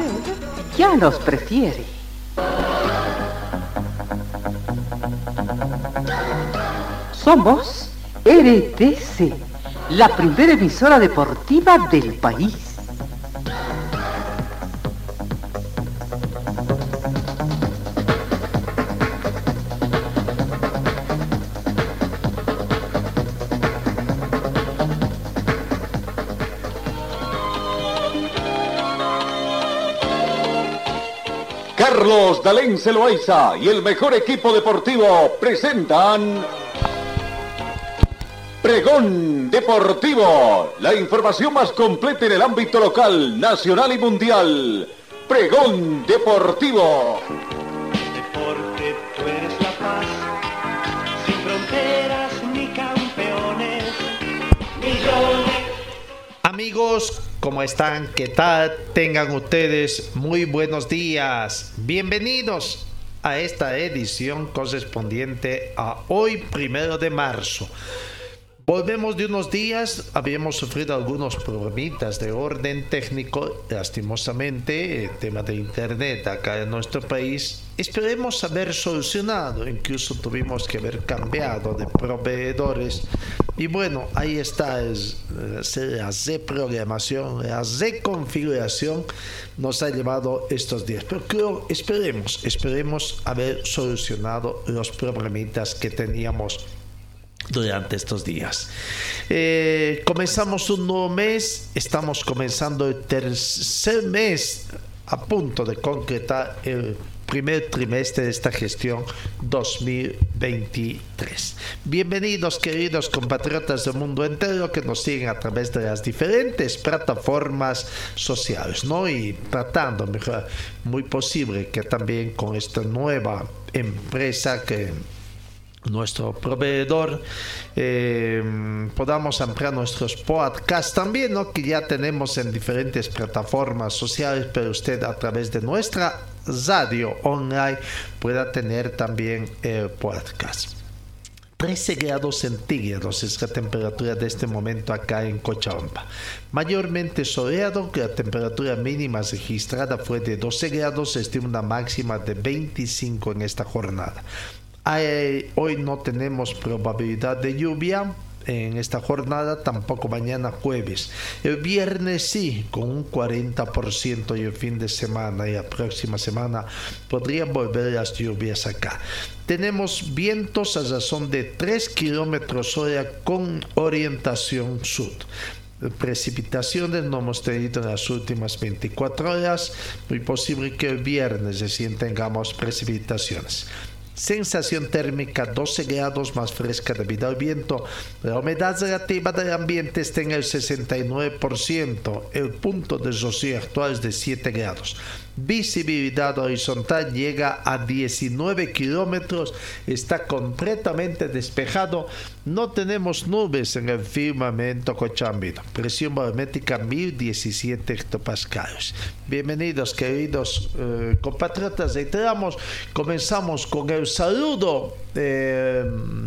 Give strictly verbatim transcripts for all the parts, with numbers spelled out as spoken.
ya los prefiere. Somos R T C, la primera emisora deportiva del país. Carlos Dalén Loaiza y el mejor equipo deportivo presentan Pregón Deportivo, la información más completa en el ámbito local, nacional y mundial. Pregón Deportivo. Deporte, tú eres la paz, sin fronteras ni campeones, millones. Amigos, ¿cómo están? ¿Qué tal? Tengan ustedes muy buenos días. Bienvenidos a esta edición correspondiente a hoy, primero de marzo. Volvemos de unos días, habíamos sufrido algunos problemitas de orden técnico, lastimosamente, el tema de internet acá en nuestro país. Esperemos haber solucionado, incluso tuvimos que haber cambiado de proveedores. Y bueno, ahí está, es, la reprogramación, la reconfiguración nos ha llevado estos días. Pero creo, esperemos, esperemos haber solucionado los problemitas que teníamos durante estos días. Eh, comenzamos un nuevo mes, estamos comenzando el tercer mes, a punto de concretar el primer trimestre de esta gestión dos mil veintitrés. Bienvenidos, queridos compatriotas del mundo entero que nos siguen a través de las diferentes plataformas sociales, ¿no? Y tratando, mejor, muy posible que también con esta nueva empresa que nuestro proveedor, eh, podamos ampliar nuestros podcasts también, ¿no? Que ya tenemos en diferentes plataformas sociales, pero usted a través de nuestra radio online pueda tener también el podcast. trece grados centígrados es la temperatura de este momento acá en Cochabamba. Mayormente soleado, que la temperatura mínima registrada fue de doce grados, se estima una máxima de veinticinco en esta jornada. Hoy no tenemos probabilidad de lluvia en esta jornada, tampoco mañana jueves. El viernes sí, con un cuarenta por ciento, y el fin de semana y la próxima semana podrían volver las lluvias acá. Tenemos vientos a razón de tres kilómetros hora con orientación sur. Precipitaciones no hemos tenido en las últimas veinticuatro horas, muy posible que el viernes recién tengamos precipitaciones. Sensación térmica doce grados, más fresca debido al viento. La humedad relativa del ambiente está en el sesenta y nueve por ciento. El punto de rocío actual es de siete grados. Visibilidad horizontal llega a diecinueve kilómetros. Está completamente despejado. No tenemos nubes en el firmamento cochabambino. Presión barométrica mil diecisiete hectopascales. Bienvenidos, queridos eh, compatriotas. Reiteramos, comenzamos con el saludo eh,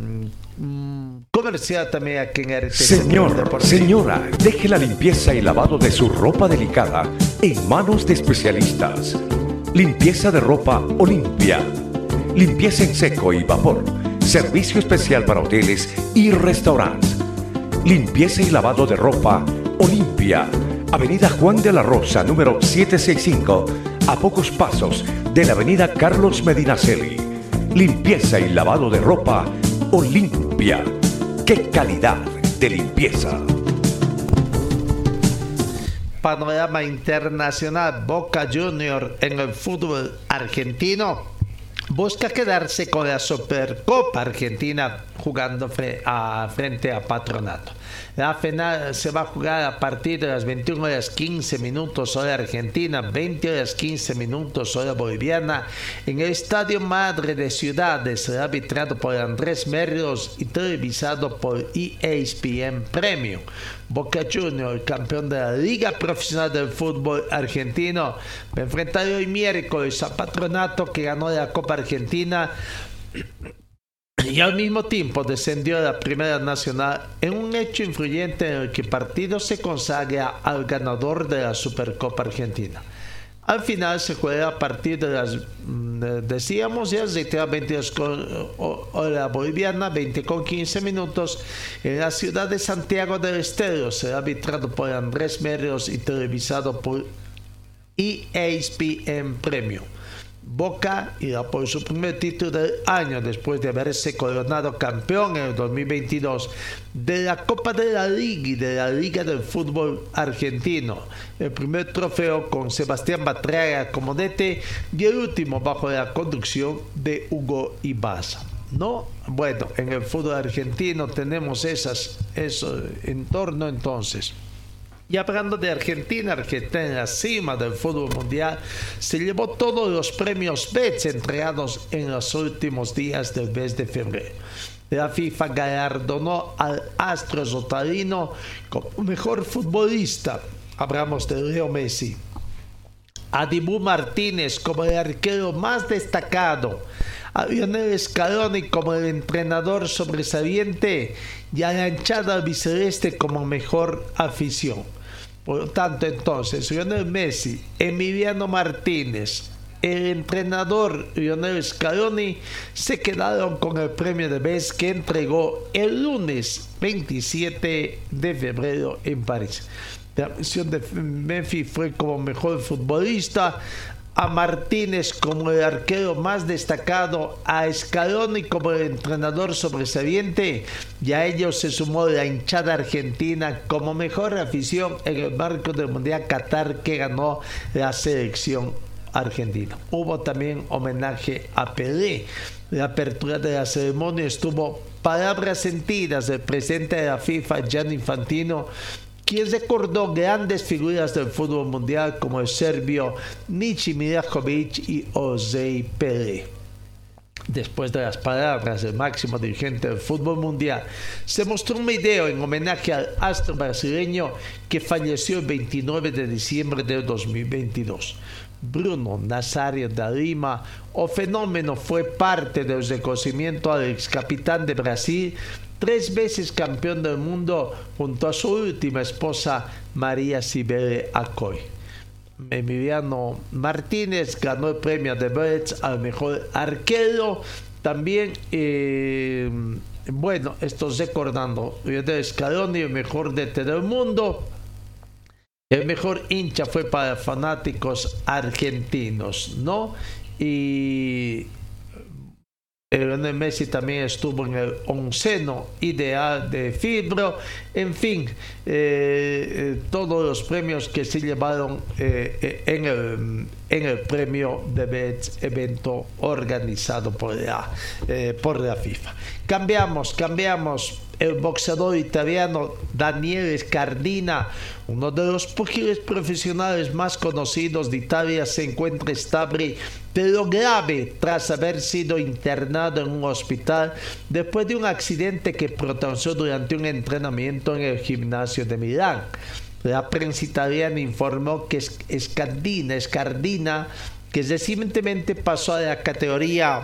comercial también aquí en R T C. Señor, señora, deje la limpieza y lavado de su ropa delicada en manos de especialistas. Limpieza de ropa Olimpia. Limpieza en seco y vapor. Servicio especial para hoteles y restaurantes. Limpieza y lavado de ropa Olimpia. Avenida Juan de la Rosa, número setecientos sesenta y cinco, a pocos pasos de la avenida Carlos Medinaceli. Limpieza y lavado de ropa Olimpia. ¡Qué calidad de limpieza! Panorama internacional. Boca Juniors en el fútbol argentino busca quedarse con la Supercopa Argentina jugando fre- a, frente a Patronato. La final se va a jugar a partir de las veintiuna horas quince minutos hora argentina, veinte horas quince minutos hora boliviana, en el Estadio Madre de Ciudades. Será arbitrado por Andrés Merlos y televisado por E S P N Premium. Boca Juniors, el campeón de la Liga Profesional del Fútbol Argentino, va a enfrentar hoy miércoles a Patronato, que ganó la Copa Argentina y al mismo tiempo descendió a la Primera Nacional, en un hecho influyente en el que el partido se consagra al ganador de la Supercopa Argentina. Al final se juega a partir de las, decíamos ya, veintidós hora boliviana, veinte con quince minutos, en la ciudad de Santiago del Estero. Será arbitrado por Andrés Merlos y televisado por E S P N Premium. Boca irá por su primer título del año después de haberse coronado campeón en el dos mil veintidós de la Copa de la Liga y de la Liga del Fútbol Argentino. El primer trofeo con Sebastián Batraga como D T y el último bajo la conducción de Hugo Ibaza. ¿No? Bueno, en el fútbol argentino tenemos esas, eso en torno entonces. Y hablando de Argentina, Argentina en la cima del fútbol mundial, se llevó todos los premios B E T S entregados en los últimos días del mes de febrero. La FIFA galardonó al astro sotalino como mejor futbolista. Hablamos de Leo Messi. A Dibu Martínez como el arquero más destacado. A Lionel Scaloni como el entrenador sobresaliente y a la hinchada albiceleste como mejor afición. Por lo tanto, entonces, Lionel Messi, Emiliano Martínez, el entrenador Lionel Scaloni se quedaron con el premio de B E T S que entregó el lunes veintisiete de febrero en París. La mención de Messi fue como mejor futbolista, a Martínez como el arquero más destacado, a Scaloni como el entrenador sobresaliente, y a ellos se sumó la hinchada argentina como mejor afición en el marco del Mundial Qatar que ganó la selección argentina. Hubo también homenaje a Pelé. La apertura de la ceremonia estuvo palabras sentidas del presidente de la FIFA, Gianni Infantino, quien recordó grandes figuras del fútbol mundial como el serbio Nici Milakovic y José Pelé. Después de las palabras del máximo dirigente del fútbol mundial, se mostró un video en homenaje al astro brasileño que falleció el veintinueve de diciembre de dos mil veintidós. Bruno Nazario da Lima, o fenómeno, fue parte del reconocimiento al ex capitán de Brasil, tres veces campeón del mundo, junto a su última esposa María Cibele Acoy. Emiliano Martínez ganó el premio de B E T S al mejor arquero. También, eh, bueno, esto recordando, Lionel Scaloni, el mejor D T del mundo. El mejor hincha fue para fanáticos argentinos, ¿no? Y Lionel Messi también estuvo en el onceno ideal de Fibro. En fin, eh, eh, todos los premios que se llevaron eh, en, el, en el premio de B E T S, evento organizado por la, eh, por la FIFA. Cambiamos, cambiamos. El boxeador italiano Daniele Scardina, uno de los púgiles profesionales más conocidos de Italia, se encuentra estable pero grave tras haber sido internado en un hospital después de un accidente que protagonizó durante un entrenamiento en el gimnasio de Milán. La prensa italiana informó que Scardina, Scardina que recientemente pasó a la categoría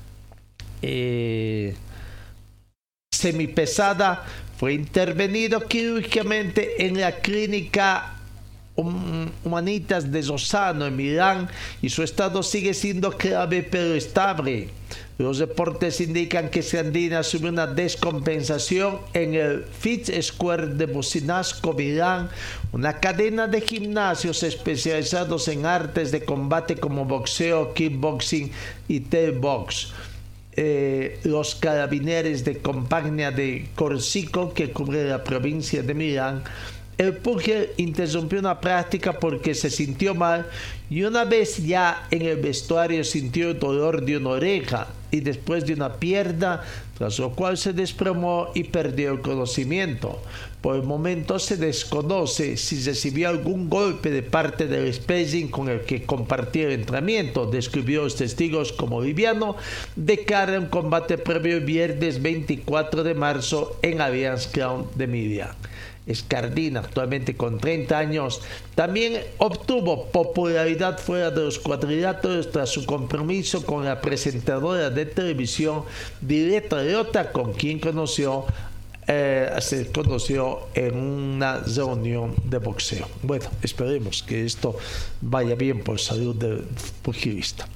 eh, semipesada, fue intervenido quirúrgicamente en la clínica Humanitas de Rossano en Milán y su estado sigue siendo grave pero estable. Los reportes indican que Scardina sufrió una descompensación en el Fit Square de Bucinasco, Milán, una cadena de gimnasios especializados en artes de combate como boxeo, kickboxing y thai-box. Eh, los carabineros de Compagnia de Corsico, que cubre la provincia de Milán, el pugil interrumpió una práctica porque se sintió mal y una vez ya en el vestuario sintió el dolor de una oreja y después de una pierna, tras lo cual se desplomó y perdió el conocimiento. Por el momento se desconoce si recibió algún golpe de parte del sparring con el que compartía el entrenamiento. Describió a los testigos como liviano de cara a un combate previo el viernes veinticuatro de marzo en Allianz Crown de Milán. Scardina, actualmente con treinta años, también obtuvo popularidad fuera de los cuadriláteros tras su compromiso con la presentadora de televisión Diletta Leotta, con quien conoció eh, se conoció en una reunión de boxeo. Bueno, esperemos que esto vaya bien por salud del pugilista.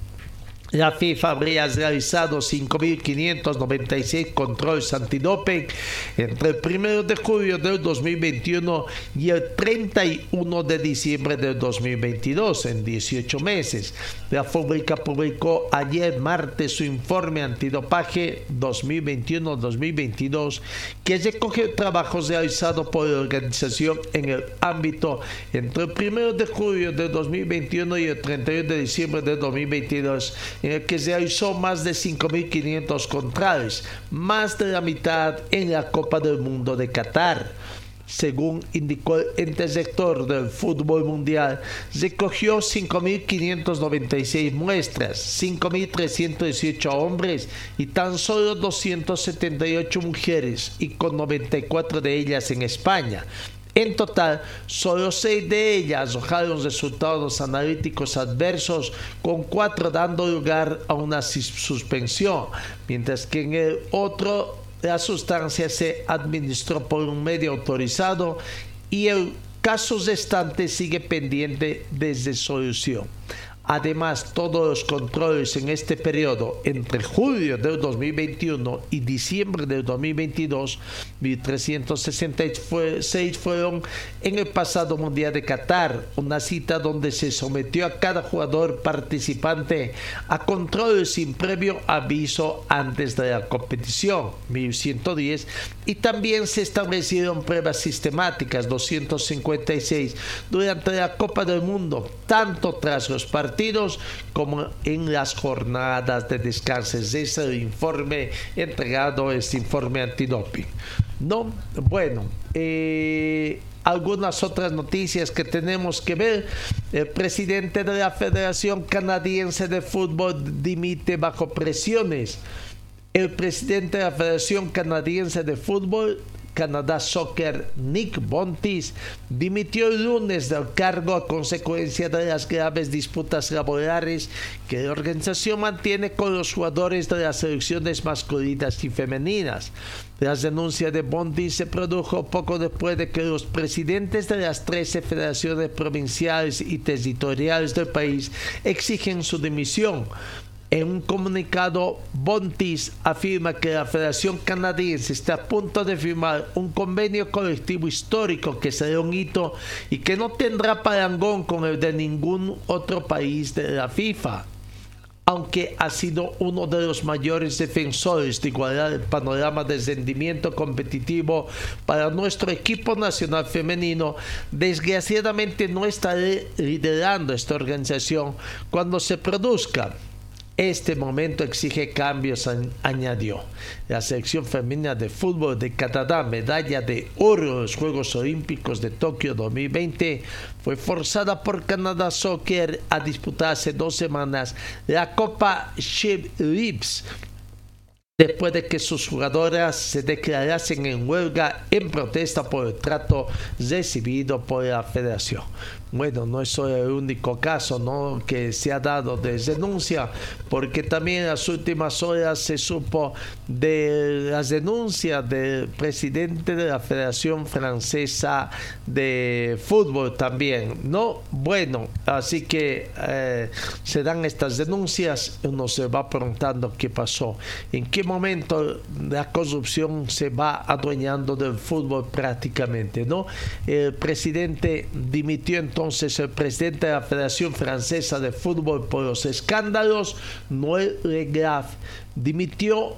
La FIFA habría realizado cinco mil quinientos noventa y seis controles antidoping entre el primero de julio del dos mil veintiuno y el treinta y uno de diciembre del dos mil veintidós, en dieciocho meses. La fábrica publicó ayer martes su informe antidopaje dos mil veintiuno dos mil veintidós, que recoge trabajos realizados por la organización en el ámbito entre el primero de julio del dos mil veintiuno y el treinta y uno de diciembre del dos mil veintidós, en el que se realizó más de cinco mil quinientos controles, más de la mitad en la Copa del Mundo de Qatar. Según indicó el ente rector del fútbol mundial, recogió cinco mil quinientos noventa y seis muestras, cinco mil trescientos dieciocho hombres y tan solo doscientas setenta y ocho mujeres, y con noventa y cuatro de ellas en España. En total, solo seis de ellas arrojaron resultados analíticos adversos, con cuatro dando lugar a una suspensión, mientras que en el otro la sustancia se administró por un medio autorizado y el caso restante sigue pendiente de resolución. Además, todos los controles en este periodo, entre julio del dos mil veintiuno y diciembre del dos mil veintidós, mil trescientos sesenta y seis fueron en el pasado Mundial de Qatar, una cita donde se sometió a cada jugador participante a controles sin previo aviso antes de la competición, mil ciento diez, y también se establecieron pruebas sistemáticas, doscientos cincuenta y seis, durante la Copa del Mundo, tanto tras los partidos como en las jornadas de descanso. Ese es el informe entregado, este informe antidoping. No, bueno, eh, algunas otras noticias que tenemos que ver. El presidente de la Federación Canadiense de Fútbol dimite bajo presiones. El presidente de la Federación Canadiense de Fútbol, Canadá Soccer, Nick Bontis, dimitió el lunes del cargo a consecuencia de las graves disputas laborales que la organización mantiene con los jugadores de las selecciones masculinas y femeninas. La denuncia de Bontis se produjo poco después de que los presidentes de las trece federaciones provinciales y territoriales del país exigen su dimisión. En un comunicado, Bontis afirma que la Federación Canadiense está a punto de firmar un convenio colectivo histórico que será un hito y que no tendrá parangón con el de ningún otro país de la FIFA. Aunque ha sido uno de los mayores defensores de igualar el panorama de rendimiento competitivo para nuestro equipo nacional femenino, desgraciadamente no estará liderando esta organización cuando se produzca. Este momento exige cambios, añadió. La selección femenina de fútbol de Canadá, medalla de oro en los Juegos Olímpicos de Tokio dos mil veinte, fue forzada por Canadá Soccer a disputar hace dos semanas la Copa She Lives, después de que sus jugadoras se declarasen en huelga en protesta por el trato recibido por la federación. Bueno, no es el único caso, ¿no?, que se ha dado de denuncia, porque también en las últimas horas se supo de las denuncias del presidente de la Federación Francesa de Fútbol también, ¿no? Bueno, así que eh, se dan estas denuncias, uno se va preguntando qué pasó, en qué momento la corrupción se va adueñando del fútbol prácticamente, ¿no? El presidente dimitió entonces. Entonces, el presidente de la Federación Francesa de Fútbol por los escándalos, Noël Le Graff, dimitió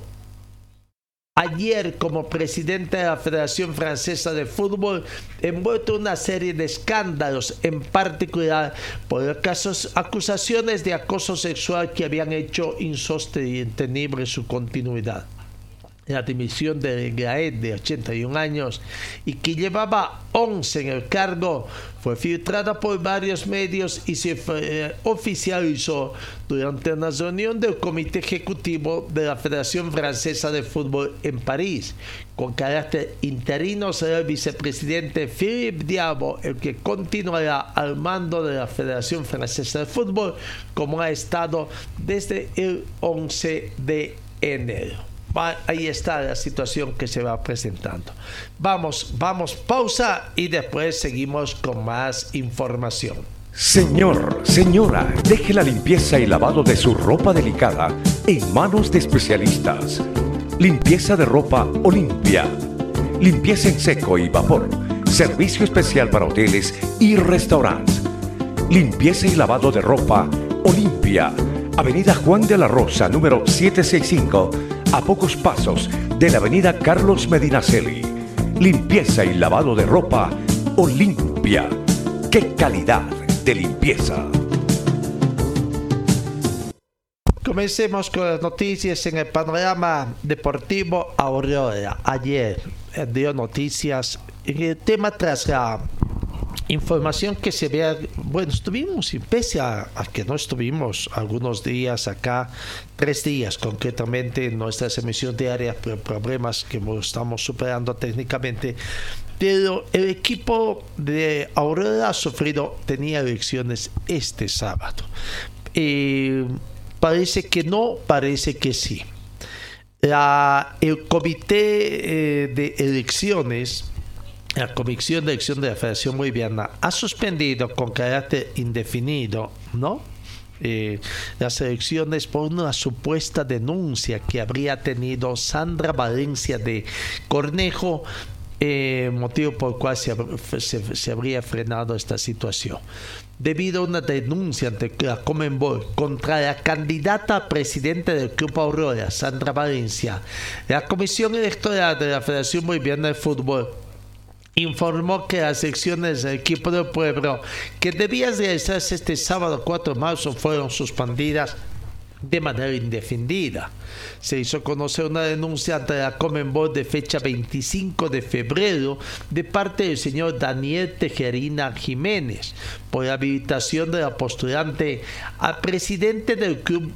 ayer como presidente de la Federación Francesa de Fútbol, envuelto en una serie de escándalos, en particular por casos, acusaciones de acoso sexual que habían hecho insostenible su continuidad. La dimisión de Graet, de ochenta y un años, y que llevaba once en el cargo, fue filtrada por varios medios y se eh, oficializó durante una reunión del Comité Ejecutivo de la Federación Francesa de Fútbol en París. Con carácter interino será el vicepresidente Philippe Diabo el que continuará al mando de la Federación Francesa de Fútbol, como ha estado desde el once de enero. ahí está la situación que se va presentando. Vamos, vamos, pausa y después seguimos con más información. Señor, señora, deje la limpieza y lavado de su ropa delicada en manos de especialistas. Limpieza de ropa Olimpia. Limpieza en seco y vapor. Servicio especial para hoteles y restaurantes. Limpieza y lavado de ropa Olimpia. Avenida Juan de la Rosa, número setecientos sesenta y cinco, a pocos pasos de la avenida Carlos Medinaceli. Limpieza y lavado de ropa Olimpia. ¡Qué calidad de limpieza! Comencemos con las noticias en el panorama deportivo. Aurora ayer dio noticias en el tema tras la información que se vea. Bueno, estuvimos, pese a, a que no estuvimos algunos días acá, tres días concretamente en nuestras emisiones diarias, por problemas que estamos superando técnicamente. Pero el equipo de Aurora ha sufrido, tenía elecciones este sábado. Eh, parece que no, parece que sí. La, el comité eh, de elecciones, la Comisión de Elección de la Federación Boliviana, ha suspendido con carácter indefinido, ¿no? Eh, las elecciones por una supuesta denuncia que habría tenido Sandra Valencia de Cornejo, eh, motivo por el cual se, se, se habría frenado esta situación. Debido a una denuncia ante la Conmebol contra la candidata a presidente del Club Aurora, Sandra Valencia, la Comisión Electoral de la Federación Boliviana de Fútbol informó que las elecciones del equipo del pueblo, que debían realizarse este sábado cuatro de marzo, fueron suspendidas de manera indefinida. Se hizo conocer una denuncia ante la Conmebol de fecha veinticinco de febrero de parte del señor Daniel Tejerina Jiménez por la habilitación de la postulante a presidente del club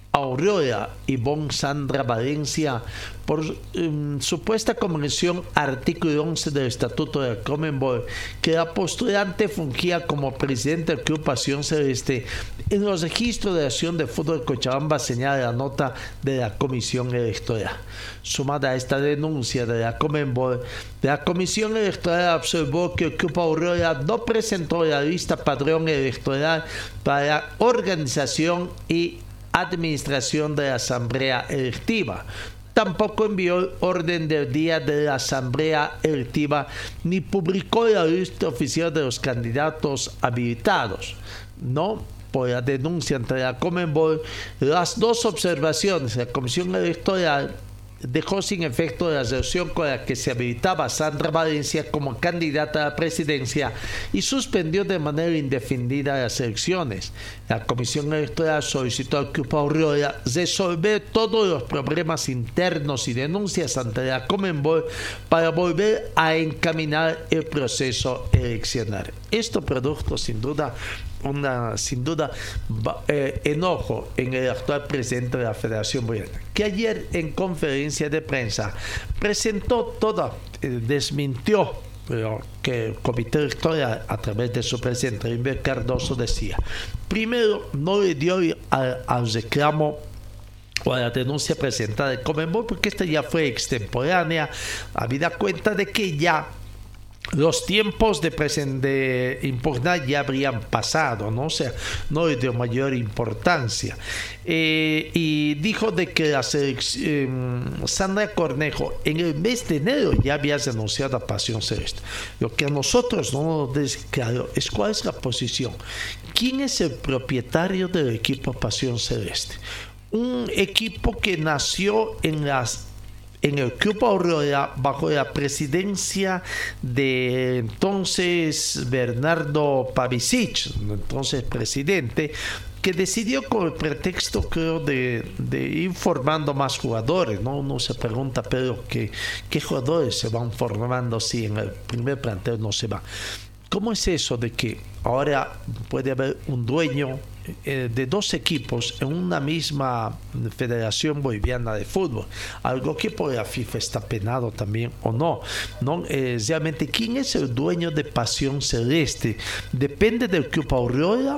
Aurora, Ivonne Sandra Valencia, por um, supuesta convención artículo once del Estatuto de la Conmebol, que la postulante fungía como presidente del Club Pasión Celeste. En los registros de la Asociación de Fútbol de Cochabamba señala la nota de la Comisión Electoral. Sumada a esta denuncia de la Conmebol, la Comisión Electoral observó que el Club Aurora no presentó la lista padrón electoral para la organización y administración de la asamblea electiva. Tampoco envió el orden del día de la asamblea electiva ni publicó la lista oficial de los candidatos habilitados. No, por la denuncia ante la Conmebol, las dos observaciones, la Comisión Electoral dejó sin efecto la resolución con la que se habilitaba a Sandra Valencia como candidata a la presidencia y suspendió de manera indefinida las elecciones. La Comisión Electoral solicitó al Club Aurora resolver todos los problemas internos y denuncias ante la Conmebol para volver a encaminar el proceso eleccionario. Esto produjo sin duda una sin duda eh, enojo en el actual presidente de la Federación Boliviana, que ayer en conferencia de prensa presentó toda, eh, desmintió pero que el comité electoral a través de su presidente Inver Cardoso decía: primero, no le dio al, al reclamo o a la denuncia presentada de Conmebol porque esta ya fue extemporánea, habida cuenta de que ya los tiempos de, de impugnar ya habrían pasado, ¿no? O sea, no le dio mayor importancia. Eh, y dijo de que la eh, Sandra Cornejo en el mes de enero ya había denunciado a Pasión Celeste. Lo que a nosotros no nos dice claro es cuál es la posición. ¿Quién es el propietario del equipo Pasión Celeste? Un equipo que nació en las en el Club Aurora bajo la presidencia de entonces Bernardo Pavicic, entonces presidente, que decidió con el pretexto, creo, de, de ir formando más jugadores, ¿no? Uno se pregunta, pero ¿qué, qué jugadores se van formando si en el primer plantel no se va? ¿Cómo es eso de que ahora puede haber un dueño eh, de dos equipos en una misma Federación Boliviana de Fútbol? Algo que por la FIFA está penado también o no. ¿No? Eh, realmente, ¿quién es el dueño de Pasión Celeste? ¿Depende del Club Aurora?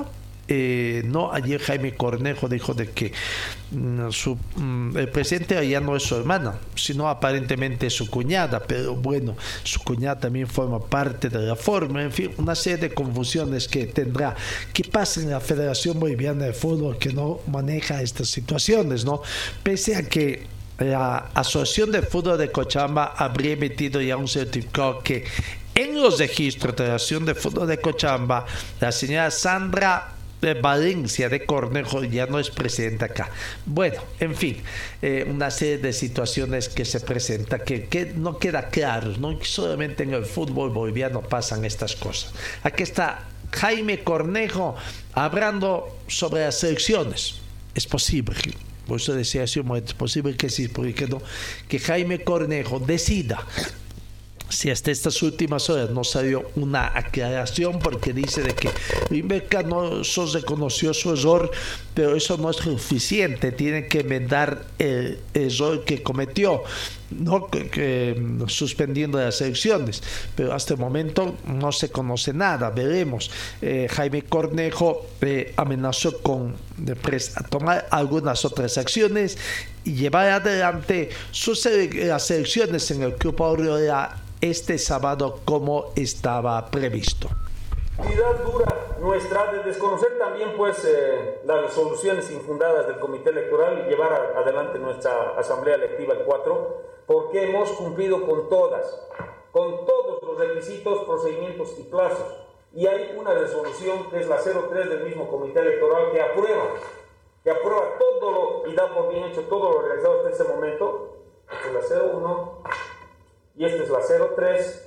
eh, no, ayer Jaime Cornejo dijo de que mm, su, mm, el presidente ya no es su hermana, sino aparentemente su cuñada, pero bueno, su cuñada también forma parte de la forma, en fin, una serie de confusiones que tendrá. ¿Qué pasa en la Federación Boliviana de Fútbol que no maneja estas situaciones, no? Pese a que la Asociación de Fútbol de Cochabamba habría emitido ya un certificado que en los registros de la Asociación de Fútbol de Cochabamba, la señora Sandra de Valencia de Cornejo ya no es presidenta acá. Bueno, en fin, eh, una serie de situaciones que se presentan que, que no queda claro, ¿no? Solamente en el fútbol boliviano pasan estas cosas. Aquí está Jaime Cornejo hablando sobre las elecciones. Es posible, por eso decía hace un momento, es posible que sí, porque no, que Jaime Cornejo decida. Si hasta estas últimas horas no salió una aclaración, porque dice de que Limberca no solo reconoció su error, pero eso no es suficiente, tiene que enmendar el error que cometió, no que, que, suspendiendo las elecciones, pero hasta el momento no se conoce nada. Veremos. eh, Jaime Cornejo eh, amenazó con de pres- a tomar algunas otras acciones y llevar adelante sus, las elecciones en el Club Aurora este sábado como estaba previsto. Actividad dura nuestra de desconocer también pues eh, las resoluciones infundadas del Comité Electoral y llevar a, adelante nuestra Asamblea Electiva el cuatro, porque hemos cumplido con todas, con todos los requisitos, procedimientos y plazos. Y hay una resolución que es la cero tres del mismo Comité Electoral que aprueba, que aprueba todo lo y da por bien hecho todo lo realizado hasta ese momento. Esta es la cero uno y esta es la cero tres.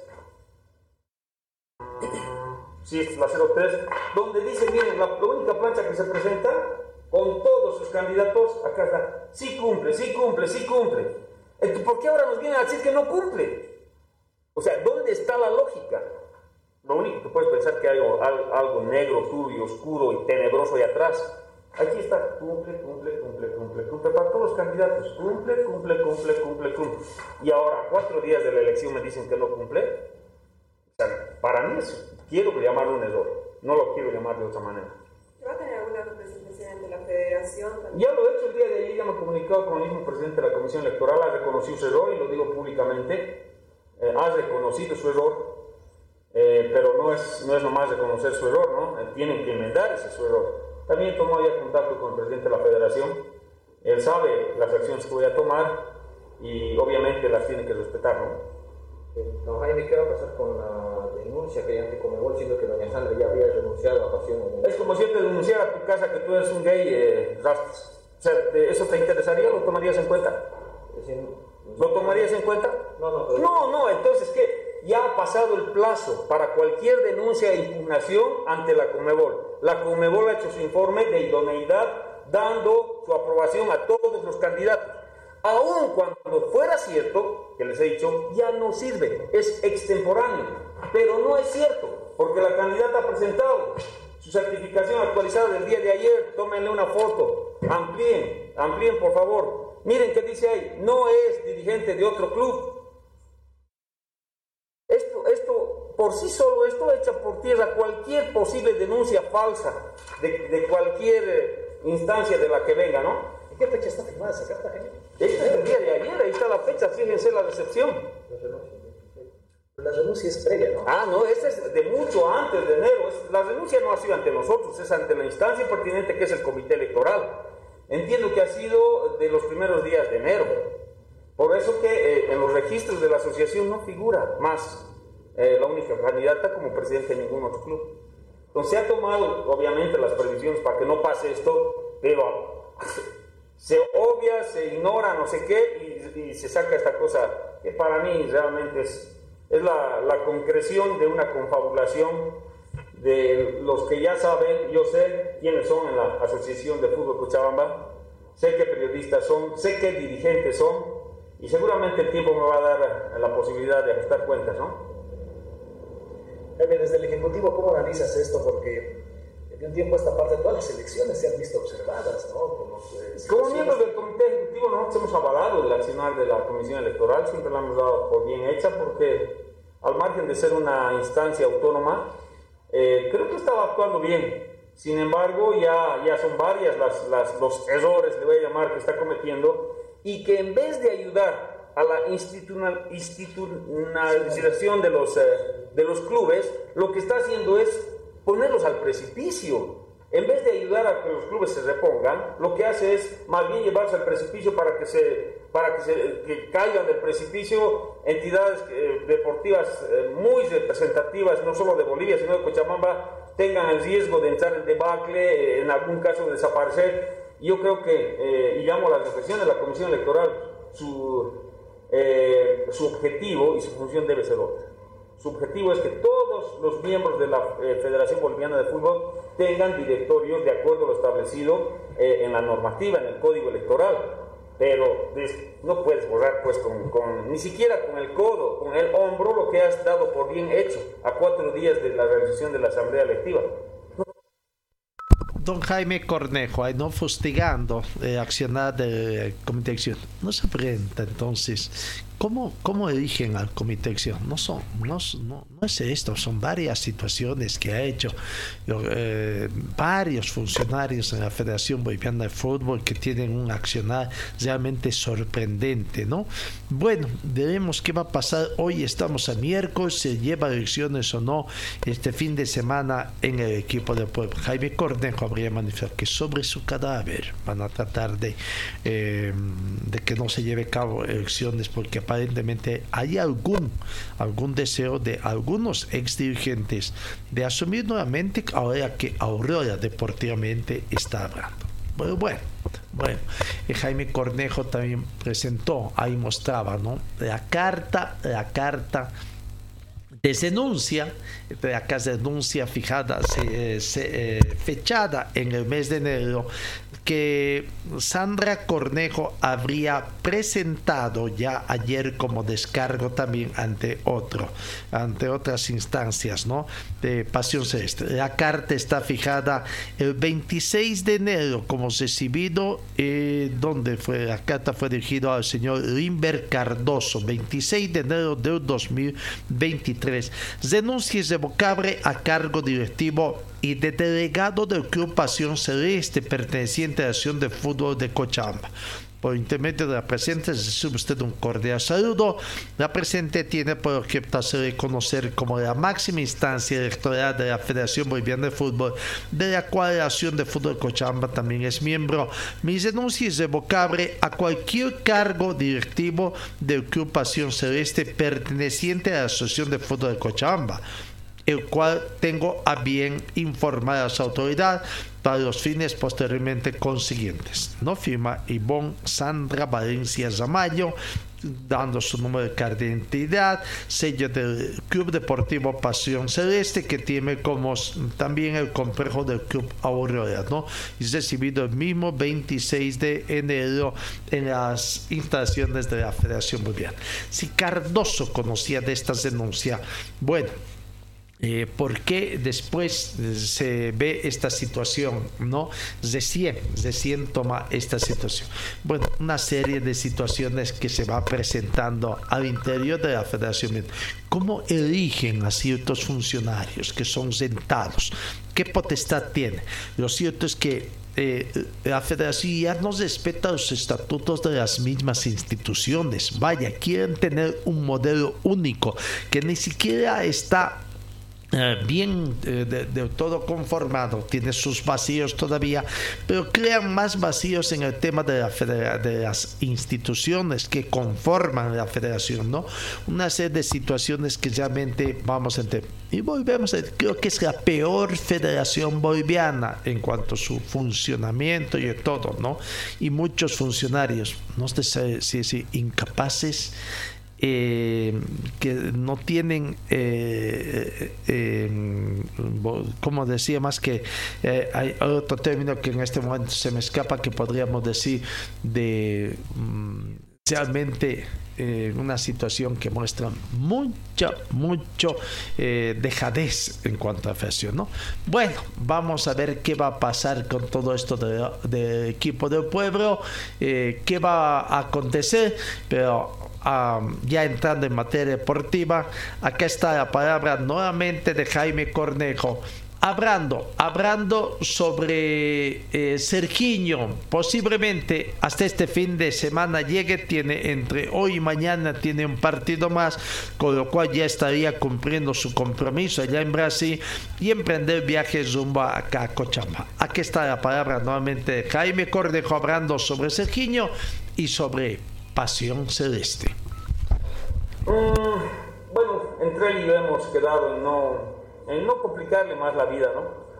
Sí, esta es la cero tres, donde dice, miren, la, la única plancha que se presenta con todos sus candidatos, acá está, sí cumple, sí cumple, sí cumple. Entonces, ¿por qué ahora nos vienen a decir que no cumple? O sea, ¿dónde está la lógica? Lo único que puedes pensar que hay algo, algo negro, turbio, oscuro y tenebroso ahí atrás. Aquí está, cumple, cumple, cumple, cumple, cumple, para todos los candidatos, cumple, cumple, cumple, cumple, cumple. Y ahora, cuatro días de la elección me dicen que no cumple. O sea, para mí eso, quiero llamarlo un error, no lo quiero llamar de otra manera. ¿Va a tener alguna representación de la federación también? Ya lo he hecho el día de ayer, ya me he comunicado con el mismo presidente de la Comisión Electoral, ha reconocido su error y lo digo públicamente, eh, ha reconocido su error, eh, pero no es, no es nomás reconocer su error, ¿no? Eh, tienen que enmendar ese su error. También tomó ya contacto con el presidente de la federación, él sabe las acciones que voy a tomar y obviamente las tiene que respetar, ¿no? Don Jaime, ¿qué va a pasar con la denuncia que hay ante Conmebol, siendo que doña Sandra ya había renunciado a pasiones? Es como si te denunciara a tu casa que tú eres un gay, eh, Rastas. O sea, ¿eso te interesaría? ¿Lo tomarías en cuenta? ¿Lo tomarías en cuenta? No, no, pero... no, no, entonces ¿qué? Ya ha pasado el plazo para cualquier denuncia e impugnación ante la Conmebol. La Conmebol ha hecho su informe de idoneidad dando su aprobación a todos los candidatos. Aun cuando fuera cierto, que les he dicho, ya no sirve, es extemporáneo. Pero no es cierto, porque la candidata ha presentado su certificación actualizada del día de ayer. Tómenle una foto, amplíen, amplíen por favor. Miren qué dice ahí, no es dirigente de otro club. Esto, esto, por sí solo, esto echa por tierra cualquier posible denuncia falsa de, de cualquier eh, instancia de la que venga, ¿no? ¿En qué fecha está firmada esa carta, Jaime? Este es el día de ayer, ahí está la fecha, fíjense la recepción. La renuncia es previa, ¿no? Ah, no, esta es de mucho antes de enero. Es, la renuncia no ha sido ante nosotros, es ante la instancia pertinente que es el Comité Electoral. Entiendo que ha sido de los primeros días de enero. Por eso que eh, en los registros de la asociación no figura más eh, la única candidata como presidente de ningún otro club. Entonces se ha tomado, obviamente, las previsiones para que no pase esto, pero se obvia, se ignora, no sé qué, y, y se saca esta cosa que para mí realmente es... Es la, la concreción de una confabulación de los que ya saben. Yo sé quiénes son en la Asociación de Fútbol Cochabamba, sé qué periodistas son, sé qué dirigentes son, y seguramente el tiempo me va a dar la posibilidad de ajustar cuentas, ¿no? Jaime, desde el Ejecutivo, ¿cómo analizas esto? Porque de un tiempo a esta parte todas las elecciones se han visto observadas, ¿no? Como, eh, Como miembros del Comité Ejecutivo, nosotros hemos avalado el accionar de la Comisión Electoral, siempre la hemos dado por bien hecha, porque al margen de ser una instancia autónoma, eh, creo que estaba actuando bien. Sin embargo, ya, ya son varias las, las, los errores, le voy a llamar, que está cometiendo, y que en vez de ayudar a la institucional, institucionalización de los, eh, de los clubes, lo que está haciendo es ponerlos al precipicio. En vez de ayudar a que los clubes se repongan, lo que hace es más bien llevarse al precipicio para que se, para que se que caigan del precipicio entidades eh, deportivas eh, muy representativas, no solo de Bolivia, sino de Cochabamba, tengan el riesgo de entrar en debacle, eh, en algún caso de desaparecer. Yo creo que, eh, y llamo a la reflexión de la Comisión Electoral, su, eh, su objetivo y su función debe ser otra. Su objetivo es que todos los miembros de la eh, Federación Boliviana de Fútbol tengan directorios de acuerdo a lo establecido eh, en la normativa, en el Código Electoral. Pero des, no puedes borrar pues con, con, ni siquiera con el codo, con el hombro, lo que has dado por bien hecho a cuatro días de la realización de la Asamblea Electiva. Don Jaime Cornejo, ahí no fustigando el eh, accionar del comité de acción. No se pregunta entonces, ¿cómo, cómo eligen al comité de acción? No, son, no, no, no es esto, son varias situaciones que ha hecho eh, varios funcionarios en la Federación Boliviana de Fútbol que tienen un accionar realmente sorprendente, ¿no? Bueno, veremos qué va a pasar. Hoy estamos a miércoles, se lleva elecciones o no este fin de semana en el equipo del pueblo. Jaime Cornejo habría manifestado que sobre su cadáver van a tratar de, eh, de que no se lleve a cabo elecciones porque aparentemente hay algún, algún deseo de algunos ex dirigentes de asumir nuevamente ahora que Aurora deportivamente está hablando. Bueno, bueno, bueno, Jaime Cornejo también presentó, ahí mostraba, ¿no? La carta, la carta de denuncia, la casa de denuncia fijada, se, se, eh, fechada en el mes de enero, que Sandra Cornejo habría presentado ya ayer como descargo también ante otro, ante otras instancias, ¿no? De Pasión Celeste. La carta está fijada el veintiséis de enero como recibido, eh, donde fue la carta fue dirigida al señor Limber Cardoso, veintiséis de enero del dos mil veintitrés. Denuncia irrevocable a cargo directivo y de delegado del Club Pasión Celeste perteneciente a la Asociación de Fútbol de Cochabamba. Por intermedio de la presente recibe usted un cordial saludo. La presente tiene por objeto hacerle conocer como la máxima instancia electoral de la Federación Boliviana de Fútbol, de la cual la Asociación de Fútbol de Cochabamba también es miembro. Mi denuncia es irrevocable a cualquier cargo directivo del Club Pasión Celeste perteneciente a la Asociación de Fútbol de Cochabamba, el cual tengo a bien informar a las autoridades para los fines posteriormente consiguientes. No firma Ivonne Sandra Valencia Zamayo, dando su número de carta de identidad, sello del Club Deportivo Pasión Celeste, que tiene como también el complejo del Club Aurora, ¿no? Y recibido el mismo veintiséis de enero en las instalaciones de la Federación Boliviana. Si Cardoso conocía de esta denuncia, bueno, Eh, ¿por qué después se ve esta situación? ¿No? Recién, recién toma esta situación. Bueno, una serie de situaciones que se va presentando al interior de la Federación. ¿Cómo eligen a ciertos funcionarios que son sentados? ¿Qué potestad tiene? Lo cierto es que Eh, la Federación ya no respeta los estatutos de las mismas instituciones. Vaya, quieren tener un modelo único que ni siquiera está Eh, bien eh, de, de todo conformado, tiene sus vacíos todavía, pero crean más vacíos en el tema de, la federa- de las instituciones que conforman la federación, ¿no? Una serie de situaciones que realmente vamos a entender. Y volvemos a decir, creo que es la peor federación boliviana en cuanto a su funcionamiento y todo, ¿no? Y muchos funcionarios, no sé si, si, si incapaces, Eh, que no tienen eh, eh, como decía, más que eh, hay otro término que en este momento se me escapa, que podríamos decir de um, realmente eh, una situación que muestra mucho, mucho eh, dejadez en cuanto a federación, ¿no? Bueno, vamos a ver qué va a pasar con todo esto del de equipo del pueblo, eh, qué va a acontecer, pero Um, ya entrando en materia deportiva, acá está la palabra nuevamente de Jaime Cornejo. hablando, hablando sobre eh, Serginho, posiblemente hasta este fin de semana llegue, tiene entre hoy y mañana tiene un partido más, con lo cual ya estaría cumpliendo su compromiso allá en Brasil y emprender viajes rumbo acá a Cochabamba. Aquí está la palabra nuevamente de Jaime Cornejo hablando sobre Serginho y sobre Pasión Celeste. Mm, bueno, entre él y yo hemos quedado en no en no complicarle más la vida, ¿no?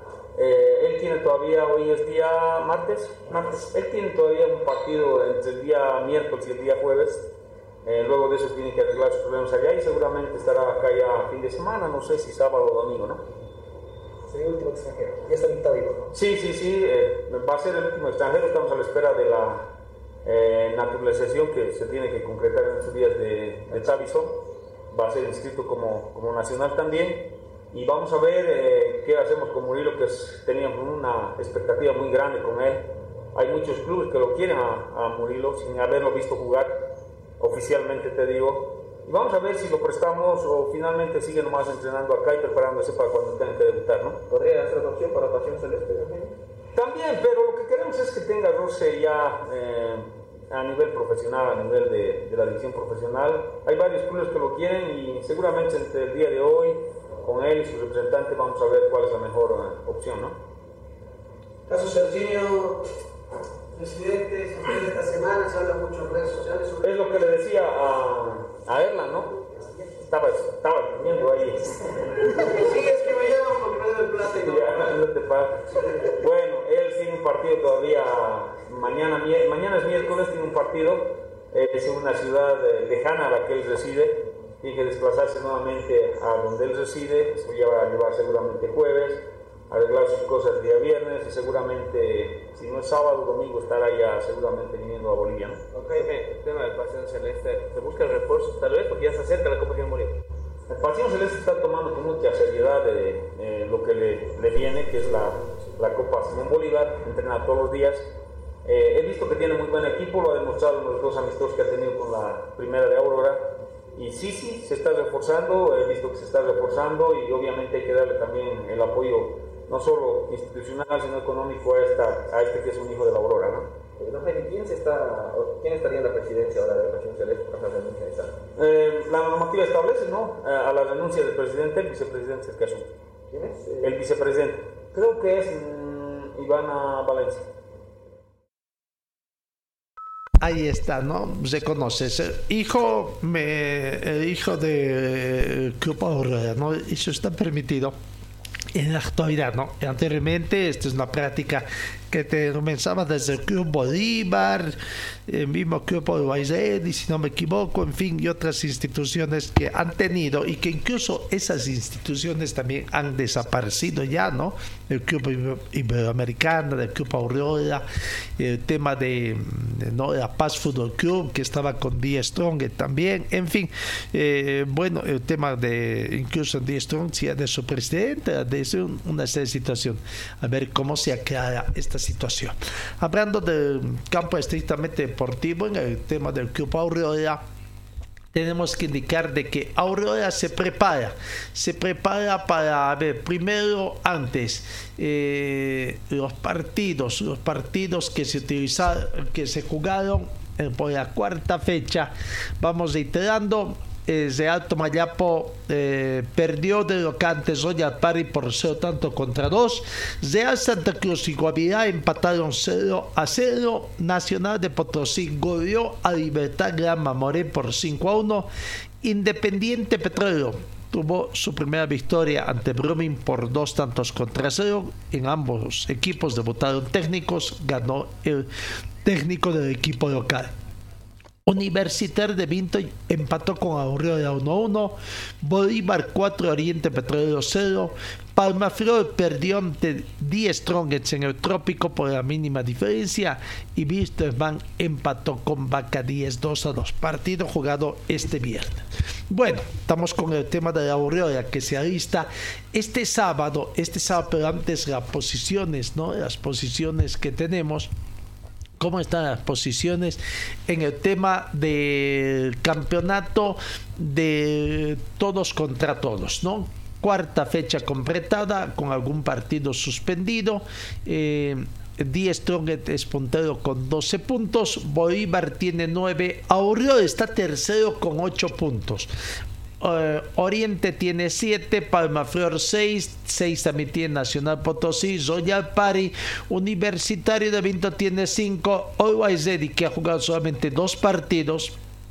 Eh, él tiene todavía, hoy es día martes, martes, él tiene todavía un partido entre el día miércoles y el día jueves, eh, luego de eso tiene que arreglar sus problemas allá y seguramente estará acá ya a fin de semana, no sé si sábado o domingo, ¿no? Sería el último extranjero, ya está mitad vivo, ¿no? Sí, sí, sí, eh, va a ser el último extranjero, estamos a la espera de la eh, naturalización que se tiene que concretar en estos días de, de Taviso, va a ser inscrito como, como nacional también. Y vamos a ver eh, qué hacemos con Murilo, que es, teníamos una expectativa muy grande con él. Hay muchos clubes que lo quieren a, a Murilo sin haberlo visto jugar, oficialmente te digo. Y vamos a ver si lo prestamos o finalmente sigue nomás entrenando acá y preparándose para cuando tenga que debutar, ¿no? ¿Podría ser una opción para Pasión Celeste? También, pero lo que queremos es que tenga roce ya eh, a nivel profesional, a nivel de, de la división profesional. Hay varios clubes que lo quieren y seguramente entre el día de hoy con él y su representante vamos a ver cuál es la mejor uh, opción, ¿no? Caso Serginho, presidente, esta semana se habla mucho en redes sociales sobre... Es lo que le decía a, a Erlan, ¿no? Estaba, estaba durmiendo ahí. Sí, es que me llaman porque me doy el plata y no... Ya, no te pases. Bueno, él tiene un partido todavía, mañana, mañana es miércoles, tiene un partido, eh, es en una ciudad eh, lejana a la que él reside. Tiene que desplazarse nuevamente a donde él reside, eso ya va a llevar seguramente jueves, arreglar sus cosas el día viernes y seguramente, si no es sábado, domingo estará ya seguramente viniendo a Bolivia, ¿no? Ok, el tema del Pasión Celeste, ¿se busca el refuerzo tal vez porque ya se acerca la Copa Bolivia? El Pasión Celeste está tomando con mucha seriedad de, eh, lo que le, le viene, que es la, la Copa Simón Bolívar, entrena todos los días. Eh, he visto que tiene muy buen equipo, lo ha demostrado en los dos amistosos que ha tenido con la primera de Aurora. Y sí, sí, se está reforzando, he visto que se está reforzando y obviamente hay que darle también el apoyo, no solo institucional, sino económico a, esta, a este que es un hijo de la Aurora, ¿no? Don Jaime, ¿quién, se está, ¿quién estaría en la presidencia ahora de la Pasión Celeste tras la renuncia de esta? Eh, la normativa establece, ¿no? A la renuncia del presidente, el vicepresidente es el que asume. ¿Quién es? Eh... El vicepresidente. Creo que es mmm, Ivana Valencia. Ahí está, ¿no? Se conoce. Hijo, me, el hijo de Grupo Aurora, ¿no? Eso está permitido en la actualidad, ¿no? Anteriormente, esta es una práctica que te comenzaba desde el Club Bolívar, el mismo Club Uruguay, si no me equivoco, en fin, y otras instituciones que han tenido y que incluso esas instituciones también han desaparecido ya, ¿no? El Club Iberoamericano, el Club Aurora, el tema de, ¿no? La Paz Fútbol Club, que estaba con Die Strong también, en fin, eh, bueno, el tema de incluso Die Strong, si de su presidente, de una serie de situación, a ver cómo se aclara esta situación. Hablando del campo estrictamente deportivo, en el tema del Club Aurora, tenemos que indicar de que Aurora se prepara, se prepara para ver primero antes eh, los partidos, los partidos que se utilizaron, que se jugaron eh, por la cuarta fecha. Vamos reiterando. Eh, Real Tomayapo eh, perdió de local ante Royal Party por cero tanto contra dos. Real Santa Cruz y Guavirá empataron cero a cero. Nacional de Potosí goleó a Libertad Gran Mamoré por cinco a uno. Independiente Petrolero tuvo su primera victoria ante Brumming por dos tantos contra cero. En ambos equipos debutaron técnicos, ganó el técnico del equipo local. Universitario de Vinto empató con Aurora uno a uno, Bolívar cuatro, Oriente Petrolero cero, Palmaflor perdió ante Die Strongets en el Trópico por la mínima diferencia y Wisterman empató con Vaca diez dos a dos, partido jugado este viernes. Bueno, estamos con el tema de la Aurora que se alista este sábado, este sábado, pero antes las posiciones, ¿no? Las posiciones que tenemos. ¿Cómo están las posiciones en el tema del campeonato de todos contra todos, ¿no? cuarta fecha completada con algún partido suspendido. eh, Die Strongest es puntero con doce puntos, Bolívar tiene nueve, Aurora está tercero con ocho puntos. Uh, Oriente tiene siete, Palmaflor seis, seis también tiene Nacional Potosí, Royal Pari, Universitario de Vinto tiene cinco, Always Ready, que ha jugado solamente dos partidos,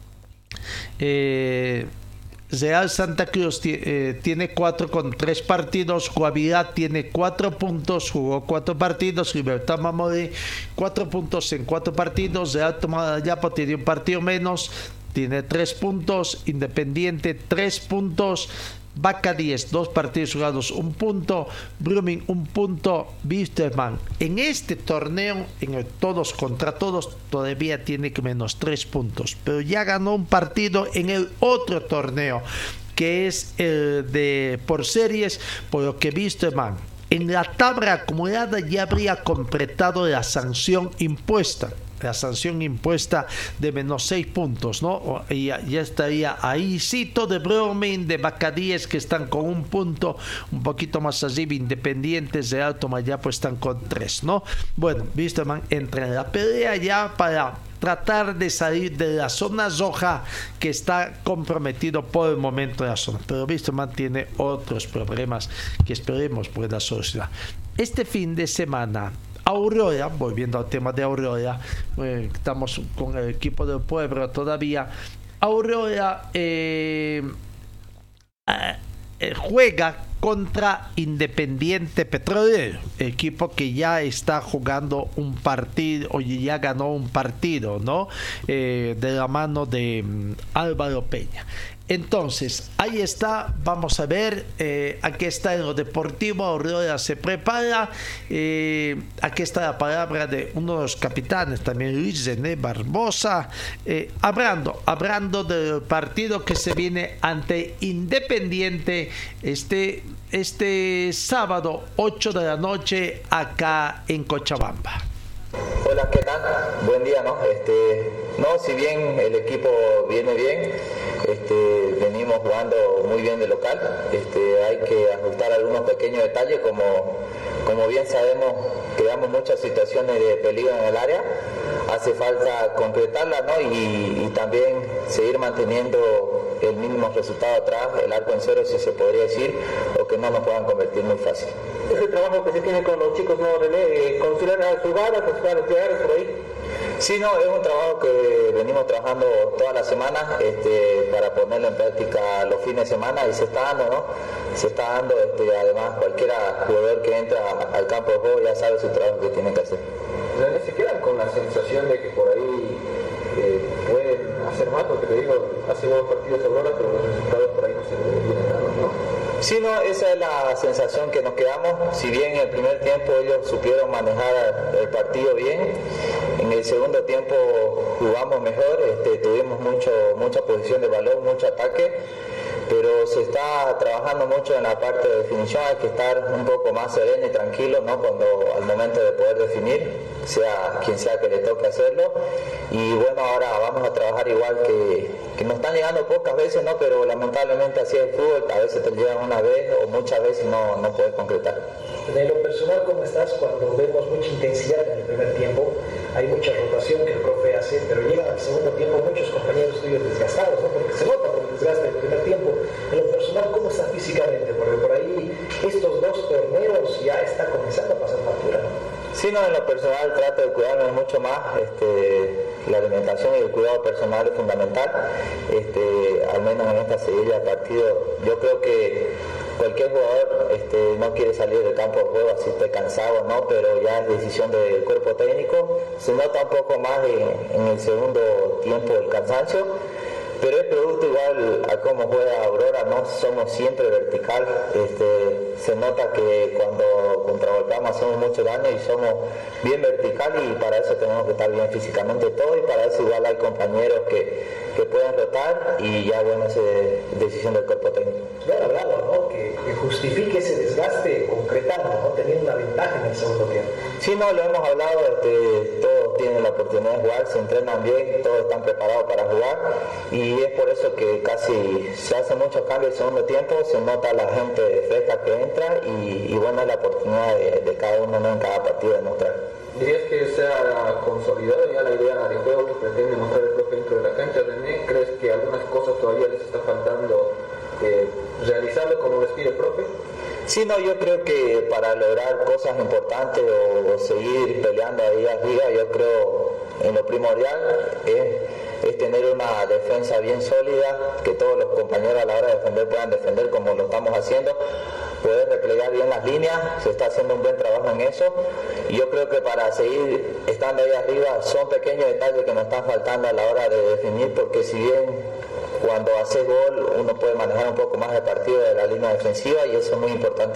eh, Real Santa Cruz eh, tiene cuatro con tres partidos, Guavirá tiene cuatro puntos, jugó cuatro partidos, Libertad Mamoré cuatro puntos en cuatro partidos, Real Tomayapo tiene un partido menos, tiene tres puntos, Independiente tres puntos, Vaca diez, dos partidos jugados, un punto, Blooming un punto, Wisterman en este torneo, en el todos contra todos, todavía tiene que menos tres puntos, pero ya ganó un partido en el otro torneo, que es el de por series, por lo que Wisterman en la tabla acumulada ya habría completado la sanción impuesta. La sanción impuesta de menos seis puntos, ¿no? Y ya, ya estaría ahí Cito de Blooming, de Bacadíes, que están con un punto, un poquito más arriba, Independientes de Alto Mayapo están con tres, ¿no? Bueno, Wisterman entra en la pelea ya para tratar de salir de la zona roja que está comprometido por el momento de la zona, pero Wisterman tiene otros problemas que esperemos pueda solucionar. Este fin de semana Aurora, volviendo al tema de Aurora, eh, estamos con el equipo del pueblo todavía. Aurora eh, eh, juega contra Independiente Petrolero, equipo que ya está jugando un partido, oye, ya ganó un partido, ¿no? Eh, de la mano de um, Álvaro Peña. Entonces, ahí está, vamos a ver, eh, aquí está en lo deportivo, Aurora se prepara, eh, aquí está la palabra de uno de los capitanes, también Luis René Barbosa, eh, hablando, hablando del partido que se viene ante Independiente este, este sábado, ocho de la noche, acá en Cochabamba. Hola, ¿qué tal? Buen día, ¿no? Este, no, si bien el equipo viene bien, este, venimos jugando muy bien de local, este, hay que ajustar algunos pequeños detalles, como, como bien sabemos, creamos muchas situaciones de peligro en el área, hace falta concretarlas, ¿no? Y, y también seguir manteniendo el mínimo resultado atrás, el arco en cero, si se podría decir, o que no nos puedan convertir muy fácil. Es el trabajo que se tiene con los chicos, ¿no, René? Eh, construir las jugadas, construir las jugadas por ahí. Sí, no, es un trabajo que venimos trabajando todas las semanas este, para ponerlo en práctica los fines de semana y se está dando, ¿no? Se está dando, este, además cualquiera jugador que entra al campo de juego ya sabe su trabajo que tiene que hacer. René, ¿se quedan con la sensación de que por ahí eh, pueden hacer más? Porque te digo, hace buenos partidos Aurora, pero los resultados por ahí no se vienen dando, ¿no? Sí, no, esa es la sensación que nos quedamos. Si bien en el primer tiempo ellos supieron manejar el partido bien, en el segundo tiempo jugamos mejor, este, tuvimos mucho, mucha posición de balón, mucho ataque, pero se está trabajando mucho en la parte de definición, hay que estar un poco más sereno y tranquilo, ¿no? Cuando al momento de poder definir, sea quien sea que le toque hacerlo. Y bueno, ahora vamos a trabajar igual que, que nos están llegando pocas veces, ¿no? Pero lamentablemente así es el fútbol, a veces te llegan una vez o muchas veces y no, no puedes concretar. En lo personal, ¿cómo estás cuando vemos mucha intensidad en el primer tiempo? Hay mucha rotación que el profe hace, pero llegan al segundo tiempo muchos compañeros tuyos desgastados, ¿no? Porque se nota por el desgaste del primer tiempo. En lo personal, ¿cómo estás físicamente? Porque por ahí estos dos torneos ya está comenzando a pasar factura, ¿no? Sí, no, en lo personal trato de cuidarme mucho más, este, la alimentación y el cuidado personal es fundamental, este, al menos en esta seguida de partido. Yo creo que cualquier jugador este, no quiere salir del campo de juego así esté cansado, ¿no? Pero ya es decisión del cuerpo técnico, se nota un poco más en, en el segundo tiempo el cansancio, pero es producto igual a cómo juega Aurora, ¿no? Somos siempre vertical, este, se nota que cuando contragolpeamos hacemos mucho daño y somos bien vertical y para eso tenemos que estar bien físicamente todo y para eso igual hay compañeros que, que pueden rotar y ya bueno, es decisión del cuerpo técnico. Ya he hablado, ¿no? Que, que justifique ese desgaste concretando, ¿no? Teniendo una ventaja en el segundo tiempo. Sí, no, lo hemos hablado, este, todos tienen la oportunidad de jugar, se entrenan bien, todos están preparados para jugar y es por eso que casi se hacen muchos cambios en el segundo tiempo, se nota la gente fresca que entra y, y bueno, es la oportunidad de, de cada uno, ¿no?, en cada partido de mostrar. ¿Dirías que se ha consolidado ya la idea de juego que pretende mostrar el profe dentro de la cancha, René? ¿Crees que algunas cosas todavía les está faltando eh, realizarlo como les pide el profe? Sí, no, yo creo que para lograr cosas importantes o, o seguir peleando ahí arriba, yo creo en lo primordial es, es tener una defensa bien sólida, que todos los compañeros a la hora de defender puedan defender como lo estamos haciendo, poder replegar bien las líneas, se está haciendo un buen trabajo en eso y yo creo que para seguir estando ahí arriba son pequeños detalles que nos están faltando a la hora de definir, porque si bien cuando hace gol uno puede manejar un poco más el partido de la línea defensiva y eso es muy importante.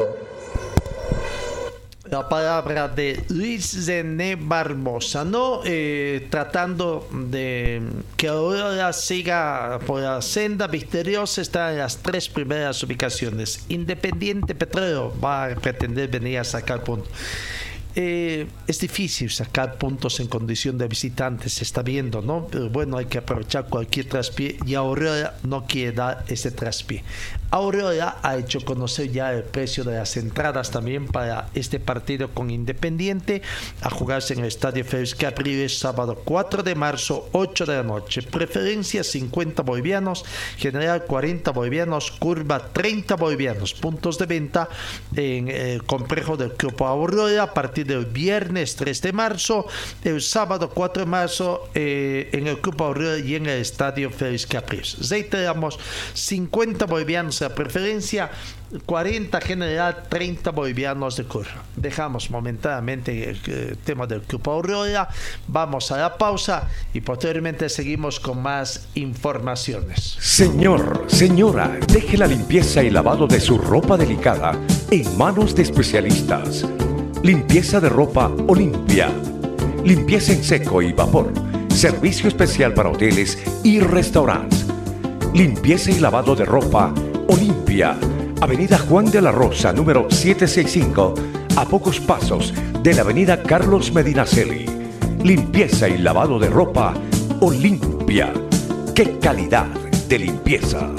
La palabra de Luis René Barbosa, ¿no? Eh, tratando de que Aurora siga por la senda victoriosa, está en las tres primeras ubicaciones. Independiente Petrolero va a pretender venir a sacar puntos. Eh, es difícil sacar puntos en condición de visitante, se está viendo, ¿no? Pero bueno, hay que aprovechar cualquier traspié y Aurora no quiere dar ese traspié. Aurora ha hecho conocer ya el precio de las entradas también para este partido con Independiente, a jugarse en el Estadio Félix Capriles, sábado cuatro de marzo, ocho de la noche. Preferencia cincuenta bolivianos, general cuarenta bolivianos, curva treinta bolivianos. Puntos de venta en el complejo del Club Aurora a partir del viernes tres de marzo, el sábado cuatro de marzo eh, en el Club Aurora y en el Estadio Félix Capriles. Reiteramos, cincuenta bolivianos la preferencia, cuarenta general, treinta bolivianos de curva. Dejamos momentáneamente el, el tema del Club Aurora, vamos a la pausa y posteriormente seguimos con más informaciones. Señor, señora, deje la limpieza y lavado de su ropa delicada en manos de especialistas. Limpieza de ropa Olimpia. Limpieza en seco y vapor. Servicio especial para hoteles y restaurantes. Limpieza y lavado de ropa Olimpia. Avenida Juan de la Rosa, número setecientos sesenta y cinco, a pocos pasos de la avenida Carlos Medinaceli. Limpieza y lavado de ropa Olimpia. ¡Qué calidad de limpieza!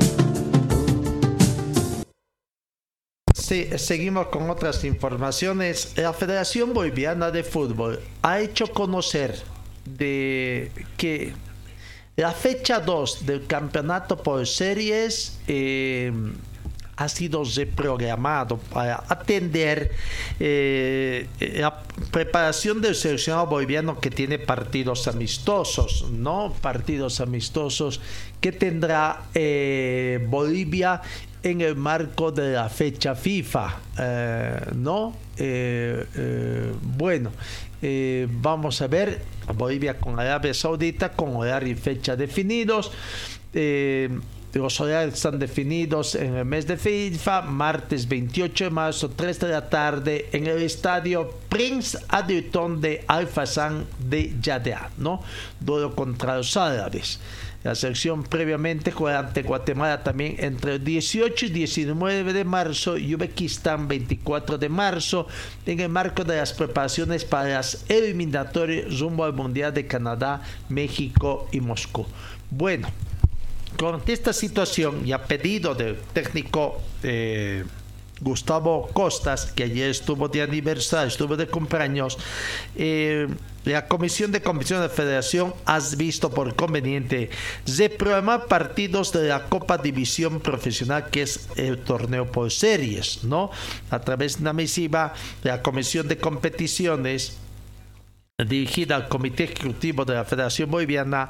Sí, seguimos con otras informaciones. La Federación Boliviana de Fútbol ha hecho conocer de que la fecha dos del campeonato por series eh, ha sido reprogramado para atender eh, la preparación del seleccionado boliviano que tiene partidos amistosos, ¿no? Partidos amistosos que tendrá eh, Bolivia en el marco de la fecha FIFA, eh, ¿no? Eh, eh, bueno, eh, vamos a ver Bolivia con Arabia Saudita con horario y fecha definidos. Eh, los horarios están definidos en el mes de FIFA, martes veintiocho de marzo, tres de la tarde, en el estadio Prince Adilton de Al-Fassan de Yadea, ¿no? Duelo contra los árabes. La selección previamente juega ante Guatemala también entre el dieciocho y diecinueve de marzo y Uzbekistán veinticuatro de marzo en el marco de las preparaciones para las eliminatorias rumbo al Mundial de Canadá, México y Moscú. Bueno, con esta situación y a pedido del técnico eh, Gustavo Costas, que ayer estuvo de aniversario, estuvo de cumpleaños, eh, la Comisión de Competición de la Federación ha visto por conveniente reprogramar partidos de la Copa División Profesional, que es el torneo por series, ¿no? A través de una misiva, la Comisión de Competiciones, dirigida al Comité Ejecutivo de la Federación Boliviana,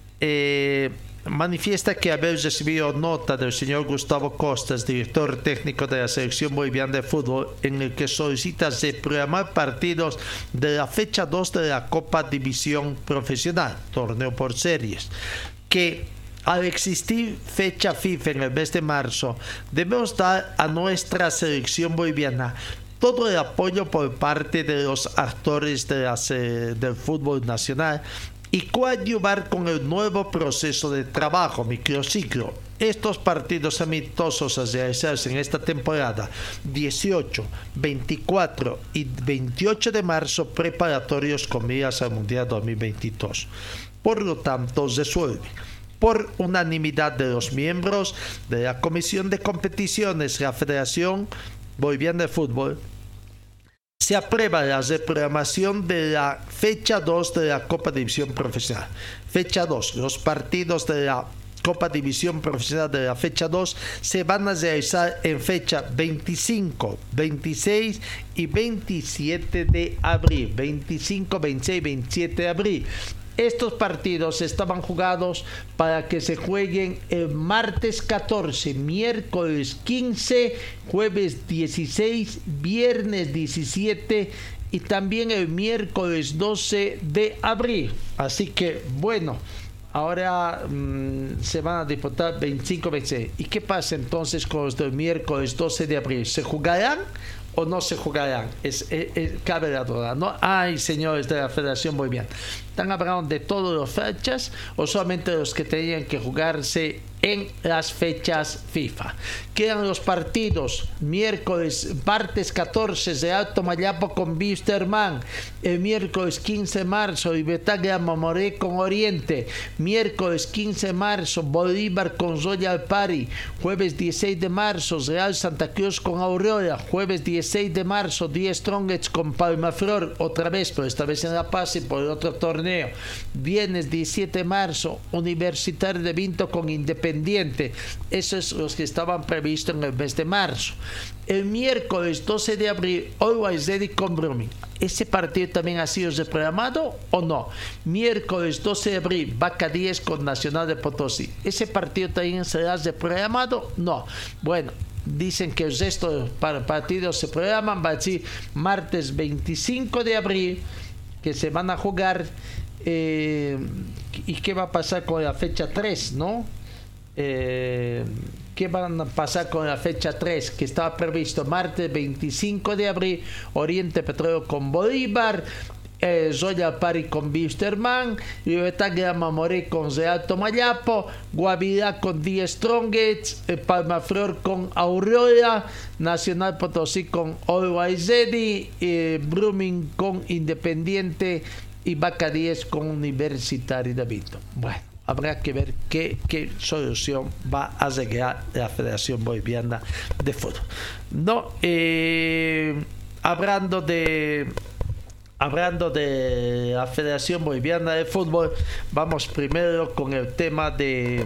eh, manifiesta que haber recibido nota del señor Gustavo Costas, director técnico de la Selección Boliviana de Fútbol, en el que solicita reprogramar partidos de la fecha dos de la Copa División Profesional, torneo por series, que al existir fecha FIFA en el mes de marzo, debemos dar a nuestra selección boliviana todo el apoyo por parte de los actores de las, eh, del fútbol nacional, y coadyuvar con el nuevo proceso de trabajo, microciclo. Estos partidos amistosos a realizarse en esta temporada dieciocho, veinticuatro y veintiocho de marzo, preparatorios con miras al Mundial dos mil veintidós. Por lo tanto, resuelve por unanimidad de los miembros de la Comisión de Competiciones de la Federación Boliviana de Fútbol, se aprueba la reprogramación de la fecha dos de la Copa División Profesional. Fecha dos, los partidos de la Copa División Profesional de la fecha dos se van a realizar en fecha veinticinco, veintiséis y veintisiete de abril. veinticinco, veintiséis y veintisiete de abril. Estos partidos estaban jugados para que se jueguen el martes catorce, miércoles quince, jueves dieciséis, viernes diecisiete y también el miércoles doce de abril. Así que, bueno, ahora mmm, se van a disputar veinticinco, veintiséis. ¿Y qué pasa entonces con los del miércoles doce de abril? ¿Se jugarán o no se jugarán? Es, es, es, cabe la duda, ¿no? Ay, señores de la Federación Boliviana, ¿están hablando de todas las fechas o solamente los que tenían que jugarse en las fechas FIFA? Quedan los partidos miércoles, martes catorce de Alto Mayapo con Wisterman, el miércoles quince de marzo Libertad de Mamoré con Oriente, miércoles quince de marzo Bolívar con Royal Party, jueves dieciséis de marzo Real Santa Cruz con Aurora, jueves dieciséis de marzo diez Strongets con Palmaflor, otra vez, pero esta vez en La Paz y por el otro torneo, viernes diecisiete de marzo Universitario de Vinto con Independiente. Esos son los que estaban previstos en el mes de marzo. El miércoles doce de abril Always Ready con Brumming. ¿Ese partido también ha sido reprogramado o no? Miércoles doce de abril Vaca diez con Nacional de Potosí. ¿Ese partido también será reprogramado? No. Bueno, dicen que el resto de los partidos se programan. Va a decir martes veinticinco de abril que se van a jugar. Eh, ¿Y qué va a pasar con la fecha tres, no? Eh, ¿Qué van a pasar con la fecha tres? Que estaba previsto martes veinticinco de abril, Oriente Petróleo con Bolívar, eh, Royal Party con Wisterman, Libertad de Mamoré con Real Tomayapo, Guavirá con diez Strongets, eh, Palmaflor con Aurora, Nacional Potosí con Always Ready, eh, Brumming con Independiente y Vaca diez con Universitario de Vinto. Bueno, habrá que ver qué, qué solución va a llegar la Federación Boliviana de Fútbol. No, eh, hablando de hablando de la Federación Boliviana de Fútbol, vamos primero con el tema de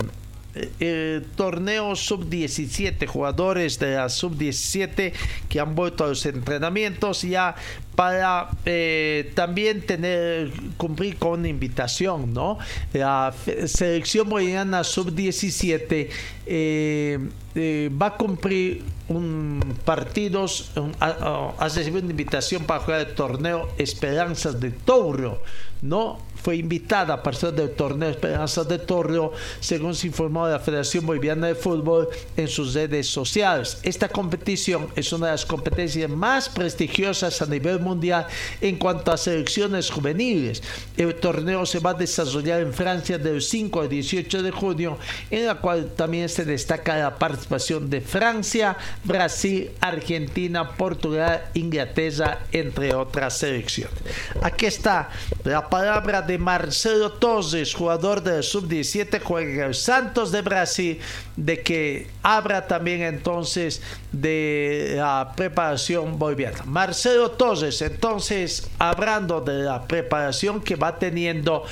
el torneo sub diecisiete, jugadores de la sub diecisiete que han vuelto a los entrenamientos ya para eh, también tener cumplir con una invitación, ¿no? La selección boliviana sub diecisiete eh, eh, va a cumplir un partidos un, ha, ha recibido una invitación para jugar el torneo Esperanzas de Touro, ¿no? Fue invitada a partir del torneo Esperanzas de Touro, según se informó de la Federación Boliviana de Fútbol en sus redes sociales. Esta competición es una de las competencias más prestigiosas a nivel mundial en cuanto a selecciones juveniles. El torneo se va a desarrollar en Francia del cinco al dieciocho de junio, en la cual también se destaca la participación de Francia, Brasil, Argentina, Portugal, Inglaterra, entre otras selecciones. Aquí está la palabra de Marcelo Torres, jugador del sub diecisiete, juega el Santos de Brasil, de que habla también entonces de la preparación boliviana. Marcelo Torres, entonces, hablando de la preparación que va teniendo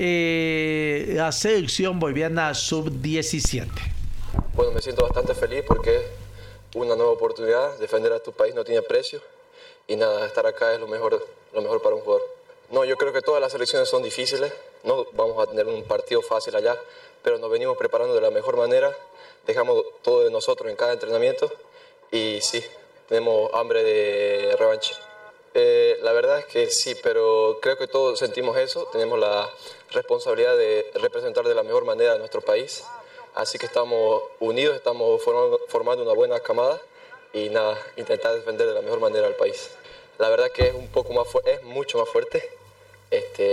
eh, la selección boliviana sub diecisiete. Bueno, me siento bastante feliz porque una nueva oportunidad, defender a tu país no tiene precio y nada, estar acá es lo mejor, lo mejor para un jugador. No, yo creo que todas las selecciones son difíciles, no vamos a tener un partido fácil allá, pero nos venimos preparando de la mejor manera, dejamos todo de nosotros en cada entrenamiento y sí, tenemos hambre de revancha. Eh, la verdad es que sí, pero creo que todos sentimos eso, tenemos la responsabilidad de representar de la mejor manera a nuestro país, así que estamos unidos, estamos formando, formando una buena camada y nada, intentar defender de la mejor manera al país. La verdad que es un poco más fu- es mucho más fuerte, este, pero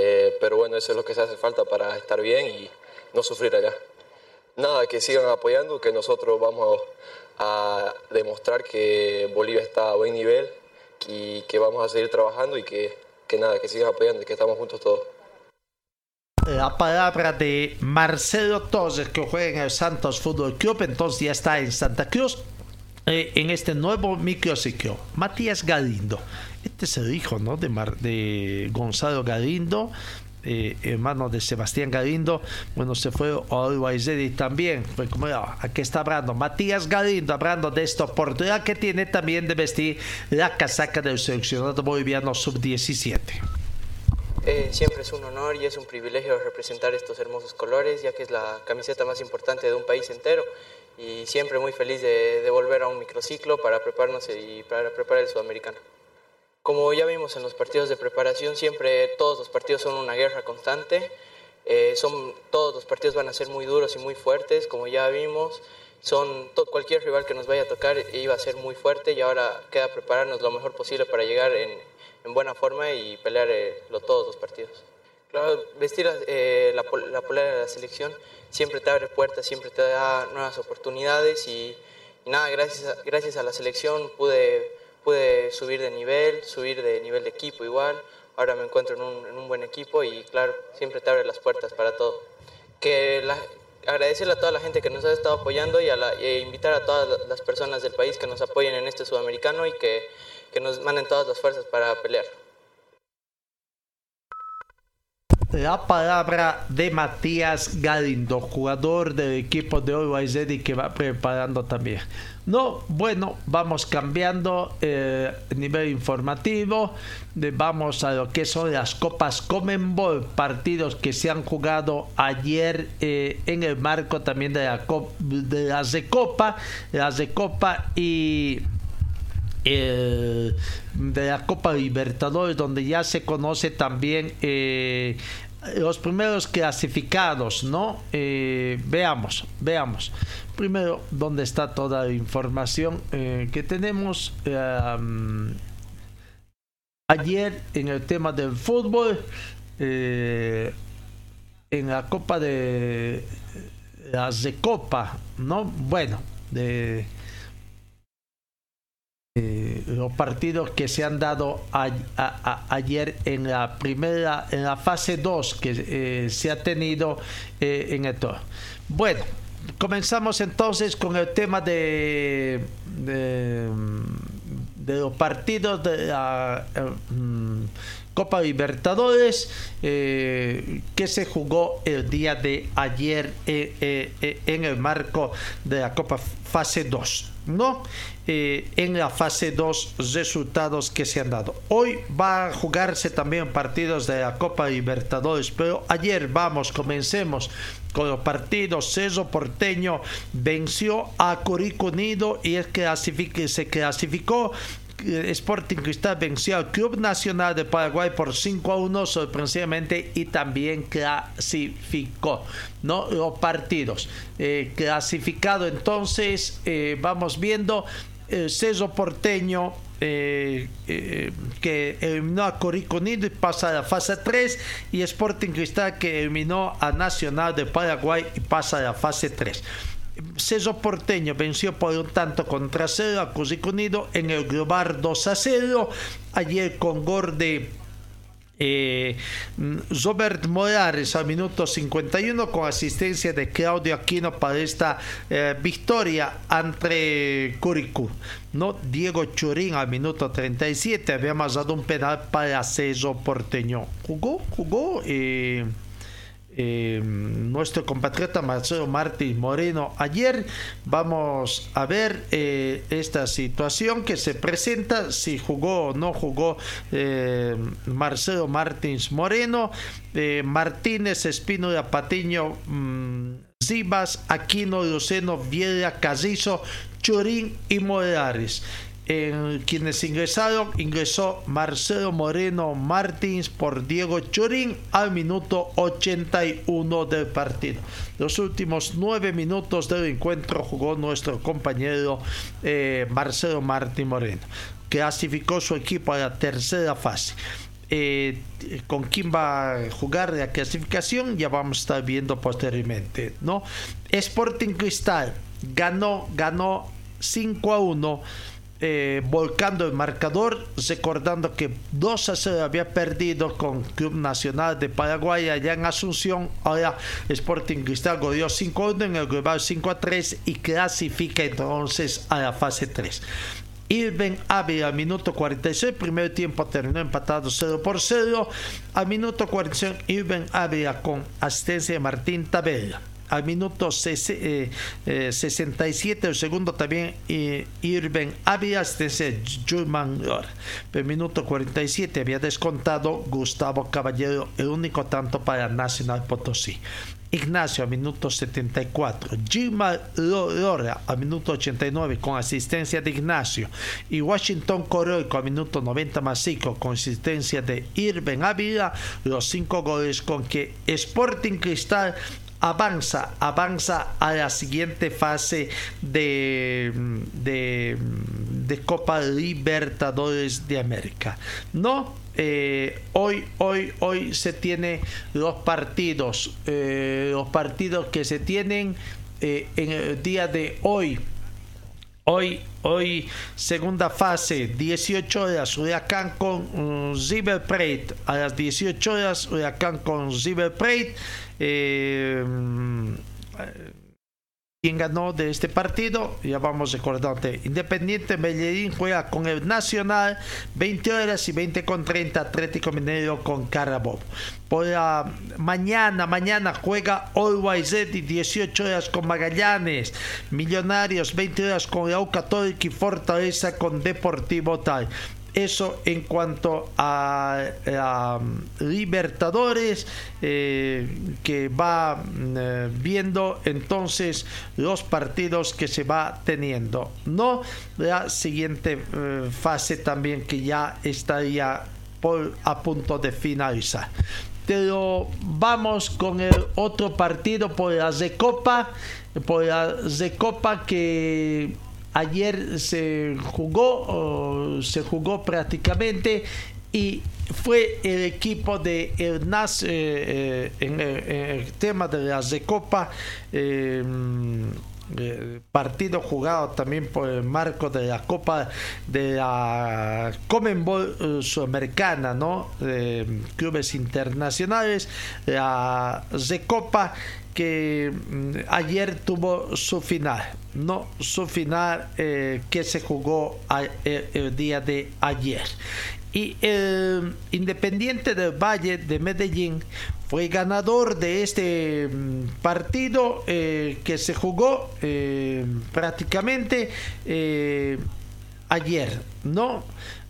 pero bueno, eso es lo que se hace falta para estar bien y no sufrir allá. Nada, que sigan apoyando, que nosotros vamos a demostrar que Bolivia está a buen nivel y que vamos a seguir trabajando y que, que nada, que sigan apoyando y que estamos juntos todos. La palabra de Marcelo Torres, que juega en el Santos Fútbol Club, entonces ya está en Santa Cruz, eh, en este nuevo microciclo. Matías Galindo, este es el hijo, ¿no?, de, Mar, de Gonzalo Galindo, eh, hermano de Sebastián Galindo. Bueno, se fue a Always Ready también. Fue como, oh, aquí está hablando Matías Galindo, hablando de esta oportunidad que tiene también de vestir la casaca del seleccionado boliviano sub diecisiete. Eh, siempre es un honor y es un privilegio representar estos hermosos colores, ya que es la camiseta más importante de un país entero, y siempre muy feliz de, de volver a un microciclo para prepararnos y para preparar el sudamericano. Como ya vimos en los partidos de preparación, siempre todos los partidos son una guerra constante, eh, son, todos los partidos van a ser muy duros y muy fuertes, como ya vimos, son, to, cualquier rival que nos vaya a tocar iba a ser muy fuerte, y ahora queda prepararnos lo mejor posible para llegar en en buena forma y pelear eh, lo, todos los partidos. Claro, vestir eh, la, la polera de la selección siempre te abre puertas, siempre te da nuevas oportunidades y, y nada, gracias a, gracias a la selección pude, pude subir de nivel, subir de nivel de equipo igual. Ahora me encuentro en un, en un buen equipo y claro, siempre te abre las puertas para todo. Que la, agradecerle a toda la gente que nos ha estado apoyando y, a la, e invitar a todas las personas del país que nos apoyen en este sudamericano y que que nos manden todas las fuerzas para pelear. La palabra de Matías Galindo, jugador del equipo de Always Ready, que va preparando también. No, bueno, vamos cambiando eh, nivel informativo. De, vamos a lo que son las Copas Conmebol, partidos que se han jugado ayer eh, en el marco también de, la Cop, de las de Copa, las de Copa y Eh, de la Copa Libertadores, donde ya se conoce también eh, los primeros clasificados, ¿no? Eh, veamos, veamos. Primero, ¿dónde está toda la información eh, que tenemos? Eh, um, ayer en el tema del fútbol, eh, en la Copa de las de Copa, ¿no? Bueno, de Eh, los partidos que se han dado a, a, a, ayer en la primera, en la fase dos que eh, se ha tenido eh, en esto. Bueno, comenzamos entonces con el tema de de, de los partidos de la eh, Copa Libertadores eh, que se jugó el día de ayer eh, eh, en el marco de la Copa fase dos, ¿no? Eh, en la fase dos, resultados que se han dado. Hoy va a jugarse también partidos de la Copa Libertadores, pero ayer vamos, comencemos con los partidos. Cerro Porteño venció a Curicó Unido y es que se clasificó. Sporting Cristal venció al Club Nacional de Paraguay por cinco a uno sorpresivamente y también clasificó, ¿no? Los partidos eh, clasificado entonces eh, vamos viendo el Cerro Porteño eh, eh, que eliminó a Curicó Unido y pasa a la fase tres, y Sporting Cristal que eliminó a Nacional de Paraguay y pasa a la fase tres. Cerro Porteño venció por un tanto contra cero a Curicó Unido en el global dos a cero ayer con gol de eh, Robert Morales al minuto cincuenta y uno con asistencia de Claudio Aquino para esta eh, victoria ante Curicó, ¿no? Diego Churín al minuto treinta y siete había dado un penal para Cerro Porteño. Jugó, jugó eh, Eh, nuestro compatriota Marcelo Martins Moreno ayer. Vamos a ver eh, esta situación que se presenta, si jugó o no jugó eh, Marcelo Martins Moreno, eh, Martínez, Espínola, Patiño, mmm, Zibas, Aquino, Luceno, Viera, Carrizo, Churín y Morales. En quienes ingresaron, ingresó Marcelo Moreno Martins por Diego Churín al minuto ochenta y uno del partido. Los últimos nueve minutos del encuentro jugó nuestro compañero eh, Marcelo Martins Moreno. Clasificó su equipo a la tercera fase. Eh, con quién va a jugar la clasificación ya vamos a estar viendo posteriormente, ¿no? Sporting Cristal ganó ganó cinco a uno, eh, volcando el marcador, recordando que dos a cero había perdido con Club Nacional de Paraguay allá en Asunción. Ahora Sporting Cristal goleó cinco a uno en el global cinco a tres y clasifica entonces a la fase tres. Irving Ávila, minuto cuarenta y seis, primer tiempo terminó empatado cero por cero. Al minuto cuarenta y seis, Irving Ávila con asistencia de Martín Tabella. Al minuto sesenta y siete, el segundo también, eh, Irving Ávila, asistencia de Julman Lor. Pero el minuto cuarenta y siete había descontado Gustavo Caballero, el único tanto para Nacional Potosí. Ignacio a minuto setenta y cuatro, Gilmar Lora a minuto ochenta y nueve con asistencia de Ignacio, y Washington Coroico a minuto noventa más cinco con asistencia de Irving Ávila, los cinco goles con que Sporting Cristal avanza, avanza a la siguiente fase de, de, de Copa Libertadores de América, ¿no? Eh, hoy, hoy, hoy se tiene los partidos, eh, los partidos que se tienen eh, en el día de hoy. Hoy, hoy segunda fase, dieciocho horas, Huracán con um, River Plate. A las dieciocho horas, Huracán con River Plate. Eh, ¿Quién ganó de este partido? Ya vamos recordando. Independiente Medellín juega con el Nacional, veinte horas, y veinte con treinta Atlético Mineiro con Carabobo. Por la mañana, mañana juega Always Ready, dieciocho horas con Magallanes. Millonarios, veinte horas con la U Católica, y Fortaleza con Deportivo Tal. Eso en cuanto a, a Libertadores, eh, que va eh, viendo entonces los partidos que se va teniendo, no la siguiente eh, fase también, que ya estaría por, a punto de finalizar. Pero vamos con el otro partido por la Recopa, por la Recopa que ayer se jugó, se jugó prácticamente, y fue el equipo de el N A S, eh, eh, en, el, en el tema de la Recopa, eh, eh, partido jugado también por el marco de la Copa de la Conmebol eh, Sudamericana, ¿no? Eh, clubes internacionales, la Recopa, que mm, ayer tuvo su final, no su final eh, que se jugó a, el, el día de ayer. Y el Independiente del Valle de Medellín fue ganador de este partido eh, que se jugó eh, prácticamente eh, ayer, ¿no?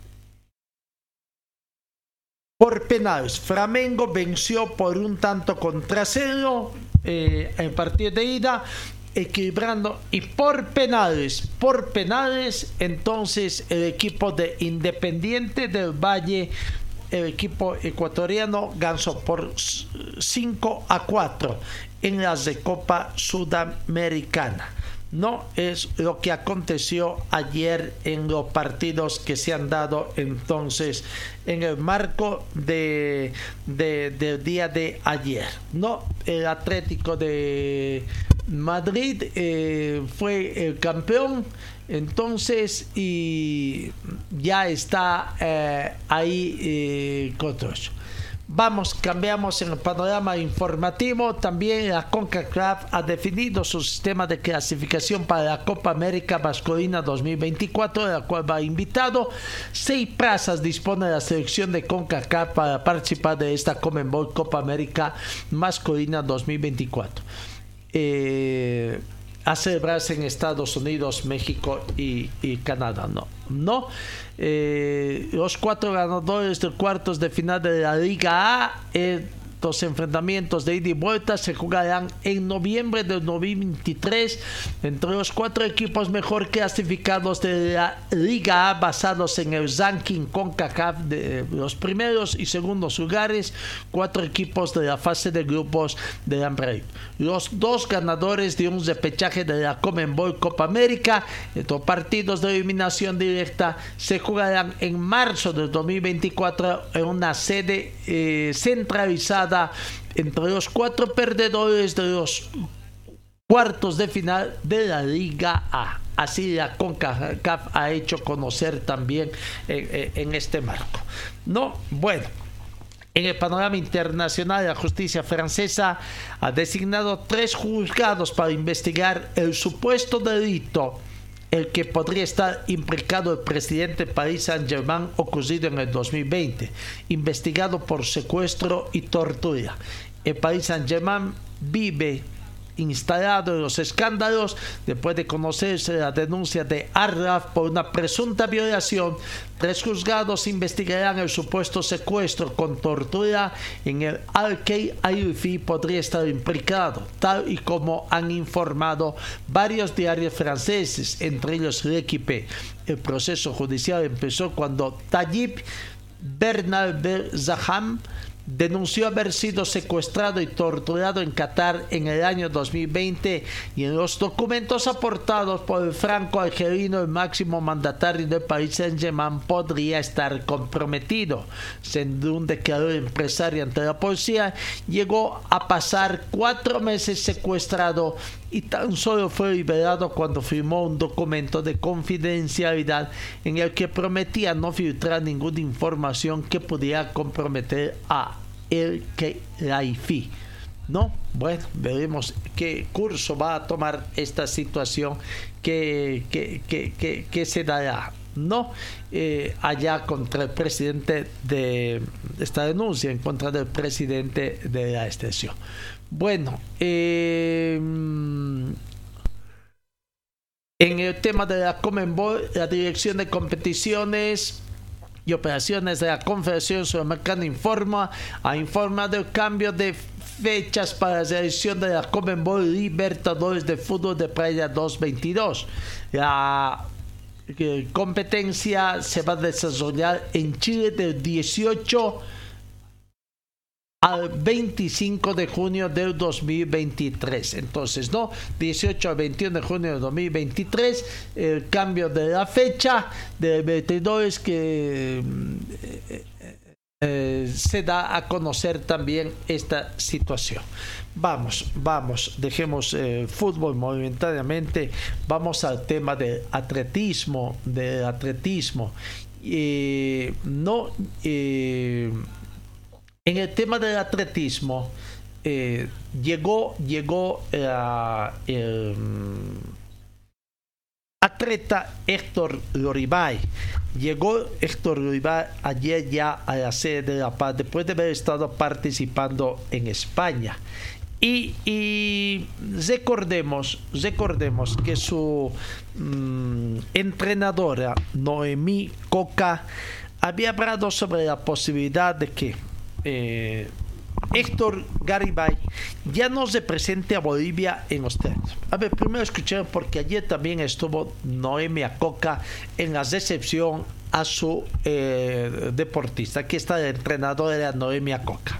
Por penales. Flamengo venció por un tanto contra cero eh, en partido de ida, equilibrando, y por penales, por penales, entonces el equipo de Independiente del Valle, el equipo ecuatoriano, ganó por cinco a cuatro en la Recopa Sudamericana. No es lo que aconteció ayer en los partidos que se han dado entonces en el marco de, de, del día de ayer. No, el Atlético de Madrid eh, fue el campeón entonces, y ya está eh, ahí eh, con otros. Vamos, cambiamos en el panorama informativo. También la CONCACAF ha definido su sistema de clasificación para la Copa América Masculina dos mil veinticuatro, de la cual va invitado. Seis plazas dispone la selección de CONCACAF para participar de esta Conmebol Copa América Masculina dos mil veinticuatro. Eh, a celebrarse en Estados Unidos, México y, y Canadá. No, no. Eh, los cuatro ganadores de cuartos de final de la Liga A, eh, Estos enfrentamientos de ida y vuelta se jugarán en noviembre de dos mil veintitrés entre los cuatro equipos mejor clasificados de la Liga A, basados en el ranking CONCACAF de los primeros y segundos lugares, cuatro equipos de la fase de grupos de la Ambrey. Los dos ganadores de un repechaje de la Conmebol Copa América, estos partidos de eliminación directa, se jugarán en marzo de dos mil veinticuatro en una sede eh, centralizada entre los cuatro perdedores de los cuartos de final de la Liga A. Así la CONCACAF ha hecho conocer también eh, eh, en este marco. No, bueno. En el panorama internacional, la justicia francesa ha designado tres juzgados para investigar el supuesto delito el que podría estar implicado el presidente del Paris Saint-Germain ocurrido en el dos mil veinte, investigado por secuestro y tortura. El Paris Saint-Germain vive instalado en los escándalos después de conocerse la denuncia de Arraf por una presunta violación. Tres juzgados investigarán el supuesto secuestro con tortura en el al-Key Ayufi podría estar implicado, tal y como han informado varios diarios franceses, entre ellos L'Equipe. El proceso judicial empezó cuando Tayyip Bernard-Zaham denunció haber sido secuestrado y torturado en Qatar en el año dos mil veinte, y en los documentos aportados por el franco-algerino, el máximo mandatario del Paris Saint-Germain podría estar comprometido. Siendo un declarador empresario ante la policía, llegó a pasar cuatro meses secuestrado y tan solo fue liberado cuando firmó un documento de confidencialidad en el que prometía no filtrar ninguna información que pudiera comprometer a el Khelaifi. No, bueno, veremos qué curso va a tomar esta situación que, que, que, que, que se dará, ¿no? Eh, allá contra el presidente de esta denuncia en contra del presidente de la extensión. Bueno, eh, en el tema de la Conmebol, la Dirección de Competiciones y Operaciones de la Confederación Sudamericana informa, ha informado el cambio de fechas para la edición de la Conmebol Libertadores de Fútbol de Playa dos mil veintidós. La eh, competencia se va a desarrollar en Chile del dieciocho al veinticinco de junio del dos mil veintitrés. Entonces, no, dieciocho al veintiuno de junio del dos mil veintitrés, el cambio de la fecha de veintidós que eh, eh, se da a conocer también esta situación. Vamos, vamos, dejemos el eh, fútbol momentáneamente, vamos al tema del atletismo, del atletismo. Eh, no, eh, En el tema del atletismo, eh, llegó, llegó eh, el atleta Héctor Loribay. Llegó Héctor Loribay ayer ya a la sede de La Paz, después de haber estado participando en España. Y, y recordemos, recordemos que su mmm, entrenadora, Noemí Coca, había hablado sobre la posibilidad de que Eh, Héctor Garibay ya no se presente a Bolivia en los términos. A ver, primero escuchemos, porque ayer también estuvo Noemí Coca en la recepción a su eh, deportista. Aquí está el entrenador de Noemí Coca.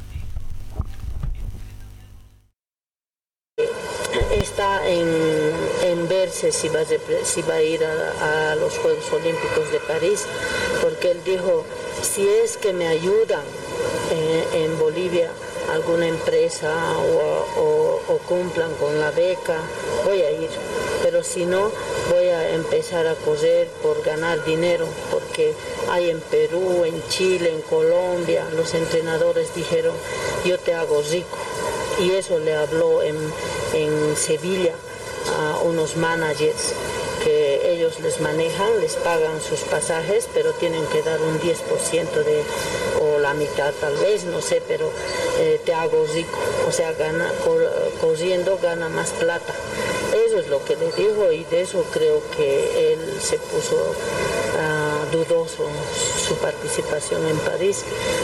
Está en, en verse si va, a, si va a ir a, a los Juegos Olímpicos de París, porque él dijo, si es que me ayudan eh, en Bolivia alguna empresa o, o, o cumplan con la beca, voy a ir, pero si no, voy a empezar a correr por ganar dinero, porque hay en Perú, en Chile, en Colombia, los entrenadores dijeron, yo te hago rico. Y eso le habló en, en Sevilla a unos managers que ellos les manejan, les pagan sus pasajes, pero tienen que dar un diez por ciento de, o la mitad tal vez, no sé, pero eh, te hago rico. O sea, gana, corriendo gana más plata. Eso es lo que le dijo, y de eso creo que él se puso uh, dudoso su participación en París, pero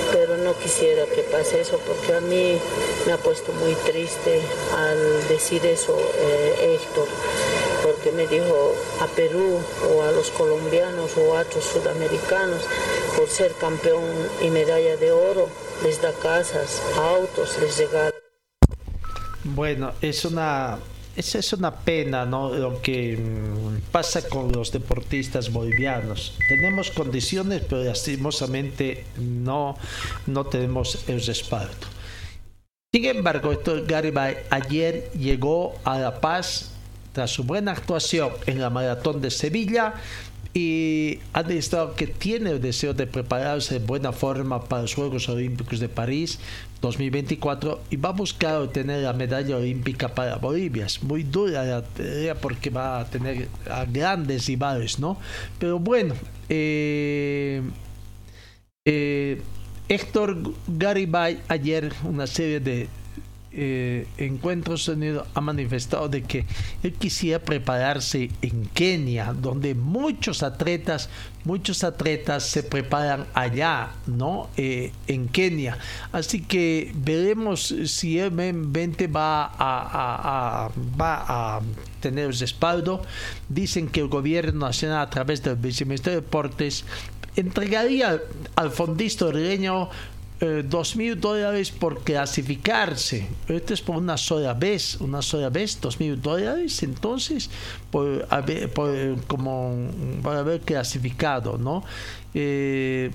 no quisiera que pase eso, porque a mí me ha puesto muy triste al decir eso eh, Héctor, porque me dijo a Perú o a los colombianos o a otros sudamericanos, por ser campeón y medalla de oro, les da casas, autos, les regala. Bueno, es una... Esa es una pena, ¿no? Lo que pasa con los deportistas bolivianos. Tenemos condiciones, pero lastimosamente no, no tenemos el respaldo. Sin embargo, Héctor Garibay ayer llegó a La Paz tras su buena actuación en la Maratón de Sevilla y ha demostrado que tiene el deseo de prepararse de buena forma para los Juegos Olímpicos de París dos mil veinticuatro y va a buscar obtener la medalla olímpica para Bolivia. Es muy dura la tarea porque va a tener a grandes rivales, ¿no? Pero bueno, eh, eh, Héctor Garibay ayer una serie de Eh, Encuentros Unidos ha manifestado de que él quisiera prepararse en Kenia, donde muchos atletas, muchos atletas se preparan allá, ¿no? Eh, en Kenia. Así que veremos si él realmente va a, a, a, va a tener respaldo. Dicen que el gobierno nacional, a través del viceministerio de Deportes, entregaría al fondista hondureño Eh, dos mil dólares por clasificarse. Esto es por una sola vez, una sola vez, dos mil dólares. Entonces, por haber, por, como por haber clasificado, ¿no? Eh,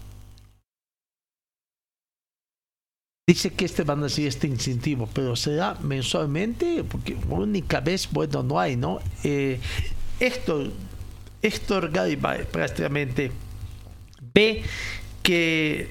dice que este van a decir este incentivo, pero será mensualmente, porque única vez, bueno, no hay, ¿no? Eh, Héctor, Héctor Garibay prácticamente ve que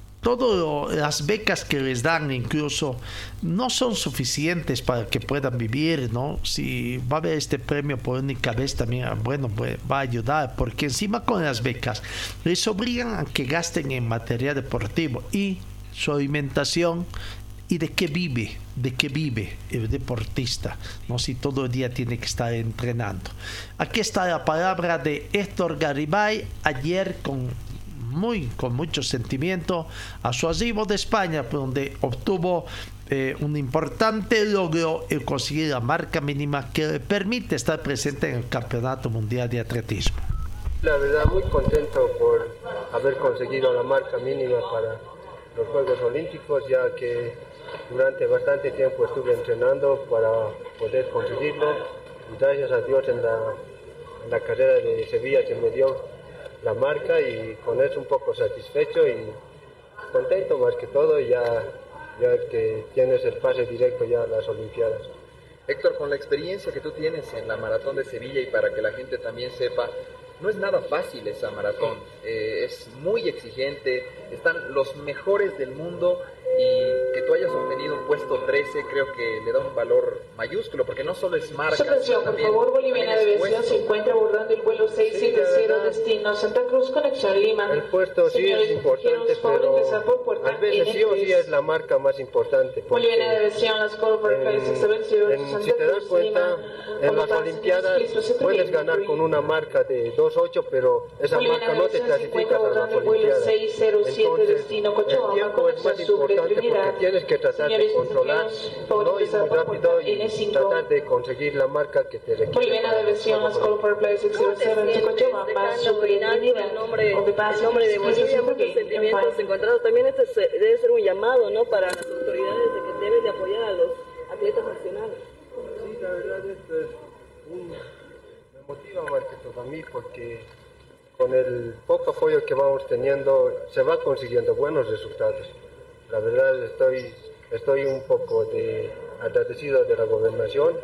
todas las becas que les dan incluso no son suficientes para que puedan vivir, ¿no? Si va a haber este premio por única vez también, bueno, pues va a ayudar, porque encima con las becas les obligan a que gasten en material deportivo y su alimentación. ¿Y de qué vive? ¿De qué vive el deportista? No, si todo el día tiene que estar entrenando. Aquí está la palabra de Héctor Garibay ayer con muy con mucho sentimiento a su arribo de España, donde obtuvo eh, un importante logro el conseguir la marca mínima que le permite estar presente en el Campeonato Mundial de Atletismo. La verdad, muy contento por haber conseguido la marca mínima para los Juegos Olímpicos, ya que durante bastante tiempo estuve entrenando para poder conseguirlo y gracias a Dios en la, en la carrera de Sevilla se me dio la marca y con eso un poco satisfecho y contento más que todo, ya, ya que tienes el pase directo ya a las Olimpiadas. Héctor, con la experiencia que tú tienes en la Maratón de Sevilla y para que la gente también sepa, no es nada fácil esa maratón, eh, es muy exigente, están los mejores del mundo y que tú hayas obtenido un puesto trece creo que le da un valor mayúsculo, porque no solo es marca. Atención, por favor, Boliviana de Aviación se encuentra abordando el vuelo seis siete cero, sí, destino Santa Cruz, conexión Lima. El puesto sí es importante, pero a veces sí o sí es la marca más importante. Boliviana de Aviación, las call for en, si te das cuenta, en las Olimpiadas puedes ganar con una marca de dos ocho, pero esa marca no te clasifica a las Olimpiadas. Entonces, el tiempo es más importante porque tienes que tratar de controlar, no ir muy rápido y tratar de conseguir la marca que te requiere. Boliviana de Aviación, las call for flight seis cero cero, extraordinario el nombre, el nombre de Bolivia, muchos sentimientos encontrados. También este debe ser un llamado, ¿no?, para las autoridades de que deben de apoyar a los atletas nacionales. Sí, la verdad esto es un, me motiva más que todo a mí porque con el poco apoyo que vamos teniendo se va consiguiendo buenos resultados. La verdad estoy, estoy un poco de, agradecido de la gobernación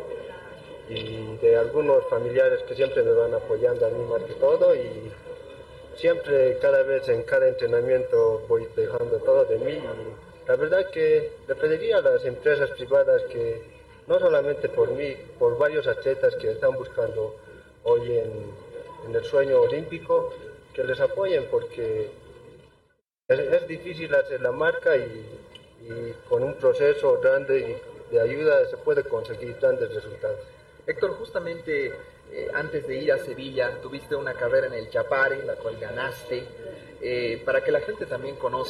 y de algunos familiares que siempre me van apoyando a mí más que todo y siempre, cada vez en cada entrenamiento voy dejando todo de mí y la verdad que le pediría a las empresas privadas que no solamente por mí, por varios atletas que están buscando hoy en, en el sueño olímpico, que les apoyen porque es, es difícil hacer la marca y, y con un proceso grande de ayuda se puede conseguir grandes resultados. Héctor, justamente eh, antes de ir a Sevilla tuviste una carrera en el Chapare, la cual ganaste. Eh, para que la gente también conozca,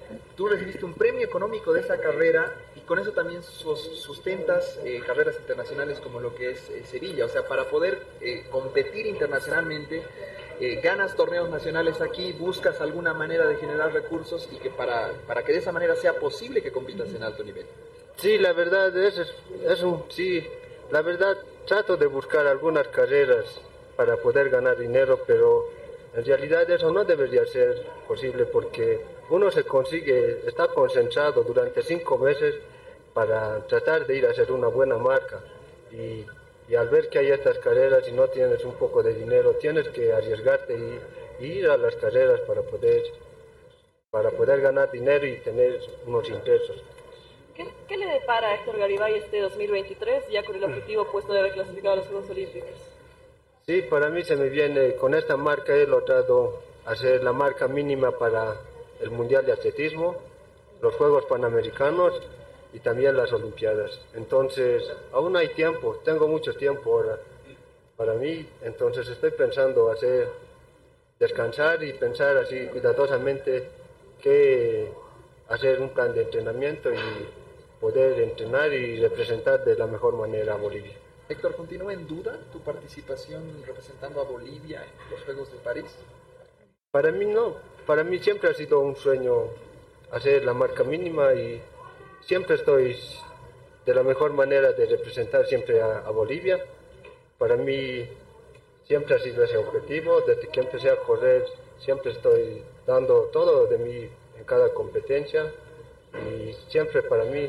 tú recibiste un premio económico de esa carrera y con eso también sus- sustentas eh, carreras internacionales como lo que es eh, Sevilla. O sea, para poder eh, competir internacionalmente, eh, ganas torneos nacionales aquí, buscas alguna manera de generar recursos y que para, para que de esa manera sea posible que compitas en alto nivel. Sí, la verdad es, es un sí, la verdad trato de buscar algunas carreras para poder ganar dinero, pero en realidad eso no debería ser posible porque uno se consigue, está concentrado durante cinco meses para tratar de ir a hacer una buena marca y, y al ver que hay estas carreras y no tienes un poco de dinero, tienes que arriesgarte y, y ir a las carreras para poder, para poder ganar dinero y tener unos ingresos. ¿Qué, qué le depara a Héctor Garibay este dos mil veintitrés, ya con el objetivo puesto de haber clasificado a los Juegos Olímpicos? Sí, para mí se me viene, con esta marca he logrado hacer la marca mínima para el Mundial de Atletismo, los Juegos Panamericanos y también las Olimpiadas. Entonces, aún hay tiempo, tengo mucho tiempo ahora para mí, entonces estoy pensando hacer, descansar y pensar así cuidadosamente que hacer un plan de entrenamiento y poder entrenar y representar de la mejor manera a Bolivia. Héctor, ¿continúa en duda tu participación representando a Bolivia en los Juegos de París? Para mí no, para mí siempre ha sido un sueño hacer la marca mínima y siempre estoy de la mejor manera de representar siempre a, a Bolivia. Para mí siempre ha sido ese objetivo, desde que empecé a correr siempre estoy dando todo de mí en cada competencia y siempre para mí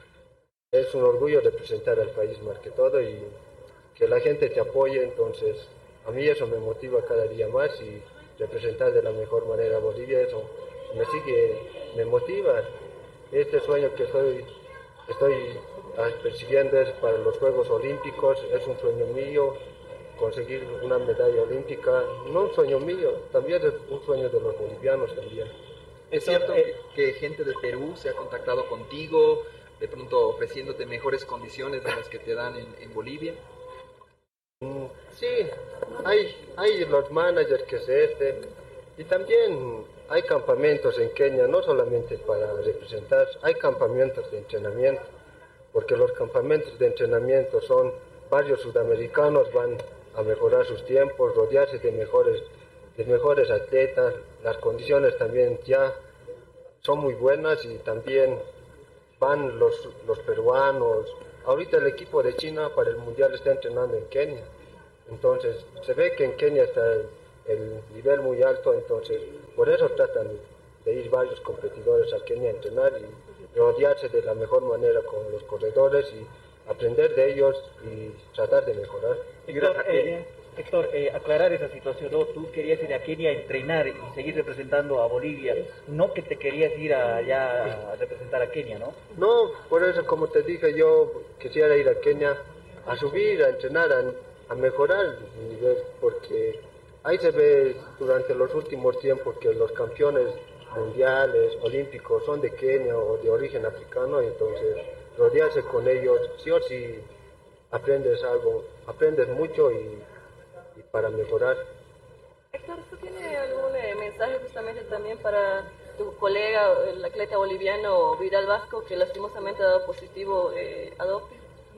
es un orgullo representar al país más que todo y que la gente te apoye, entonces a mí eso me motiva cada día más y representar de la mejor manera a Bolivia, eso me sigue, me motiva. Este sueño que estoy, estoy persiguiendo es para los Juegos Olímpicos, es un sueño mío, conseguir una medalla olímpica, no un sueño mío, también es un sueño de los bolivianos también. ¿Es cierto que, que gente de Perú se ha contactado contigo, de pronto ofreciéndote mejores condiciones de las que te dan en, en Bolivia? Mm, sí, hay, hay los managers que se este, y también hay campamentos en Kenia, no solamente para representar, hay campamentos de entrenamiento, porque los campamentos de entrenamiento son varios sudamericanos, van a mejorar sus tiempos, rodearse de mejores, de mejores atletas, las condiciones también ya son muy buenas y también van los, los peruanos. Ahorita el equipo de China para el Mundial está entrenando en Kenia, entonces se ve que en Kenia está el, el nivel muy alto, entonces por eso tratan de ir varios competidores a Kenia a entrenar y rodearse de la mejor manera con los corredores y aprender de ellos y tratar de mejorar. Héctor, eh, Héctor eh, aclarar esa situación, ¿no? Tú querías ir a Kenia a entrenar y seguir representando a Bolivia, no que te querías ir allá a representar a Kenia, ¿no? No, por eso como te dije, yo quisiera ir a Kenia a subir, a entrenar, a, a mejorar el nivel, porque ahí se ve durante los últimos tiempos que los campeones mundiales, olímpicos, son de Kenia o de origen africano, entonces rodearse con ellos, sí o sí aprendes algo, aprendes mucho y, y para mejorar. Héctor, ¿tú tienes algún eh, mensaje justamente también para tu colega, el atleta boliviano Vidal Vasco, que lastimosamente ha dado positivo eh, a doping?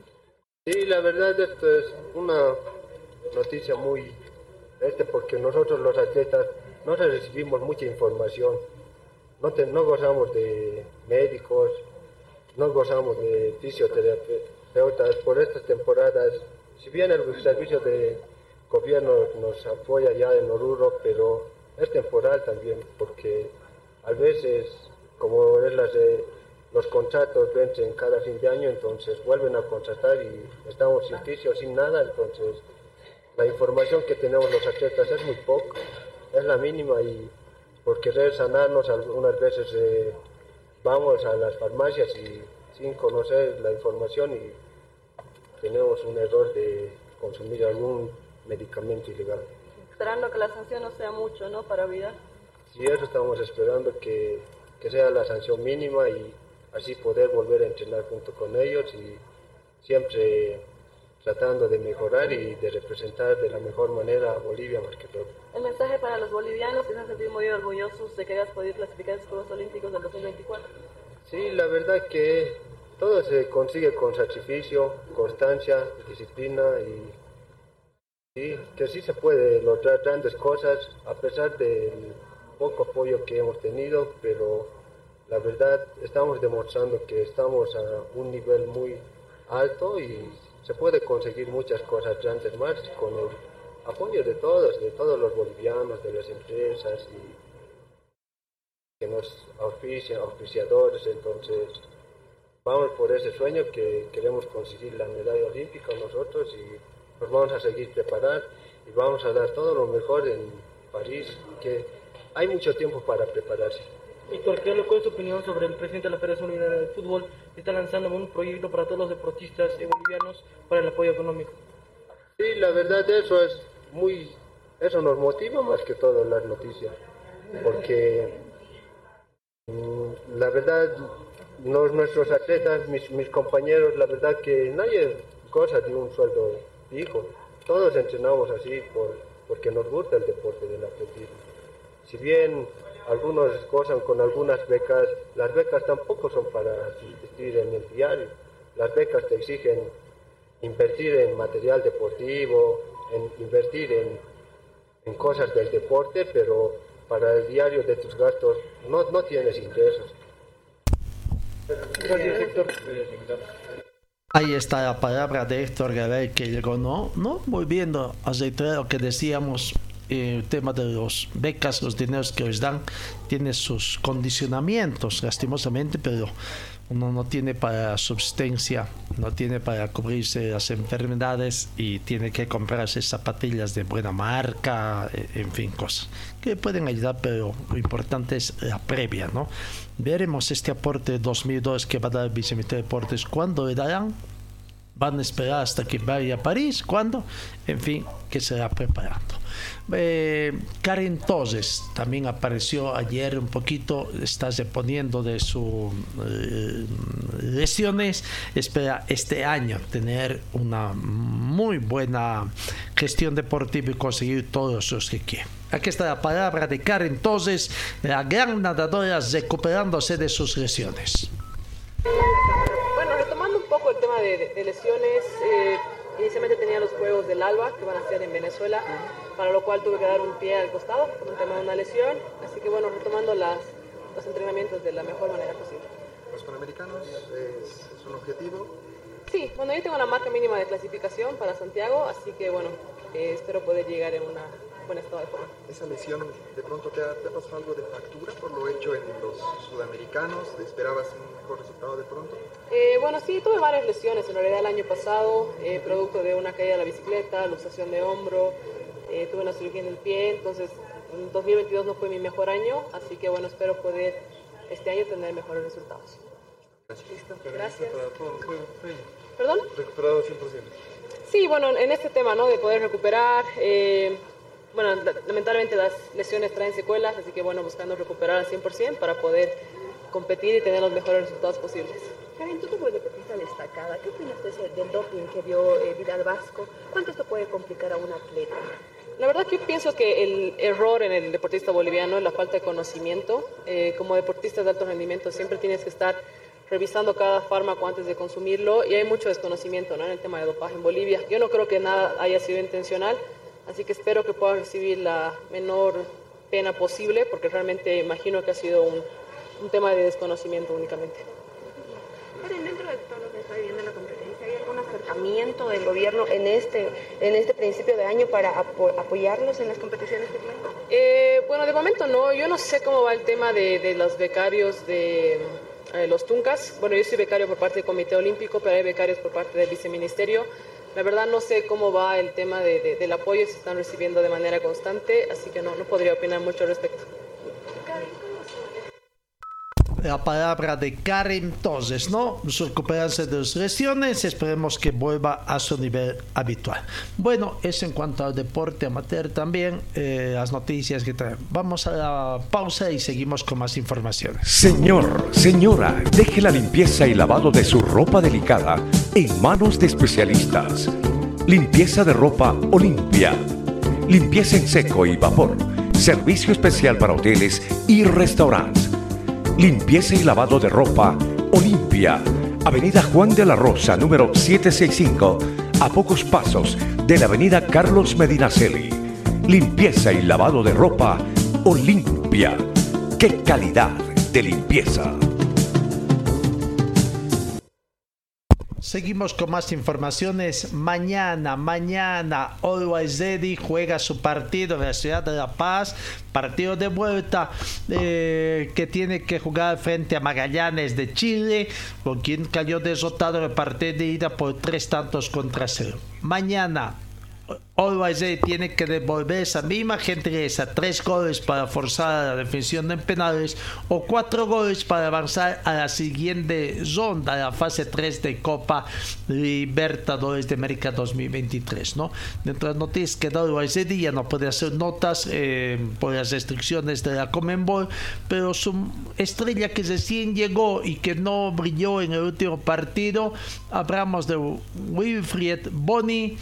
Sí, la verdad esto es una noticia muy este porque nosotros los atletas no recibimos mucha información, no, te, no gozamos de médicos, no gozamos de fisioterapeutas por estas temporadas. Si bien el servicio de gobierno nos apoya ya en Oruro, pero es temporal también, porque a veces, como es las de, los contratos vencen cada fin de año, entonces vuelven a contratar y estamos sin fisio, sin nada, entonces la información que tenemos los atletas es muy poca, es la mínima y por querer sanarnos algunas veces eh, vamos a las farmacias y sin conocer la información y tenemos un error de consumir algún medicamento ilegal. Esperando que la sanción no sea mucho, ¿no? Para Vidal. Sí, eso estamos esperando, que, que sea la sanción mínima y así poder volver a entrenar junto con ellos y siempre tratando de mejorar y de representar de la mejor manera a Bolivia más que todo. El mensaje para los bolivianos que se han sentido muy orgullosos de que hayas podido clasificar a los Juegos Olímpicos del dos mil veinticuatro. Sí, la verdad que todo se consigue con sacrificio, constancia, disciplina y sí, que sí se puede lograr grandes cosas a pesar del poco apoyo que hemos tenido, pero la verdad estamos demostrando que estamos a un nivel muy alto y se puede conseguir muchas cosas grandes más con el apoyo de todos, de todos los bolivianos, de las empresas y que nos auspician, auspiciadores. Entonces vamos por ese sueño que queremos conseguir la medalla olímpica nosotros y nos vamos a seguir preparar y vamos a dar todo lo mejor en París, que hay mucho tiempo para prepararse. Víctor, ¿cuál es tu opinión sobre el presidente de la Federación Boliviana de Fútbol que está lanzando un proyecto para todos los deportistas bolivianos para el apoyo económico? Sí, la verdad eso es muy, eso nos motiva más que todo las noticias, porque mmm, la verdad los, nuestros atletas, mis, mis compañeros, la verdad que nadie goza de un sueldo fijo, todos entrenamos así por, porque nos gusta el deporte del atletismo. Si bien algunos gozan con algunas becas, las becas tampoco son para asistir en el diario. Las becas te exigen invertir en material deportivo, en invertir en, en cosas del deporte, pero para el diario de tus gastos no, no tienes ingresos. Gracias, Héctor. Ahí está la palabra de Héctor Garay que llegó, ¿no? ¿no? Volviendo a reiterar lo que decíamos. El tema de las becas, los dineros que les dan, tiene sus condicionamientos, lastimosamente, pero uno no tiene para subsistencia, no tiene para cubrirse las enfermedades y tiene que comprarse zapatillas de buena marca, en fin, cosas que pueden ayudar, pero lo importante es la previa, ¿no? Veremos este aporte de dos mil dos que va a dar el Viceministerio de Deportes, ¿cuándo le darán? ¿Van a esperar hasta que vaya a París? ¿Cuándo? En fin, que se va preparando. Eh, Karen Toses también apareció ayer un poquito, está reponiendo de sus eh, lesiones. Espera este año tener una muy buena gestión deportiva y conseguir todos los que quiere. Aquí está la palabra de Karen Toses, la gran nadadora recuperándose de sus lesiones. Bueno, retomando un poco el tema de, de, de lesiones, eh, inicialmente tenía los Juegos del ALBA que van a ser en Venezuela, para lo cual tuve que dar un pie al costado por un tema de una lesión, así que bueno, retomando las, los entrenamientos de la mejor manera posible. ¿Los Panamericanos es, es un objetivo? Sí, bueno, yo tengo una marca mínima de clasificación para Santiago, así que bueno, eh, espero poder llegar en un buen estado de forma. ¿Esa lesión de pronto te ha, te ha pasado algo de factura por lo hecho en los sudamericanos? ¿Esperabas un mejor resultado de pronto? Eh, bueno, sí, tuve varias lesiones en realidad el año pasado, eh, producto de una caída de la bicicleta, luxación de hombro, eh, tuve una cirugía en el pie, entonces dos mil veintidós no fue mi mejor año, así que bueno, espero poder este año tener mejores resultados. Listo, gracias. ¿Perdón? ¿Recuperado cien por ciento? Sí, bueno, en este tema, ¿no? De poder recuperar, eh, bueno, lamentablemente las lesiones traen secuelas, así que bueno, buscando recuperar al cien por ciento para poder competir y tener los mejores resultados posibles. Karen, tú como deportista destacada, ¿qué opinas de ese, del doping que vio eh, Vidal Vasco? ¿Cuánto esto puede complicar a un atleta? La verdad que yo pienso que el error en el deportista boliviano es la falta de conocimiento. Eh, como deportista de alto rendimiento siempre tienes que estar revisando cada fármaco antes de consumirlo y hay mucho desconocimiento, ¿no?, en el tema de dopaje en Bolivia. Yo no creo que nada haya sido intencional, así que espero que pueda recibir la menor pena posible, porque realmente imagino que ha sido un, un tema de desconocimiento únicamente. Karen, dentro de todo lo que está viviendo la competencia, ¿hay algún acercamiento del gobierno en este, en este principio de año para apo apoyarlos en las competiciones que tienen? Eh, bueno, de momento no. Yo no sé cómo va el tema de, de los becarios de eh, los Tuncas. Bueno, yo soy becario por parte del Comité Olímpico, pero hay becarios por parte del Viceministerio. La verdad no sé cómo va el tema de, de, del apoyo, se están recibiendo de manera constante, así que no, no podría opinar mucho al respecto. La palabra de Karen Toses, ¿no? Recuperarse de las lesiones, esperemos que vuelva a su nivel habitual. Bueno, eso en cuanto al deporte amateur también, eh, las noticias que traen. Vamos a la pausa y seguimos con más informaciones. Señor, señora, deje la limpieza y lavado de su ropa delicada en manos de especialistas. Limpieza de ropa Olimpia. Limpieza en seco y vapor. Servicio especial para hoteles y restaurantes. Limpieza y lavado de ropa Olimpia. Avenida Juan de la Rosa, número setecientos sesenta y cinco, a pocos pasos de la avenida Carlos Medinaceli. Limpieza y lavado de ropa Olimpia. ¡Qué calidad de limpieza! Seguimos con más informaciones. Mañana, mañana, Always Ready juega su partido en la ciudad de La Paz. Partido de vuelta eh, que tiene que jugar frente a Magallanes de Chile, con quien cayó derrotado en el partido de ida por tres tantos contra cero. Mañana, Always Ready tiene que devolver esa misma gentileza, tres goles para forzar a la defensión en penales o cuatro goles para avanzar a la siguiente ronda, a la fase tres de Copa Libertadores de América dos mil veintitrés, ¿no? Dentro de las noticias que da Always Ready ya no puede hacer notas eh, por las restricciones de la Conmebol, pero su estrella que recién llegó y que no brilló en el último partido, hablamos de Wilfried Bony,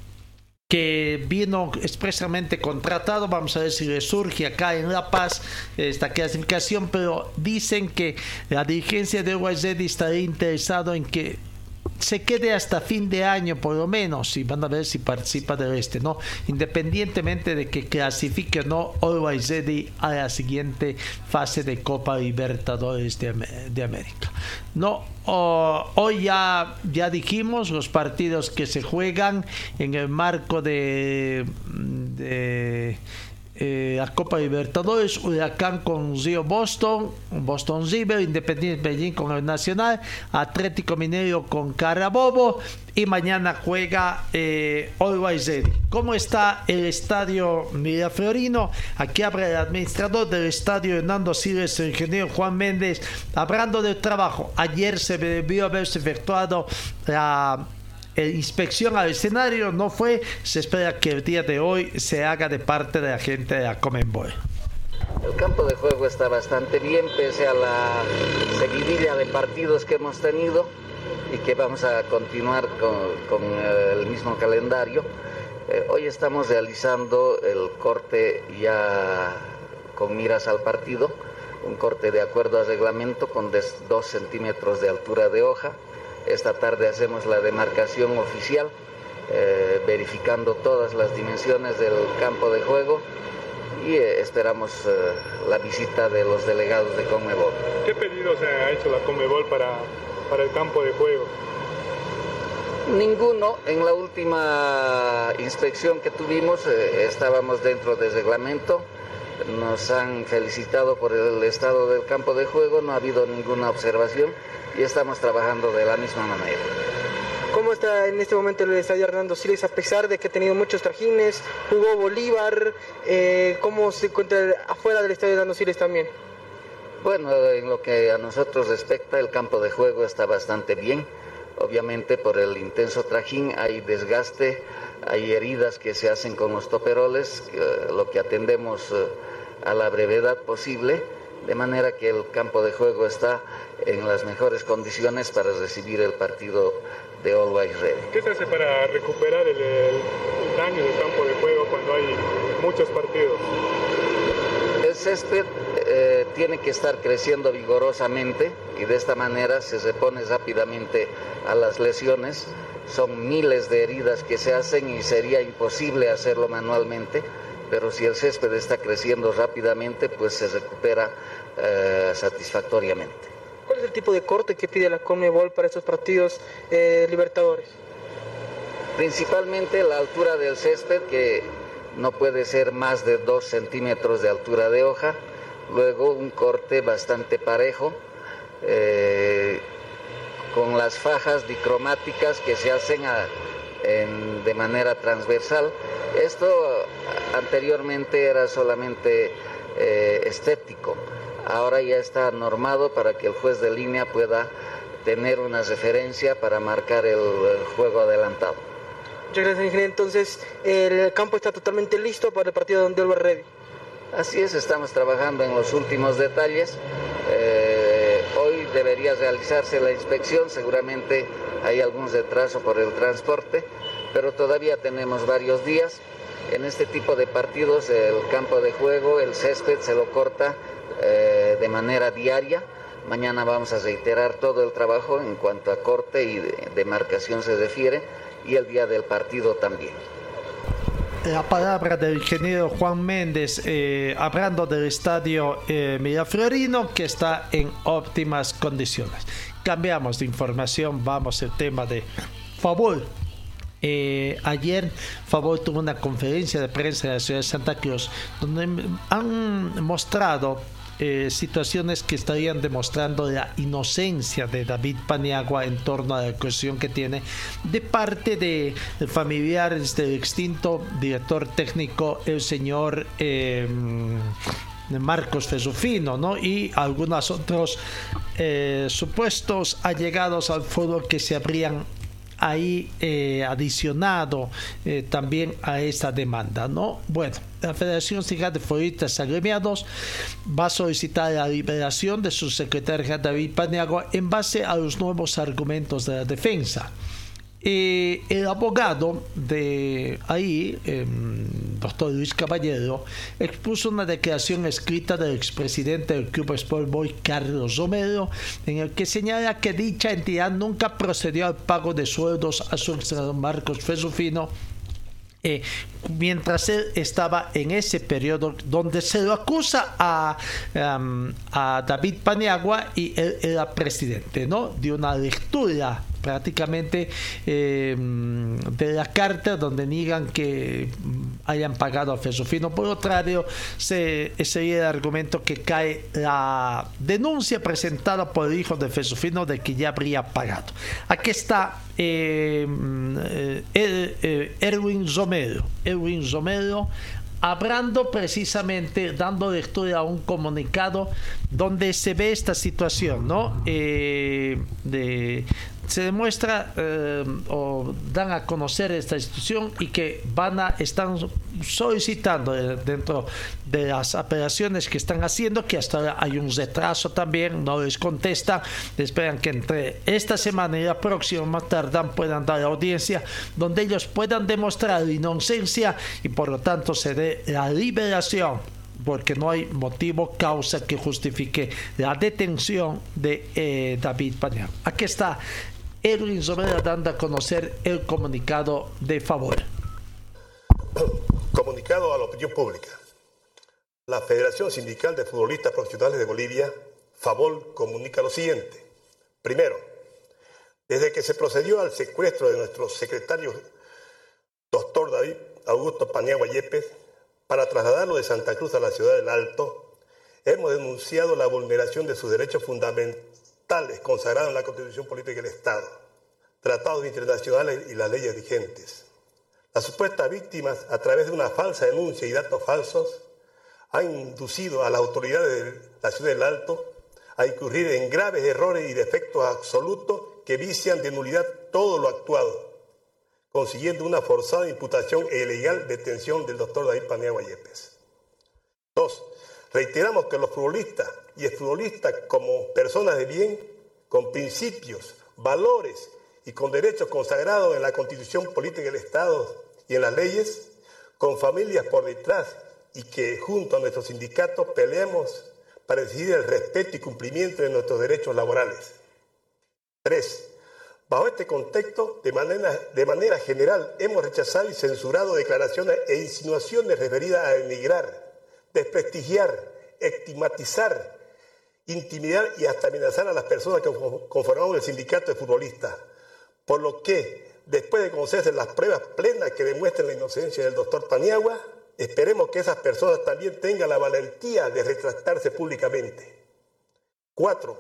que vino expresamente contratado. Vamos a ver si resurge acá en La Paz esta clasificación, pero dicen que la dirigencia de Always Ready estaría interesado en que se quede hasta fin de año por lo menos, y van a ver si participa del este, ¿no? Independientemente de que clasifique o no Always Ready a la siguiente fase de Copa Libertadores de, de América. No, oh, hoy ya, ya dijimos los partidos que se juegan en el marco de, de Eh, la Copa Libertadores. Huracán con Río Boston, Boston River, Independiente Medellín con el Nacional, Atlético Mineiro con Carabobo, y mañana juega eh, Always Ready. ¿Cómo está el estadio Miraflorino? Aquí habla el administrador del estadio, Hernando Siles, el ingeniero Juan Méndez, hablando del trabajo. Ayer se debió haberse efectuado la Eh, inspección al escenario, no fue. Se espera que el día de hoy se haga de parte de la gente de la Conmebol. El campo de juego está bastante bien, pese a la seguidilla de partidos que hemos tenido y que vamos a continuar con, con el mismo calendario. Eh, hoy estamos realizando el corte ya con miras al partido, un corte de acuerdo al reglamento con dos centímetros de altura de hoja. Esta tarde hacemos la demarcación oficial, eh, verificando todas las dimensiones del campo de juego, y eh, esperamos eh, la visita de los delegados de Conmebol. ¿Qué pedido se ha hecho la Conmebol para, para el campo de juego? Ninguno. En la última inspección que tuvimos eh, estábamos dentro del reglamento. Nos han felicitado por el estado del campo de juego, no ha habido ninguna observación y estamos trabajando de la misma manera. ¿Cómo está en este momento el estadio Hernando Siles, a pesar de que ha tenido muchos trajines? Jugó Bolívar, eh, ¿cómo se encuentra afuera del estadio Hernando Siles también? Bueno, en lo que a nosotros respecta, el campo de juego está bastante bien. Obviamente por el intenso trajín hay desgaste, hay heridas que se hacen con los toperoles, eh, lo que atendemos eh, a la brevedad posible, de manera que el campo de juego está en las mejores condiciones para recibir el partido de Always Ready. ¿Qué se hace para recuperar el, el daño del campo de juego cuando hay muchos partidos? El césped eh, tiene que estar creciendo vigorosamente y de esta manera se repone rápidamente a las lesiones. Son miles de heridas que se hacen y sería imposible hacerlo manualmente, pero si el césped está creciendo rápidamente, pues se recupera eh, satisfactoriamente. ¿Cuál es el tipo de corte que pide la Conmebol para estos partidos eh, Libertadores? Principalmente la altura del césped, que no puede ser más de dos centímetros de altura de hoja. Luego un corte bastante parejo, eh, con las fajas dicromáticas que se hacen a, en, de manera transversal. Esto anteriormente era solamente eh, estético, ahora ya está normado para que el juez de línea pueda tener una referencia para marcar el, el juego adelantado. Muchas gracias, ingeniero. Entonces, el campo está totalmente listo para el partido de Always Ready. Así es, estamos trabajando en los últimos detalles. Eh, hoy debería realizarse la inspección, seguramente hay algún retraso por el transporte, pero todavía tenemos varios días. En este tipo de partidos el campo de juego, el césped se lo corta eh, de manera diaria. Mañana vamos a reiterar todo el trabajo en cuanto a corte y demarcación se refiere, y el día del partido también. La palabra del ingeniero Juan Méndez, eh, hablando del estadio eh, Miraflorino, que está en óptimas condiciones. Cambiamos de información, vamos al tema de Favol. Eh, ayer Favol tuvo una conferencia de prensa en la ciudad de Santa Cruz, donde han mostrado Eh, situaciones que estarían demostrando la inocencia de David Paniagua en torno a la acusación que tiene de parte de familiares del extinto director técnico, el señor eh, Marcos Fesufino, ¿no? Y algunos otros eh, supuestos allegados al fútbol que se habrían ahí eh, adicionado eh, también a esta demanda, ¿no? Bueno, la Federación Sindical de Futbolistas Agremiados va a solicitar la liberación de su secretario David Paniagua en base a los nuevos argumentos de la defensa. Eh, el abogado de ahí, eh, doctor Luis Caballero, expuso una declaración escrita del expresidente del Club Sport Boys, Carlos Romero, en el que señala que dicha entidad nunca procedió al pago de sueldos a su entrenador Marcos Fesufino, Eh, mientras él estaba en ese periodo donde se lo acusa a, um, a David Paniagua y él era presidente, ¿no? De una lectura prácticamente eh, de la carta donde niegan que hayan pagado a Fesufino. Por otro lado, se, sería el argumento que cae la denuncia presentada por el hijo de Fesufino de que ya habría pagado. Aquí está eh, eh, Erwin Romero. Erwin Romero hablando precisamente, dando lectura a un comunicado donde se ve esta situación, ¿no? Eh, de, se demuestra eh, o dan a conocer esta institución y que van a están solicitando dentro de las apelaciones que están haciendo, que hasta ahora hay un retraso también, no les contesta, esperan que entre esta semana y la próxima más tarde puedan dar audiencia donde ellos puedan demostrar la inocencia y por lo tanto se dé la liberación, porque no hay motivo, causa que justifique la detención de eh, David Paniagua. Aquí está Erwin Romero dando a conocer el comunicado de Favol. Comunicado a la opinión pública. La Federación Sindical de Futbolistas Profesionales de Bolivia, Favol, comunica lo siguiente. Primero, desde que se procedió al secuestro de nuestro secretario, doctor David Augusto Paniagua Yepes, para trasladarlo de Santa Cruz a la ciudad del Alto, hemos denunciado la vulneración de sus derechos fundamentales consagrados en la Constitución Política del Estado, tratados internacionales y las leyes vigentes. Las supuestas víctimas, a través de una falsa denuncia y datos falsos, han inducido a las autoridades de la ciudad del Alto a incurrir en graves errores y defectos absolutos que vician de nulidad todo lo actuado, consiguiendo una forzada imputación e ilegal detención del doctor David Paniagua Yepes. Dos, reiteramos que los futbolistas y exfutbolistas como personas de bien, con principios, valores y con derechos consagrados en la Constitución Política del Estado y en las leyes, con familias por detrás y que junto a nuestros sindicatos peleemos para exigir el respeto y cumplimiento de nuestros derechos laborales. Tres, bajo este contexto, de manera, de manera general, hemos rechazado y censurado declaraciones e insinuaciones referidas a denigrar, desprestigiar, estigmatizar, intimidar y hasta amenazar a las personas que conformamos el sindicato de futbolistas. Por lo que, después de conocerse las pruebas plenas que demuestran la inocencia del doctor Paniagua, esperemos que esas personas también tengan la valentía de retractarse públicamente. Cuatro,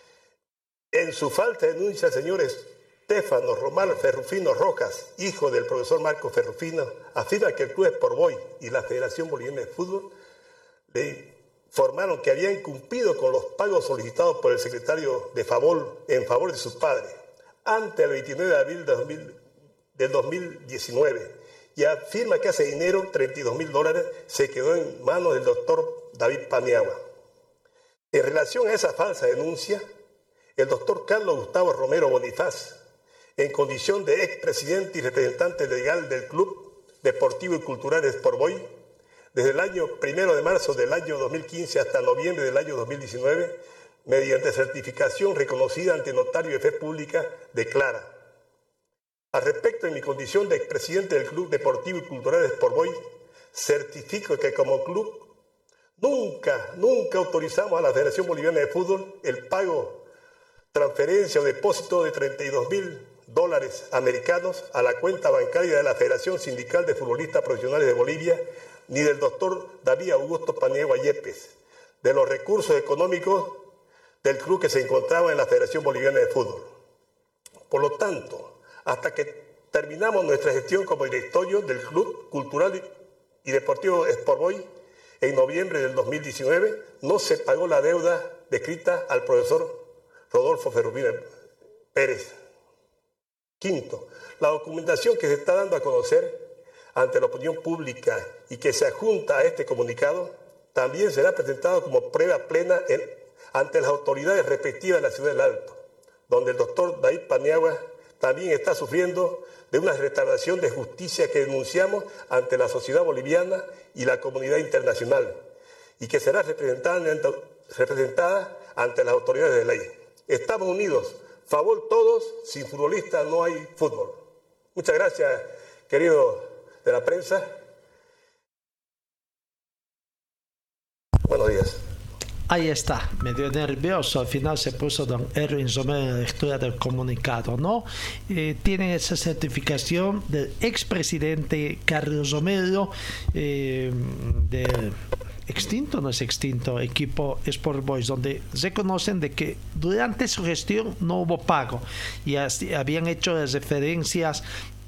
en su falsa denuncia, señores, Stefano Román Ferrufino Rojas, hijo del profesor Marcos Ferrufino, afirma que el Club Sport Boys y la Federación Boliviana de Fútbol le informaron que habían cumplido con los pagos solicitados por el secretario de Favol en favor de sus padres antes del veintinueve de abril del dos mil diecinueve y afirma que ese dinero, treinta y dos mil dólares, se quedó en manos del doctor David Paniagua. En relación a esa falsa denuncia, el doctor Carlos Gustavo Romero Bonifaz, en condición de expresidente y representante legal del Club Deportivo y Cultural Sport Boys, desde el año primero de marzo del año dos mil quince hasta noviembre del año dos mil diecinueve, mediante certificación reconocida ante notario de fe pública, declara: al respecto, en mi condición de expresidente del Club Deportivo y Cultural Sport Boys, certifico que como club nunca, nunca autorizamos a la Federación Boliviana de Fútbol el pago, transferencia o depósito de treinta y dos mil dólares americanos a la cuenta bancaria de la Federación Sindical de Futbolistas Profesionales de Bolivia, ni del doctor David Augusto Paniagua Yepes, de los recursos económicos del club que se encontraba en la Federación Boliviana de Fútbol. Por lo tanto, hasta que terminamos nuestra gestión como directorio del Club Cultural y Deportivo Sport Boys en noviembre del dos mil diecinueve, no se pagó la deuda descrita al profesor Rodolfo Ferrubina Pérez. Quinto, la documentación que se está dando a conocer ante la opinión pública y que se adjunta a este comunicado también será presentado como prueba plena en, ante las autoridades respectivas de la ciudad del Alto, donde el doctor David Paniagua también está sufriendo de una retardación de justicia que denunciamos ante la sociedad boliviana y la comunidad internacional, y que será representada, representada ante las autoridades de ley. Estamos unidos, favor todos, sin futbolistas no hay fútbol. Muchas gracias, querido de la prensa. Buenos días. Ahí está, medio nervioso, al final se puso don Erwin Romero en la lectura del comunicado, ¿no? Eh, tienen esa certificación del expresidente Carlos Romero, eh, del extinto, no es extinto, equipo Sport Boys, donde reconocen de que durante su gestión no hubo pago y así, habían hecho las referencias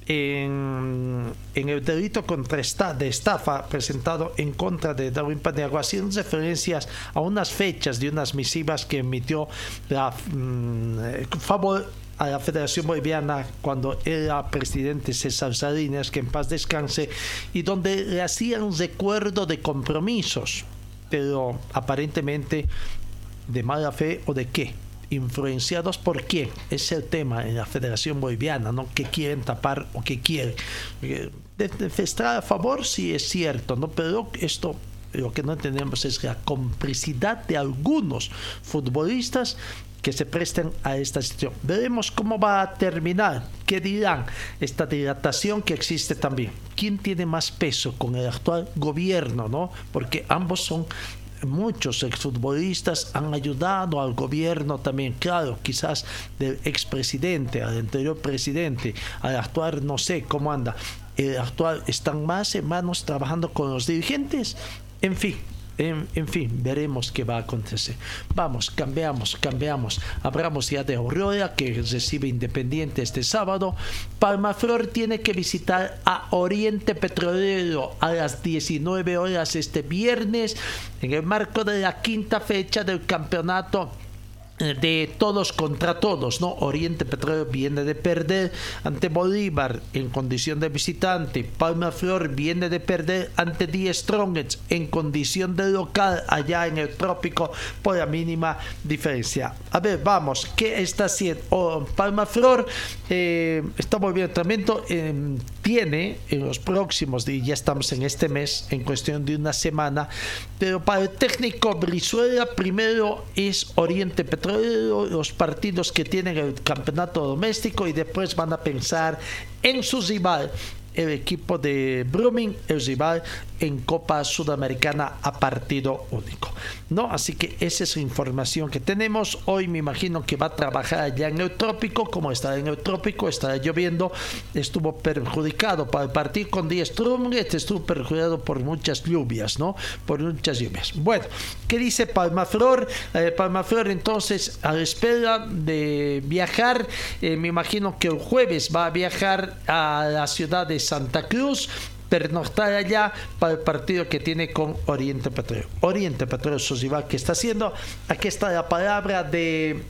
En, en el delito contra esta, de estafa presentado en contra de Darwin Paniagua, haciendo referencias a unas fechas de unas misivas que emitió la mm, favor a la Federación Boliviana cuando era presidente César Salinas, que en paz descanse, y donde le hacían un recuerdo de compromisos, pero aparentemente de mala fe o de qué. ¿Influenciados por quién? Es el tema en la Federación Boliviana, ¿no? ¿Qué quieren tapar o qué quieren? De, de estar a favor, sí es cierto, ¿no? Pero esto, lo que no entendemos es la complicidad de algunos futbolistas que se presten a esta situación. Veremos cómo va a terminar, qué dirán, esta dilatación que existe también. ¿Quién tiene más peso con el actual gobierno, ¿no? Porque ambos son... Muchos exfutbolistas han ayudado al gobierno también, claro, quizás del expresidente, al anterior presidente, al actual no sé cómo anda, el actual están más hermanos trabajando con los dirigentes, en fin. En, en fin, veremos qué va a acontecer. Vamos, cambiamos, cambiamos. Hablamos ya de Aurora, que recibe Independiente este sábado. Palmaflor tiene que visitar a Oriente Petrolero a las diecinueve horas este viernes, en el marco de la quinta fecha del campeonato de todos contra todos, ¿no? Oriente Petrolero viene de perder ante Bolívar en condición de visitante. Palmaflor viene de perder ante Die Strongets en condición de local allá en el Trópico por la mínima diferencia. A ver, vamos, ¿qué está haciendo? Oh, Palmaflor eh, está muy bien el tratamiento, eh, tiene en los próximos, y ya estamos en este mes, en cuestión de una semana, pero para el técnico Brizuela primero es Oriente Petrolero, los partidos que tienen el campeonato doméstico, y después van a pensar en su rival, el equipo de Brumming, el rival en Copa Sudamericana a partido único, ¿no? Así que esa es la información que tenemos. Hoy me imagino que va a trabajar allá en el Trópico. Como está en el Trópico, estará lloviendo, estuvo perjudicado para el partido con Die Strongets, estuvo perjudicado por muchas lluvias, ¿no? Por muchas lluvias. Bueno, ¿qué dice Palmaflor? Eh, Palmaflor entonces a la espera de viajar, eh, me imagino que el jueves va a viajar a la ciudad de Santa Cruz, pernoctar allá para el partido que tiene con Oriente Petrolero. Oriente Petrolero, su rival, que está haciendo. Aquí está la palabra de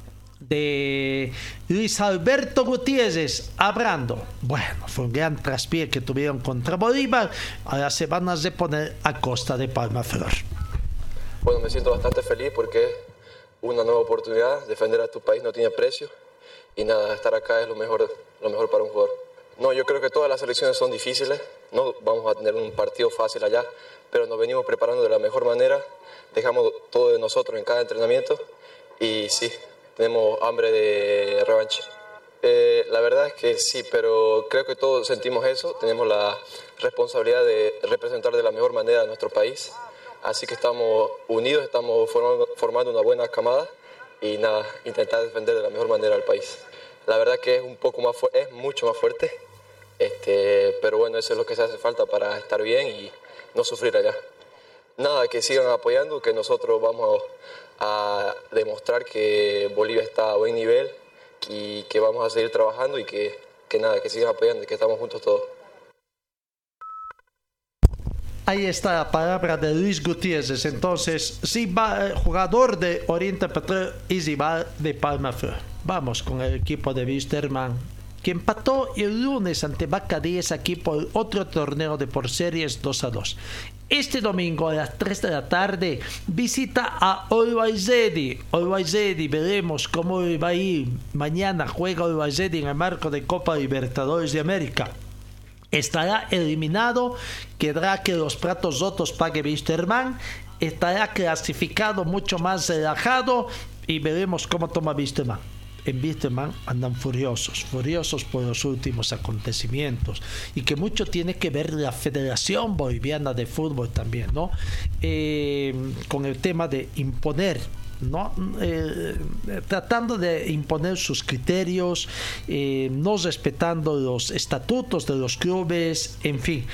de Luis Alberto Gutiérrez hablando. Bueno, fue un gran traspié que tuvieron contra Bolívar. Ahora se van a reponer a costa de Palmaflor. Bueno, me siento bastante feliz porque una nueva oportunidad. Defender a tu país no tiene precio y nada, estar acá es lo mejor, lo mejor para un jugador. No, yo creo que todas las selecciones son difíciles, no vamos a tener un partido fácil allá, pero nos venimos preparando de la mejor manera, dejamos todo de nosotros en cada entrenamiento y sí, tenemos hambre de revancha. Eh, la verdad es que sí, pero creo que todos sentimos eso, tenemos la responsabilidad de representar de la mejor manera a nuestro país, así que estamos unidos, estamos formando, formando una buena camada y nada, intentar defender de la mejor manera al país. La verdad que es un poco más fu- es mucho más fuerte, este, pero bueno, eso es lo que se hace falta para estar bien y no sufrir allá. Nada, que sigan apoyando, que nosotros vamos a demostrar que Bolivia está a buen nivel y que vamos a seguir trabajando y que, que nada, que sigan apoyando y que estamos juntos todos. Ahí está la palabra de Luis Gutiérrez. Entonces, sí va, jugador de Oriente Petrolero y sí va de Palma Flor. Vamos con el equipo de Wisterman, que empató el lunes ante Vaca diez aquí por otro torneo de por series dos a dos. Este domingo a las tres de la tarde visita a Olwaizedi. Olwaizedi, veremos cómo va a ir. Mañana juega Olwaizedi en el marco de Copa Libertadores de América. Estará eliminado, quedará que los platos rotos pague Wisterman, estará clasificado mucho más relajado y veremos cómo toma Wisterman. En Wisterman andan furiosos, furiosos por los últimos acontecimientos y que mucho tiene que ver la Federación Boliviana de Fútbol también, ¿no? Eh, con el tema de imponer, ¿no? Eh, tratando de imponer sus criterios, eh, no respetando los estatutos de los clubes, en fin,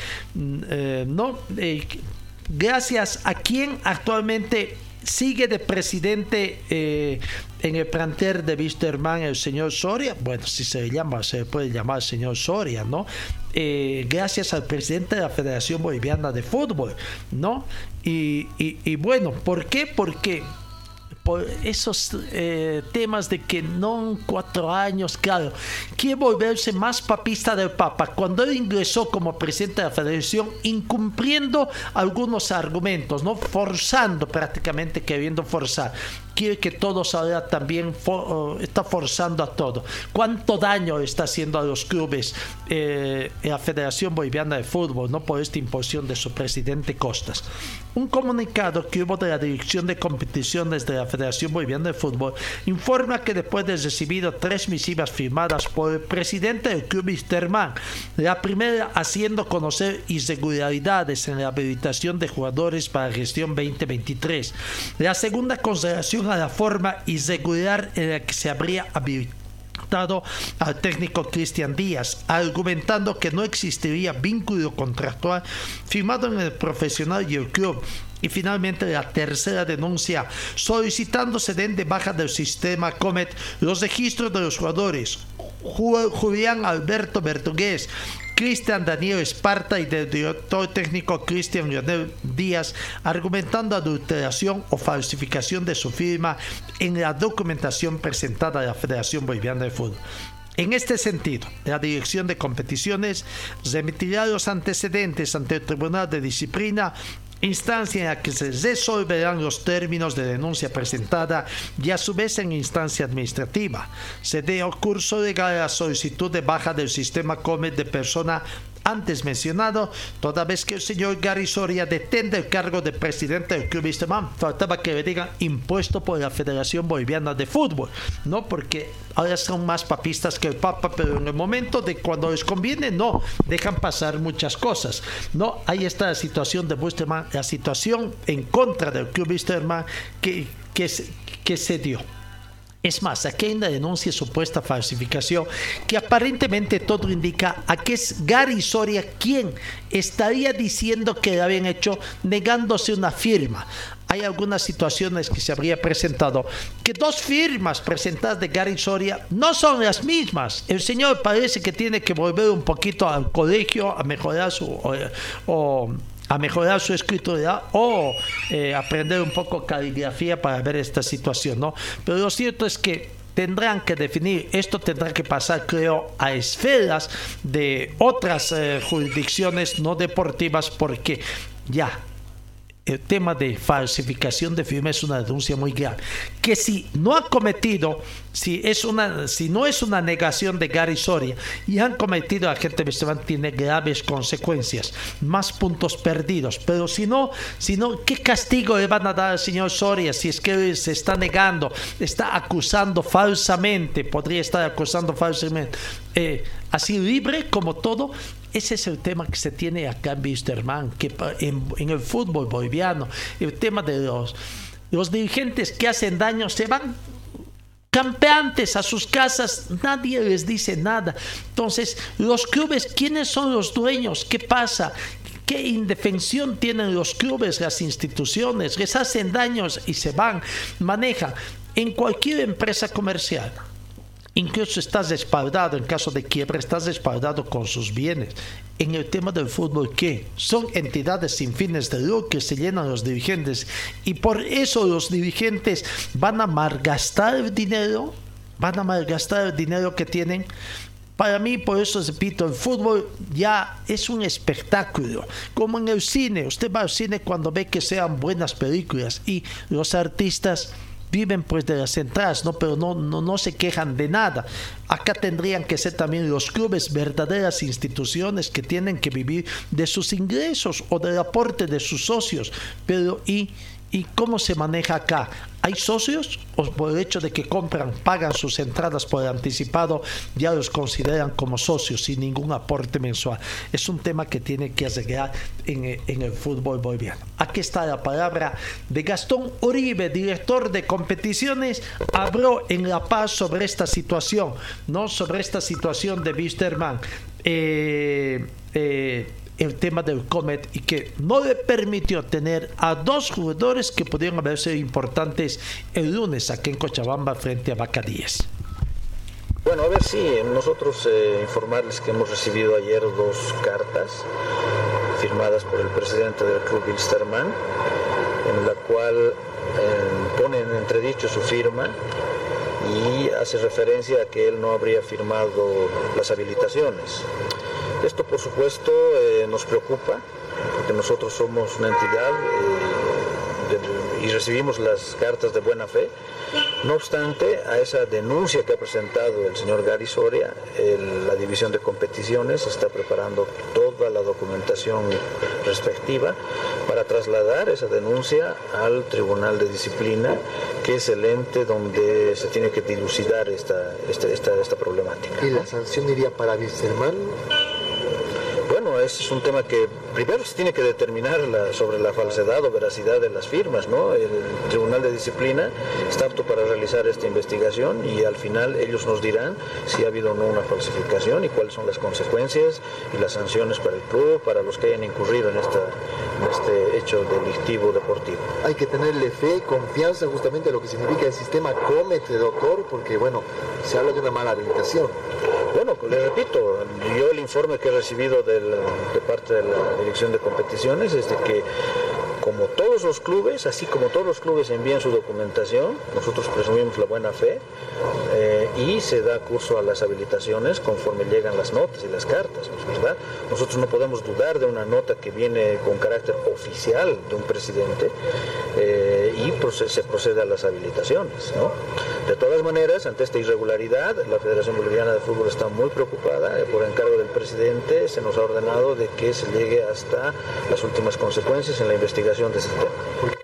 eh, ¿no? Eh, gracias a quien actualmente sigue de presidente eh, en el plantel de Wisterman el señor Soria. Bueno, si se le llama, se le puede llamar señor Soria, ¿no? Eh, gracias al presidente de la Federación Boliviana de Fútbol, ¿no? Y, y, y bueno, ¿por qué? Porque por esos eh, temas de que no cuatro años, claro, quiere volverse más papista del Papa cuando él ingresó como presidente de la Federación, incumpliendo algunos argumentos, no forzando, prácticamente queriendo forzar. Quiere que todos ahora también for, uh, está forzando a todo. ¿Cuánto daño está haciendo a los clubes eh, en la Federación Boliviana de Fútbol, no, por esta imposición de su presidente Costas? Un comunicado que hubo de la Dirección de Competiciones de la Federación Boliviana de Fútbol informa que después de recibido tres misivas firmadas por el presidente del club Wisterman, la primera haciendo conocer irregularidades en la habilitación de jugadores para la gestión veinte veintitrés, la segunda con relación a la forma irregular en la que se habría habilitado al técnico Cristian Díaz, argumentando que no existiría vínculo contractual firmado en el profesional y el club. Y finalmente la tercera denuncia, solicitando se den de baja del sistema Comet los registros de los jugadores Julián Alberto Bertugués, Cristian Daniel Esparta y del director técnico Cristian Leonel Díaz, argumentando adulteración o falsificación de su firma en la documentación presentada a la Federación Boliviana de Fútbol. En este sentido, la Dirección de Competiciones remitirá los antecedentes ante el Tribunal de Disciplina, instancia en la que se resolverán los términos de denuncia presentada y a su vez en instancia administrativa. Se dio curso legal a la solicitud de baja del sistema Comet de persona antes mencionado, toda vez que el señor Gary Soria detenta el cargo de presidente del club Wisterman. Faltaba que le digan impuesto por la Federación Boliviana de Fútbol, ¿no? Porque ahora son más papistas que el Papa, pero en el momento de cuando les conviene, no, dejan pasar muchas cosas, ¿no? Ahí está la situación de Wisterman, la situación en contra del club Wisterman que, que, que se dio. Es más, aquí hay una denuncia de supuesta falsificación que aparentemente todo indica a que es Gary Soria quien estaría diciendo que lo habían hecho, negándose una firma. Hay algunas situaciones que se habría presentado que dos firmas presentadas de Gary Soria no son las mismas. El señor parece que tiene que volver un poquito al colegio a mejorar su o, o a mejorar su escritura o eh, aprender un poco caligrafía para ver esta situación, ¿no? Pero lo cierto es que tendrán que definir, esto tendrá que pasar, creo, a esferas de otras eh, jurisdicciones no deportivas, porque ya el tema de falsificación de firma es una denuncia muy grave, que si no ha cometido, si es una, si no es una negación de Gary Soria y han cometido a gente Wisterman, tiene graves consecuencias, más puntos perdidos. Pero si no, si no, ¿qué castigo le van a dar al señor Soria si es que se está negando, está acusando falsamente, podría estar acusando falsamente, eh, así libre como todo? Ese es el tema que se tiene acá en Wisterman, que en, en el fútbol boliviano, el tema de los, los dirigentes que hacen daño se van campeantes a sus casas, nadie les dice nada. Entonces, los clubes, ¿quiénes son los dueños? ¿Qué pasa? ¿Qué indefensión tienen los clubes, las instituciones? Les hacen daños y se van, manejan. En cualquier empresa comercial, incluso estás respaldado, en caso de quiebra, estás respaldado con sus bienes. En el tema del fútbol, ¿qué? Son entidades sin fines de lucro que se llenan los dirigentes, y por eso los dirigentes van a malgastar el dinero, van a malgastar el dinero que tienen. Para mí, por eso repito, el fútbol ya es un espectáculo, como en el cine. Usted va al cine cuando ve que sean buenas películas, y los artistas viven pues de las entradas, ¿no? Pero no, no, no se quejan de nada. Acá tendrían que ser también los clubes verdaderas instituciones que tienen que vivir de sus ingresos o del aporte de sus socios. Pero ¿y, y cómo se maneja acá? ¿Hay socios? ¿O por el hecho de que compran, pagan sus entradas por anticipado, ya los consideran como socios sin ningún aporte mensual? Es un tema que tiene que arreglar en, en el fútbol boliviano. Aquí está la palabra de Gastón Uribe, director de competiciones. Habló en La Paz sobre esta situación, ¿no? Sobre esta situación de Wisterman. Eh, eh, el tema del Comet, y que no le permitió tener a dos jugadores que pudieron haber sido importantes el lunes aquí en Cochabamba frente a Vaca diez. Bueno, a ver, sí, nosotros eh, informarles que hemos recibido ayer dos cartas firmadas por el presidente del club Wisterman, en la cual eh, pone en entredicho su firma y hace referencia a que él no habría firmado las habilitaciones. Esto, por supuesto, eh, nos preocupa, porque nosotros somos una entidad eh, de, y recibimos las cartas de buena fe. No obstante, a esa denuncia que ha presentado el señor Gary Soria, el, la División de Competiciones está preparando toda la documentación respectiva para trasladar esa denuncia al Tribunal de Disciplina, que es el ente donde se tiene que dilucidar esta, esta, esta, esta problemática. ¿Y la sanción iría para Wisterman? Bueno, ese es un tema que primero se tiene que determinar la, sobre la falsedad o veracidad de las firmas, ¿no? El Tribunal de Disciplina está apto para realizar esta investigación y al final ellos nos dirán si ha habido o no una falsificación y cuáles son las consecuencias y las sanciones para el club, para los que hayan incurrido en, esta, en este hecho delictivo deportivo. Hay que tenerle fe y confianza justamente en lo que significa el sistema Comet, doctor, porque bueno, se habla de una mala habilitación. Bueno, le repito, yo el informe que he recibido del, de parte de la Dirección de Competiciones es de que, como todos los clubes, así como todos los clubes envían su documentación, nosotros presumimos la buena fe eh, y se da curso a las habilitaciones conforme llegan las notas y las cartas, ¿verdad? Nosotros no podemos dudar de una nota que viene con carácter oficial de un presidente eh, y procede, se procede a las habilitaciones, ¿no? De todas maneras, ante esta irregularidad, la Federación Boliviana de Fútbol está muy preocupada. Eh, por encargo del presidente se nos ha ordenado de que se llegue hasta las últimas consecuencias en la investigación de este tema.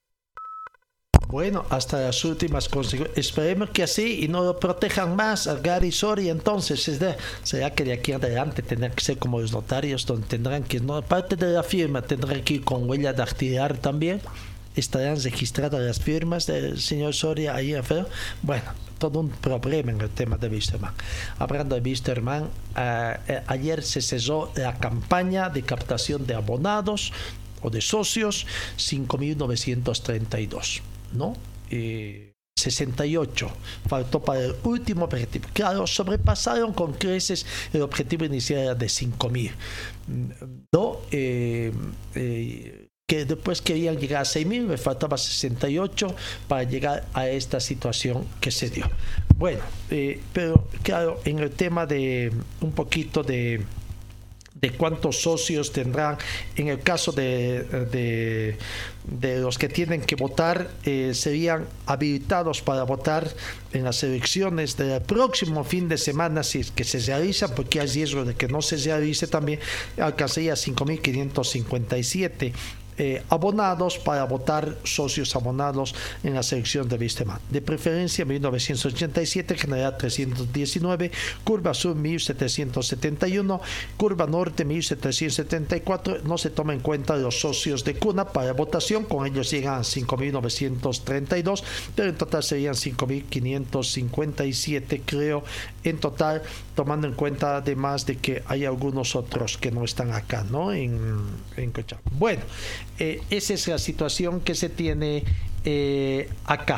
Bueno, hasta las últimas consecuencias. Esperemos que así y no lo protejan más a Gary Soria. Entonces, será que de aquí adelante tendrán que ser como los notarios, donde tendrán que, no, aparte de la firma, tendrán que ir con huella dactilar también. Estarán registradas las firmas del señor Soria ahí afuera. Bueno, todo un problema en el tema de Wisterman. Hablando de Wisterman, eh, eh, ayer se cesó la campaña de captación de abonados o de socios, cinco mil novecientos treinta y dos, ¿no? Eh, sesenta y ocho faltó para el último objetivo. Claro, sobrepasaron con creces el objetivo inicial de cinco mil, ¿no? Eh, eh, que después querían llegar a seis mil, me faltaba sesenta y ocho para llegar a esta situación que se dio. Bueno, eh, pero claro, en el tema de un poquito de de cuántos socios tendrán en el caso de, de, de los que tienen que votar, eh, serían habilitados para votar en las elecciones del próximo fin de semana, si es que se realizan, porque hay riesgo de que no se realice también, alcanzaría cinco mil quinientos cincuenta y siete Eh, abonados para votar, socios abonados en la selección de Vístema. De preferencia mil novecientos ochenta y siete, General trescientos diecinueve, Curva Sur mil setecientos setenta y uno, Curva Norte mil setecientos setenta y cuatro. No se toma en cuenta los socios de cuna para votación, con ellos llegan a cinco mil novecientos treinta y dos, pero en total serían cinco mil quinientos cincuenta y siete, creo, en total, tomando en cuenta además de que hay algunos otros que no están acá, ¿no? En, en Cochabamba. Bueno, Eh, esa es la situación que se tiene eh, acá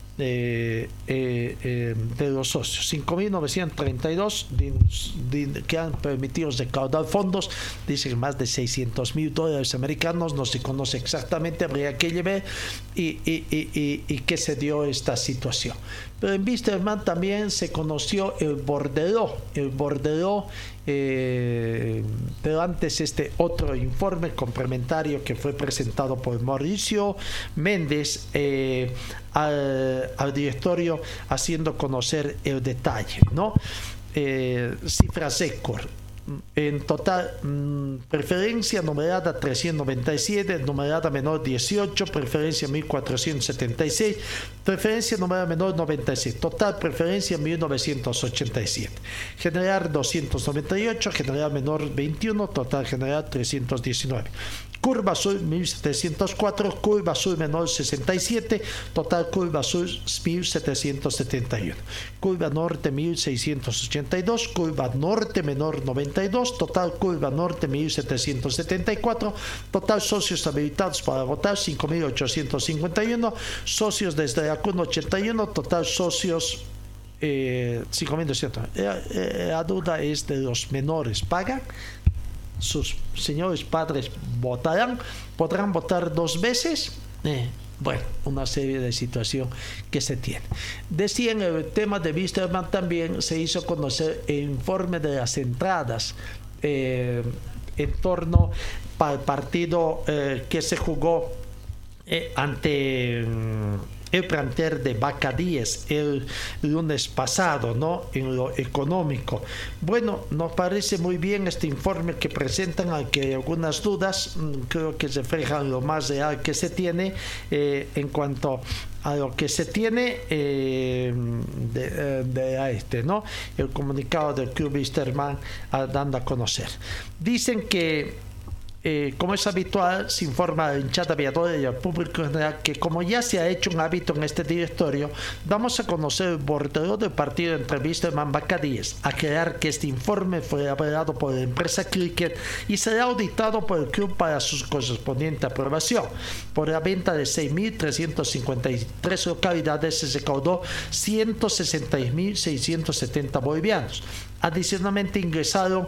eh, eh, eh, de los socios. cinco mil novecientos treinta y dos que han permitido recaudar fondos, dicen más de seiscientos mil dólares americanos, no se conoce exactamente, habría que llevar y, y, y, y, y qué se dio esta situación. Pero en Vísterman también se conoció el bordeló, el bordeló Eh, pero antes este otro informe complementario que fue presentado por Mauricio Méndez eh, al, al directorio, haciendo conocer el detalle, ¿no? Eh, cifras récord. En total, mmm, preferencia numerada trescientos noventa y siete, numerada menor dieciocho, preferencia mil cuatrocientos setenta y seis, preferencia numerada menor noventa y seis, total preferencia mil novecientos ochenta y siete, general doscientos noventa y ocho, general menor veintiuno, total general trescientos diecinueve. Curva Sur mil setecientos cuatro, Curva Sur menor sesenta y siete, total Curva Sur mil setecientos setenta y uno, Curva Norte mil seiscientos ochenta y dos, Curva Norte menor noventa y dos, total Curva Norte mil setecientos setenta y cuatro, total socios habilitados para votar cinco mil ochocientos cincuenta y uno, socios desde la cuna ochenta y uno, total socios eh, cinco mil doscientos. Eh, eh, la duda es de los menores, ¿pagan? Sus señores padres votarán, podrán votar dos veces. Eh, bueno, una serie de situaciones que se tiene. Decía en el tema de Vísterman también se hizo conocer el informe de las entradas eh, en torno al partido eh, que se jugó eh, ante el plantel de Bacadíes el lunes pasado, ¿no? En lo económico. Bueno, nos parece muy bien este informe que presentan, aunque hay algunas dudas, creo que reflejan lo más real que se tiene eh, en cuanto a lo que se tiene eh, de, de este, ¿no? El comunicado del Club Vísterman dando a conocer. Dicen que Eh, como es habitual, se informa a la hinchada aviadora y al público en general que, como ya se ha hecho un hábito en este directorio, vamos a conocer el borrador del partido entre Vísterman y Bacadíes. Aclarar que este informe fue elaborado por la empresa Cricket y será auditado por el club para su correspondiente aprobación. Por la venta de seis mil trescientas cincuenta y tres localidades se recaudó ciento sesenta mil seiscientos setenta bolivianos. Adicionalmente ingresaron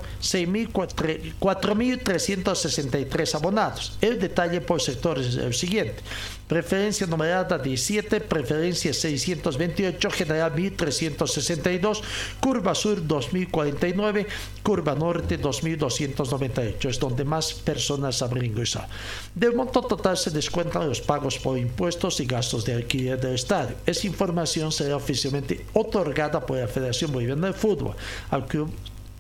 cuatro mil trescientos sesenta y tres abonados. El detalle por sectores es el siguiente: preferencia numerada diecisiete, preferencia seiscientos veintiocho, general mil trescientos sesenta y dos, curva sur dos mil cuarenta y nueve, curva norte dos mil doscientos noventa y ocho. Es donde más personas habrán ingresado. Del monto total se descuentan los pagos por impuestos y gastos de alquiler del estadio. Esa información será oficialmente otorgada por la Federación Boliviana de Fútbol al Club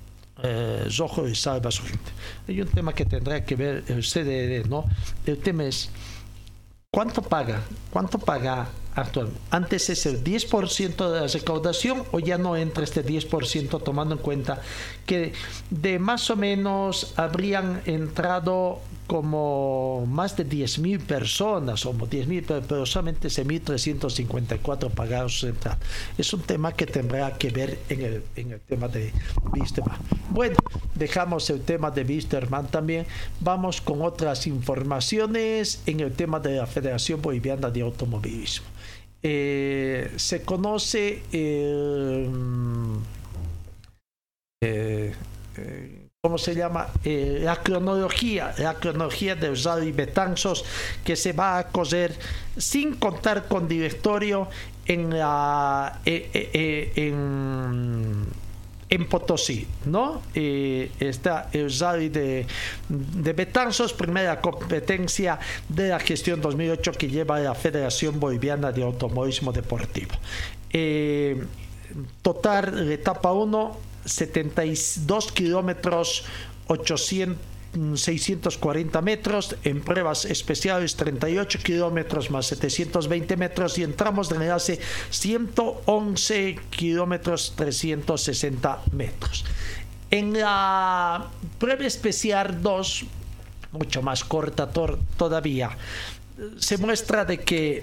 eh, Rojo y Salva a su gente. Hay un tema que tendrá que ver el C D D, ¿no? El tema es ¿cuánto paga? ¿Cuánto paga actualmente? Antes es el diez por ciento de la recaudación, o ya no entra este diez por ciento, tomando en cuenta que de más o menos habrían entrado como más de diez mil personas, o diez mil, pero solamente seis mil trescientos cincuenta y cuatro pagados de entrada. Es un tema que tendrá que ver en el, en el tema de Vísterman. Bueno, dejamos el tema de Vísterman también. Vamos con otras informaciones en el tema de la Federación Boliviana de Automovilismo. Eh, se conoce eh, eh, eh, ¿cómo se llama? Eh, la cronología, la cronología del Rally Betanzos, que se va a correr sin contar con directorio en la eh, eh, en en Potosí, ¿no? Eh, está el Rally de, de Betanzos, primera competencia de la gestión dos mil ocho que lleva la Federación Boliviana de Automovilismo Deportivo. Eh, total, la etapa uno, setenta y dos kilómetros, ochocientos seiscientos cuarenta metros, en pruebas especiales treinta y ocho kilómetros más setecientos veinte metros, y en tramos de enlace ciento once kilómetros trescientos sesenta metros. En la prueba especial dos, mucho más corta tor- todavía, se muestra de que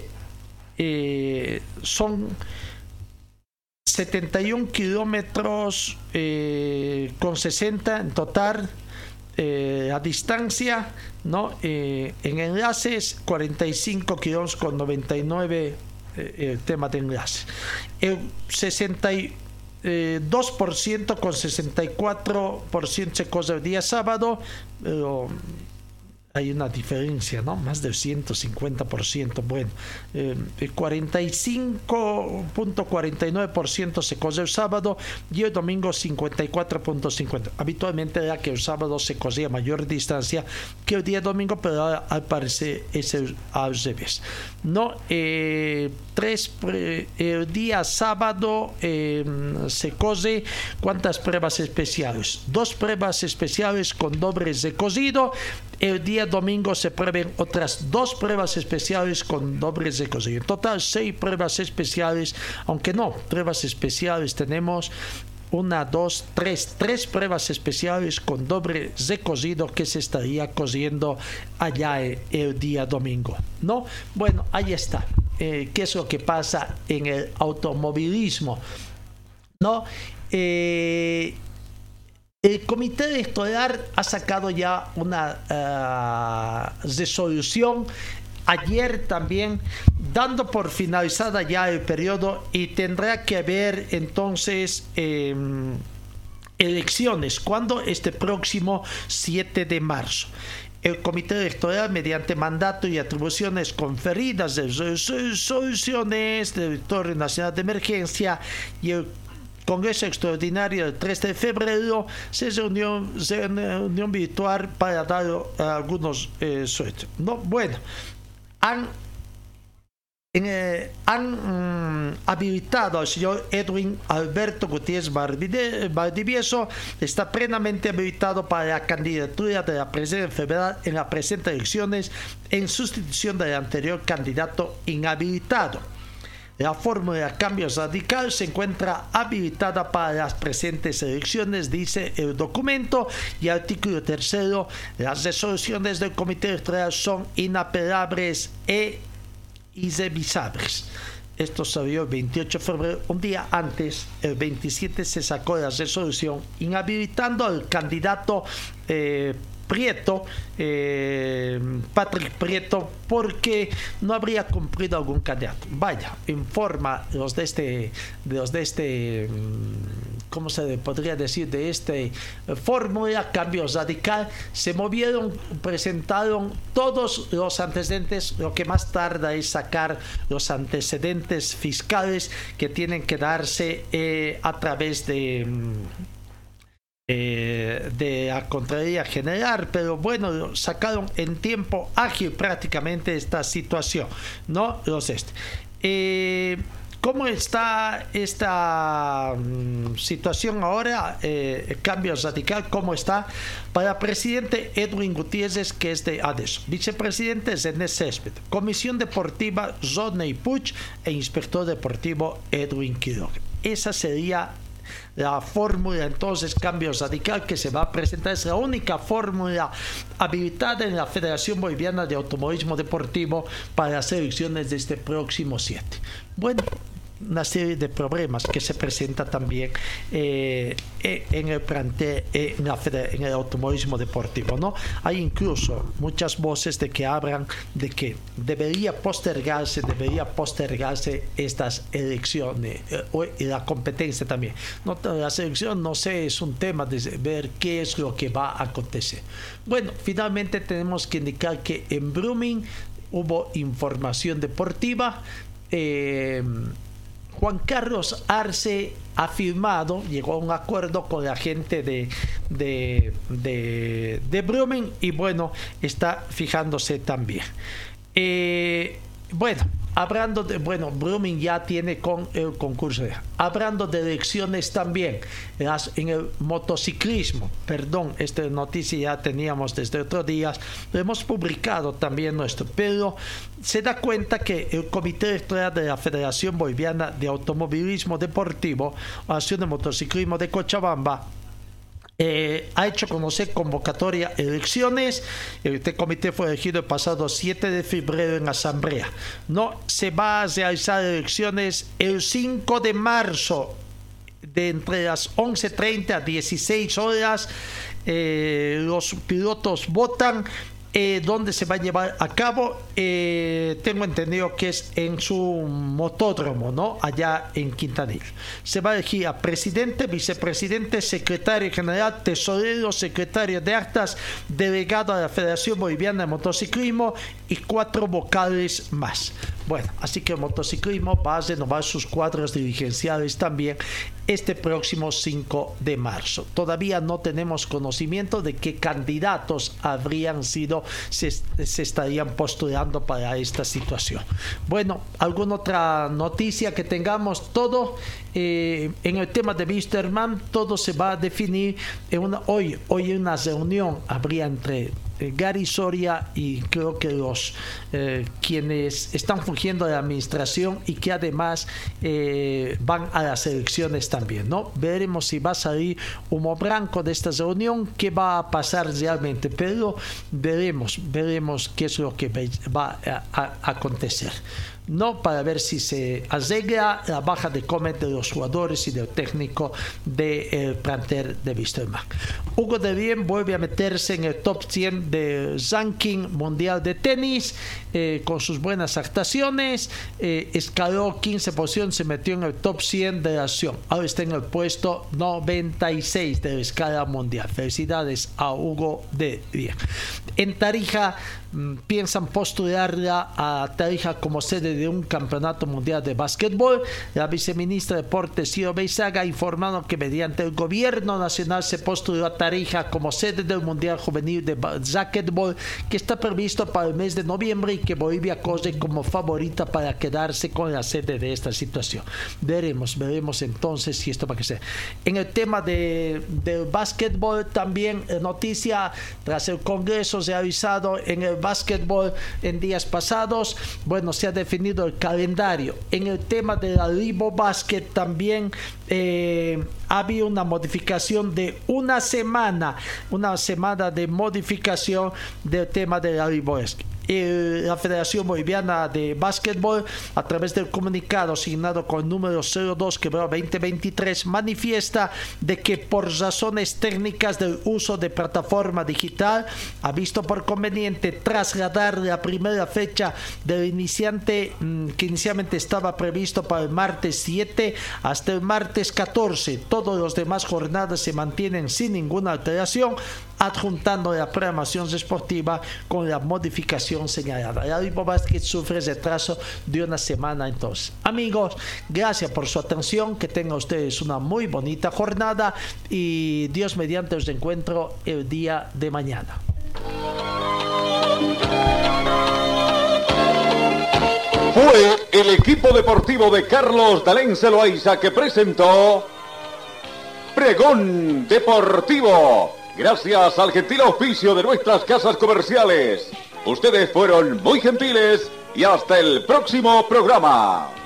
eh, son setenta y un kilómetros eh, con sesenta en total. Eh, a distancia, ¿no? Eh, en enlaces cuarenta y cinco kilómetros con noventa y nueve, eh, el tema de enlace, el sesenta y dos por ciento con sesenta y cuatro por ciento se corre el día sábado, pero hay una diferencia, ¿no? Más del ciento cincuenta por ciento. Bueno, eh, el cuarenta y cinco punto cuarenta y nueve por ciento se corre el sábado y el domingo cincuenta y cuatro punto cincuenta por ciento. Habitualmente era que el sábado se corría mayor distancia que el día domingo, pero al parecer es el, al revés. No, eh, tres pre, el día sábado eh, se corre ¿cuántas pruebas especiales? Dos pruebas especiales con dobles de cosido. El día domingo se prevén otras dos pruebas especiales con dobles de cosido. En total, seis pruebas especiales, aunque no, pruebas especiales tenemos una, dos, tres, tres pruebas especiales con doble de cosido que se estaría cosiendo allá el, el día domingo, ¿no? Bueno, ahí está. Eh, ¿Qué es lo que pasa en el automovilismo? ¿No? Eh... El comité electoral ha sacado ya una uh, resolución ayer también, dando por finalizada ya el periodo, y tendrá que haber entonces eh, elecciones. ¿Cuándo? Este próximo siete de marzo. El comité electoral, mediante mandato y atribuciones conferidas de resoluciones del Directorio Nacional de Emergencia y el Congreso Extraordinario del tres de febrero, se reunió en reunión virtual para dar uh, algunos eh, sueltos. No, bueno, han, eh, han um, habilitado al señor Edwin Alberto Gutiérrez Valdivieso, está plenamente habilitado para la candidatura de la presidencia federal en las presentes elecciones, en sustitución del anterior candidato inhabilitado. La fórmula Cambio Radical se encuentra habilitada para las presentes elecciones, dice el documento, y artículo tercero, las resoluciones del comité electoral son inapelables e irrevisables. Esto salió el veintiocho de febrero, un día antes, el veintisiete, se sacó la resolución inhabilitando al candidato eh, Prieto, eh, Patrick Prieto, porque no habría cumplido algún candidato. Vaya, informa los de este, los de este, ¿cómo se podría decir? De este fórmula Cambio Radical, se movieron, presentaron todos los antecedentes. Lo que más tarda es sacar los antecedentes fiscales que tienen que darse eh, a través de Eh, de la Contraloría General, pero bueno, sacaron en tiempo ágil prácticamente esta situación, ¿no? Los este. Eh, ¿Cómo está esta um, situación ahora? Eh, Cambio Radical, ¿cómo está? Para presidente Edwin Gutiérrez, que es de ADESO. Vicepresidente René Césped. Comisión Deportiva Rodney Puch e Inspector Deportivo Edwin Quiroga. Esa sería la fórmula entonces Cambio Radical que se va a presentar. Es la única fórmula habilitada en la Federación Boliviana de Automovilismo Deportivo para las elecciones de este próximo siete. Bueno, una serie de problemas que se presenta también eh, en el plantel, en, la, en el automovilismo deportivo, ¿no? Hay incluso muchas voces de que hablan de que debería postergarse, debería postergarse estas elecciones eh, y la competencia también. No, la selección, no sé, es un tema de ver qué es lo que va a acontecer. Bueno, finalmente tenemos que indicar que en Brumming hubo información deportiva. Eh, Juan Carlos Arce ha firmado, llegó a un acuerdo con la gente de, de, de, de Bremen y bueno, está fijándose también. Eh, bueno, hablando de, bueno, Bremen ya tiene con el concurso. Hablando de elecciones también, las, en el motociclismo, perdón, esta noticia ya teníamos desde otros días, lo hemos publicado también nuestro, pero se da cuenta que el Comité Electoral de la Federación Boliviana de Automovilismo Deportivo, Asociación de Motociclismo de Cochabamba, Eh, ha hecho conocer convocatoria elecciones. Este comité fue elegido el pasado siete de febrero en asamblea. No se va a realizar elecciones el cinco de marzo de entre las once treinta a dieciséis horas. Eh, los pilotos votan. Eh, ¿Dónde se va a llevar a cabo? Eh, tengo entendido que es en su motódromo, ¿no? Allá en Quintanilla. Se va a elegir a presidente, vicepresidente, secretario general, tesorero, secretario de actas, delegado a la Federación Boliviana de Motociclismo y cuatro vocales más. Bueno, así que el motociclismo va a renovar sus cuadros dirigenciales también este próximo cinco de marzo. Todavía no tenemos conocimiento de qué candidatos habrían sido, se, se estarían postulando para esta situación. Bueno, ¿alguna otra noticia que tengamos? Todo eh, en el tema de Wisterman, todo se va a definir en una, hoy, hoy en una reunión habría entre Eh, Gary Soria y creo que los eh, quienes están fungiendo de la administración y que además eh, van a las elecciones también, ¿no? Veremos si va a salir humo blanco de esta reunión, qué va a pasar realmente, pero veremos, veremos qué es lo que va a, a, a acontecer, ¿no? Para ver si se arregla la baja de Comet de los jugadores y del técnico del plantel de Wisterman. Hugo de Bien vuelve a meterse en el top cien del ranking mundial de tenis eh, con sus buenas actuaciones. Eh, escaló quince posiciones, se metió en el top cien de la acción. Ahora está en el puesto noventa y seis de la escala mundial. Felicidades a Hugo de Bien. En Tarija piensan postularla a Tarija como sede de un campeonato mundial de básquetbol. La viceministra de Deportes, Ciro Beizaga, ha informado que mediante el gobierno nacional se postuló a Tarija como sede del Mundial Juvenil de Básquetbol, que está previsto para el mes de noviembre y que Bolivia corre como favorita para quedarse con la sede de esta situación. Veremos, veremos entonces si esto va a ser. En el tema de, del básquetbol también noticia, tras el congreso realizado en el básquetbol en días pasados, bueno, se ha definido el calendario. En el tema de la Libo Basket también eh, había una modificación de una semana, una semana de modificación del tema de la Libo Basket. La Federación Boliviana de Básquetbol, a través del comunicado asignado con el número cero dos quebrado veinte veintitrés, manifiesta de que por razones técnicas del uso de plataforma digital ha visto por conveniente trasladar la primera fecha del iniciante, que inicialmente estaba previsto para el martes siete hasta el martes catorce. Todos los demás jornadas se mantienen sin ninguna alteración, adjuntando la programación deportiva con la modificación señalada. La Libo Basket sufre retraso de una semana entonces. Amigos, gracias por su atención, que tengan ustedes una muy bonita jornada y Dios mediante os encuentro el día de mañana. Fue el equipo deportivo de Carlos D'Alencé Loaiza que presentó Pregón Deportivo. Gracias al gentil auspicio de nuestras casas comerciales. Ustedes fueron muy gentiles y hasta el próximo programa.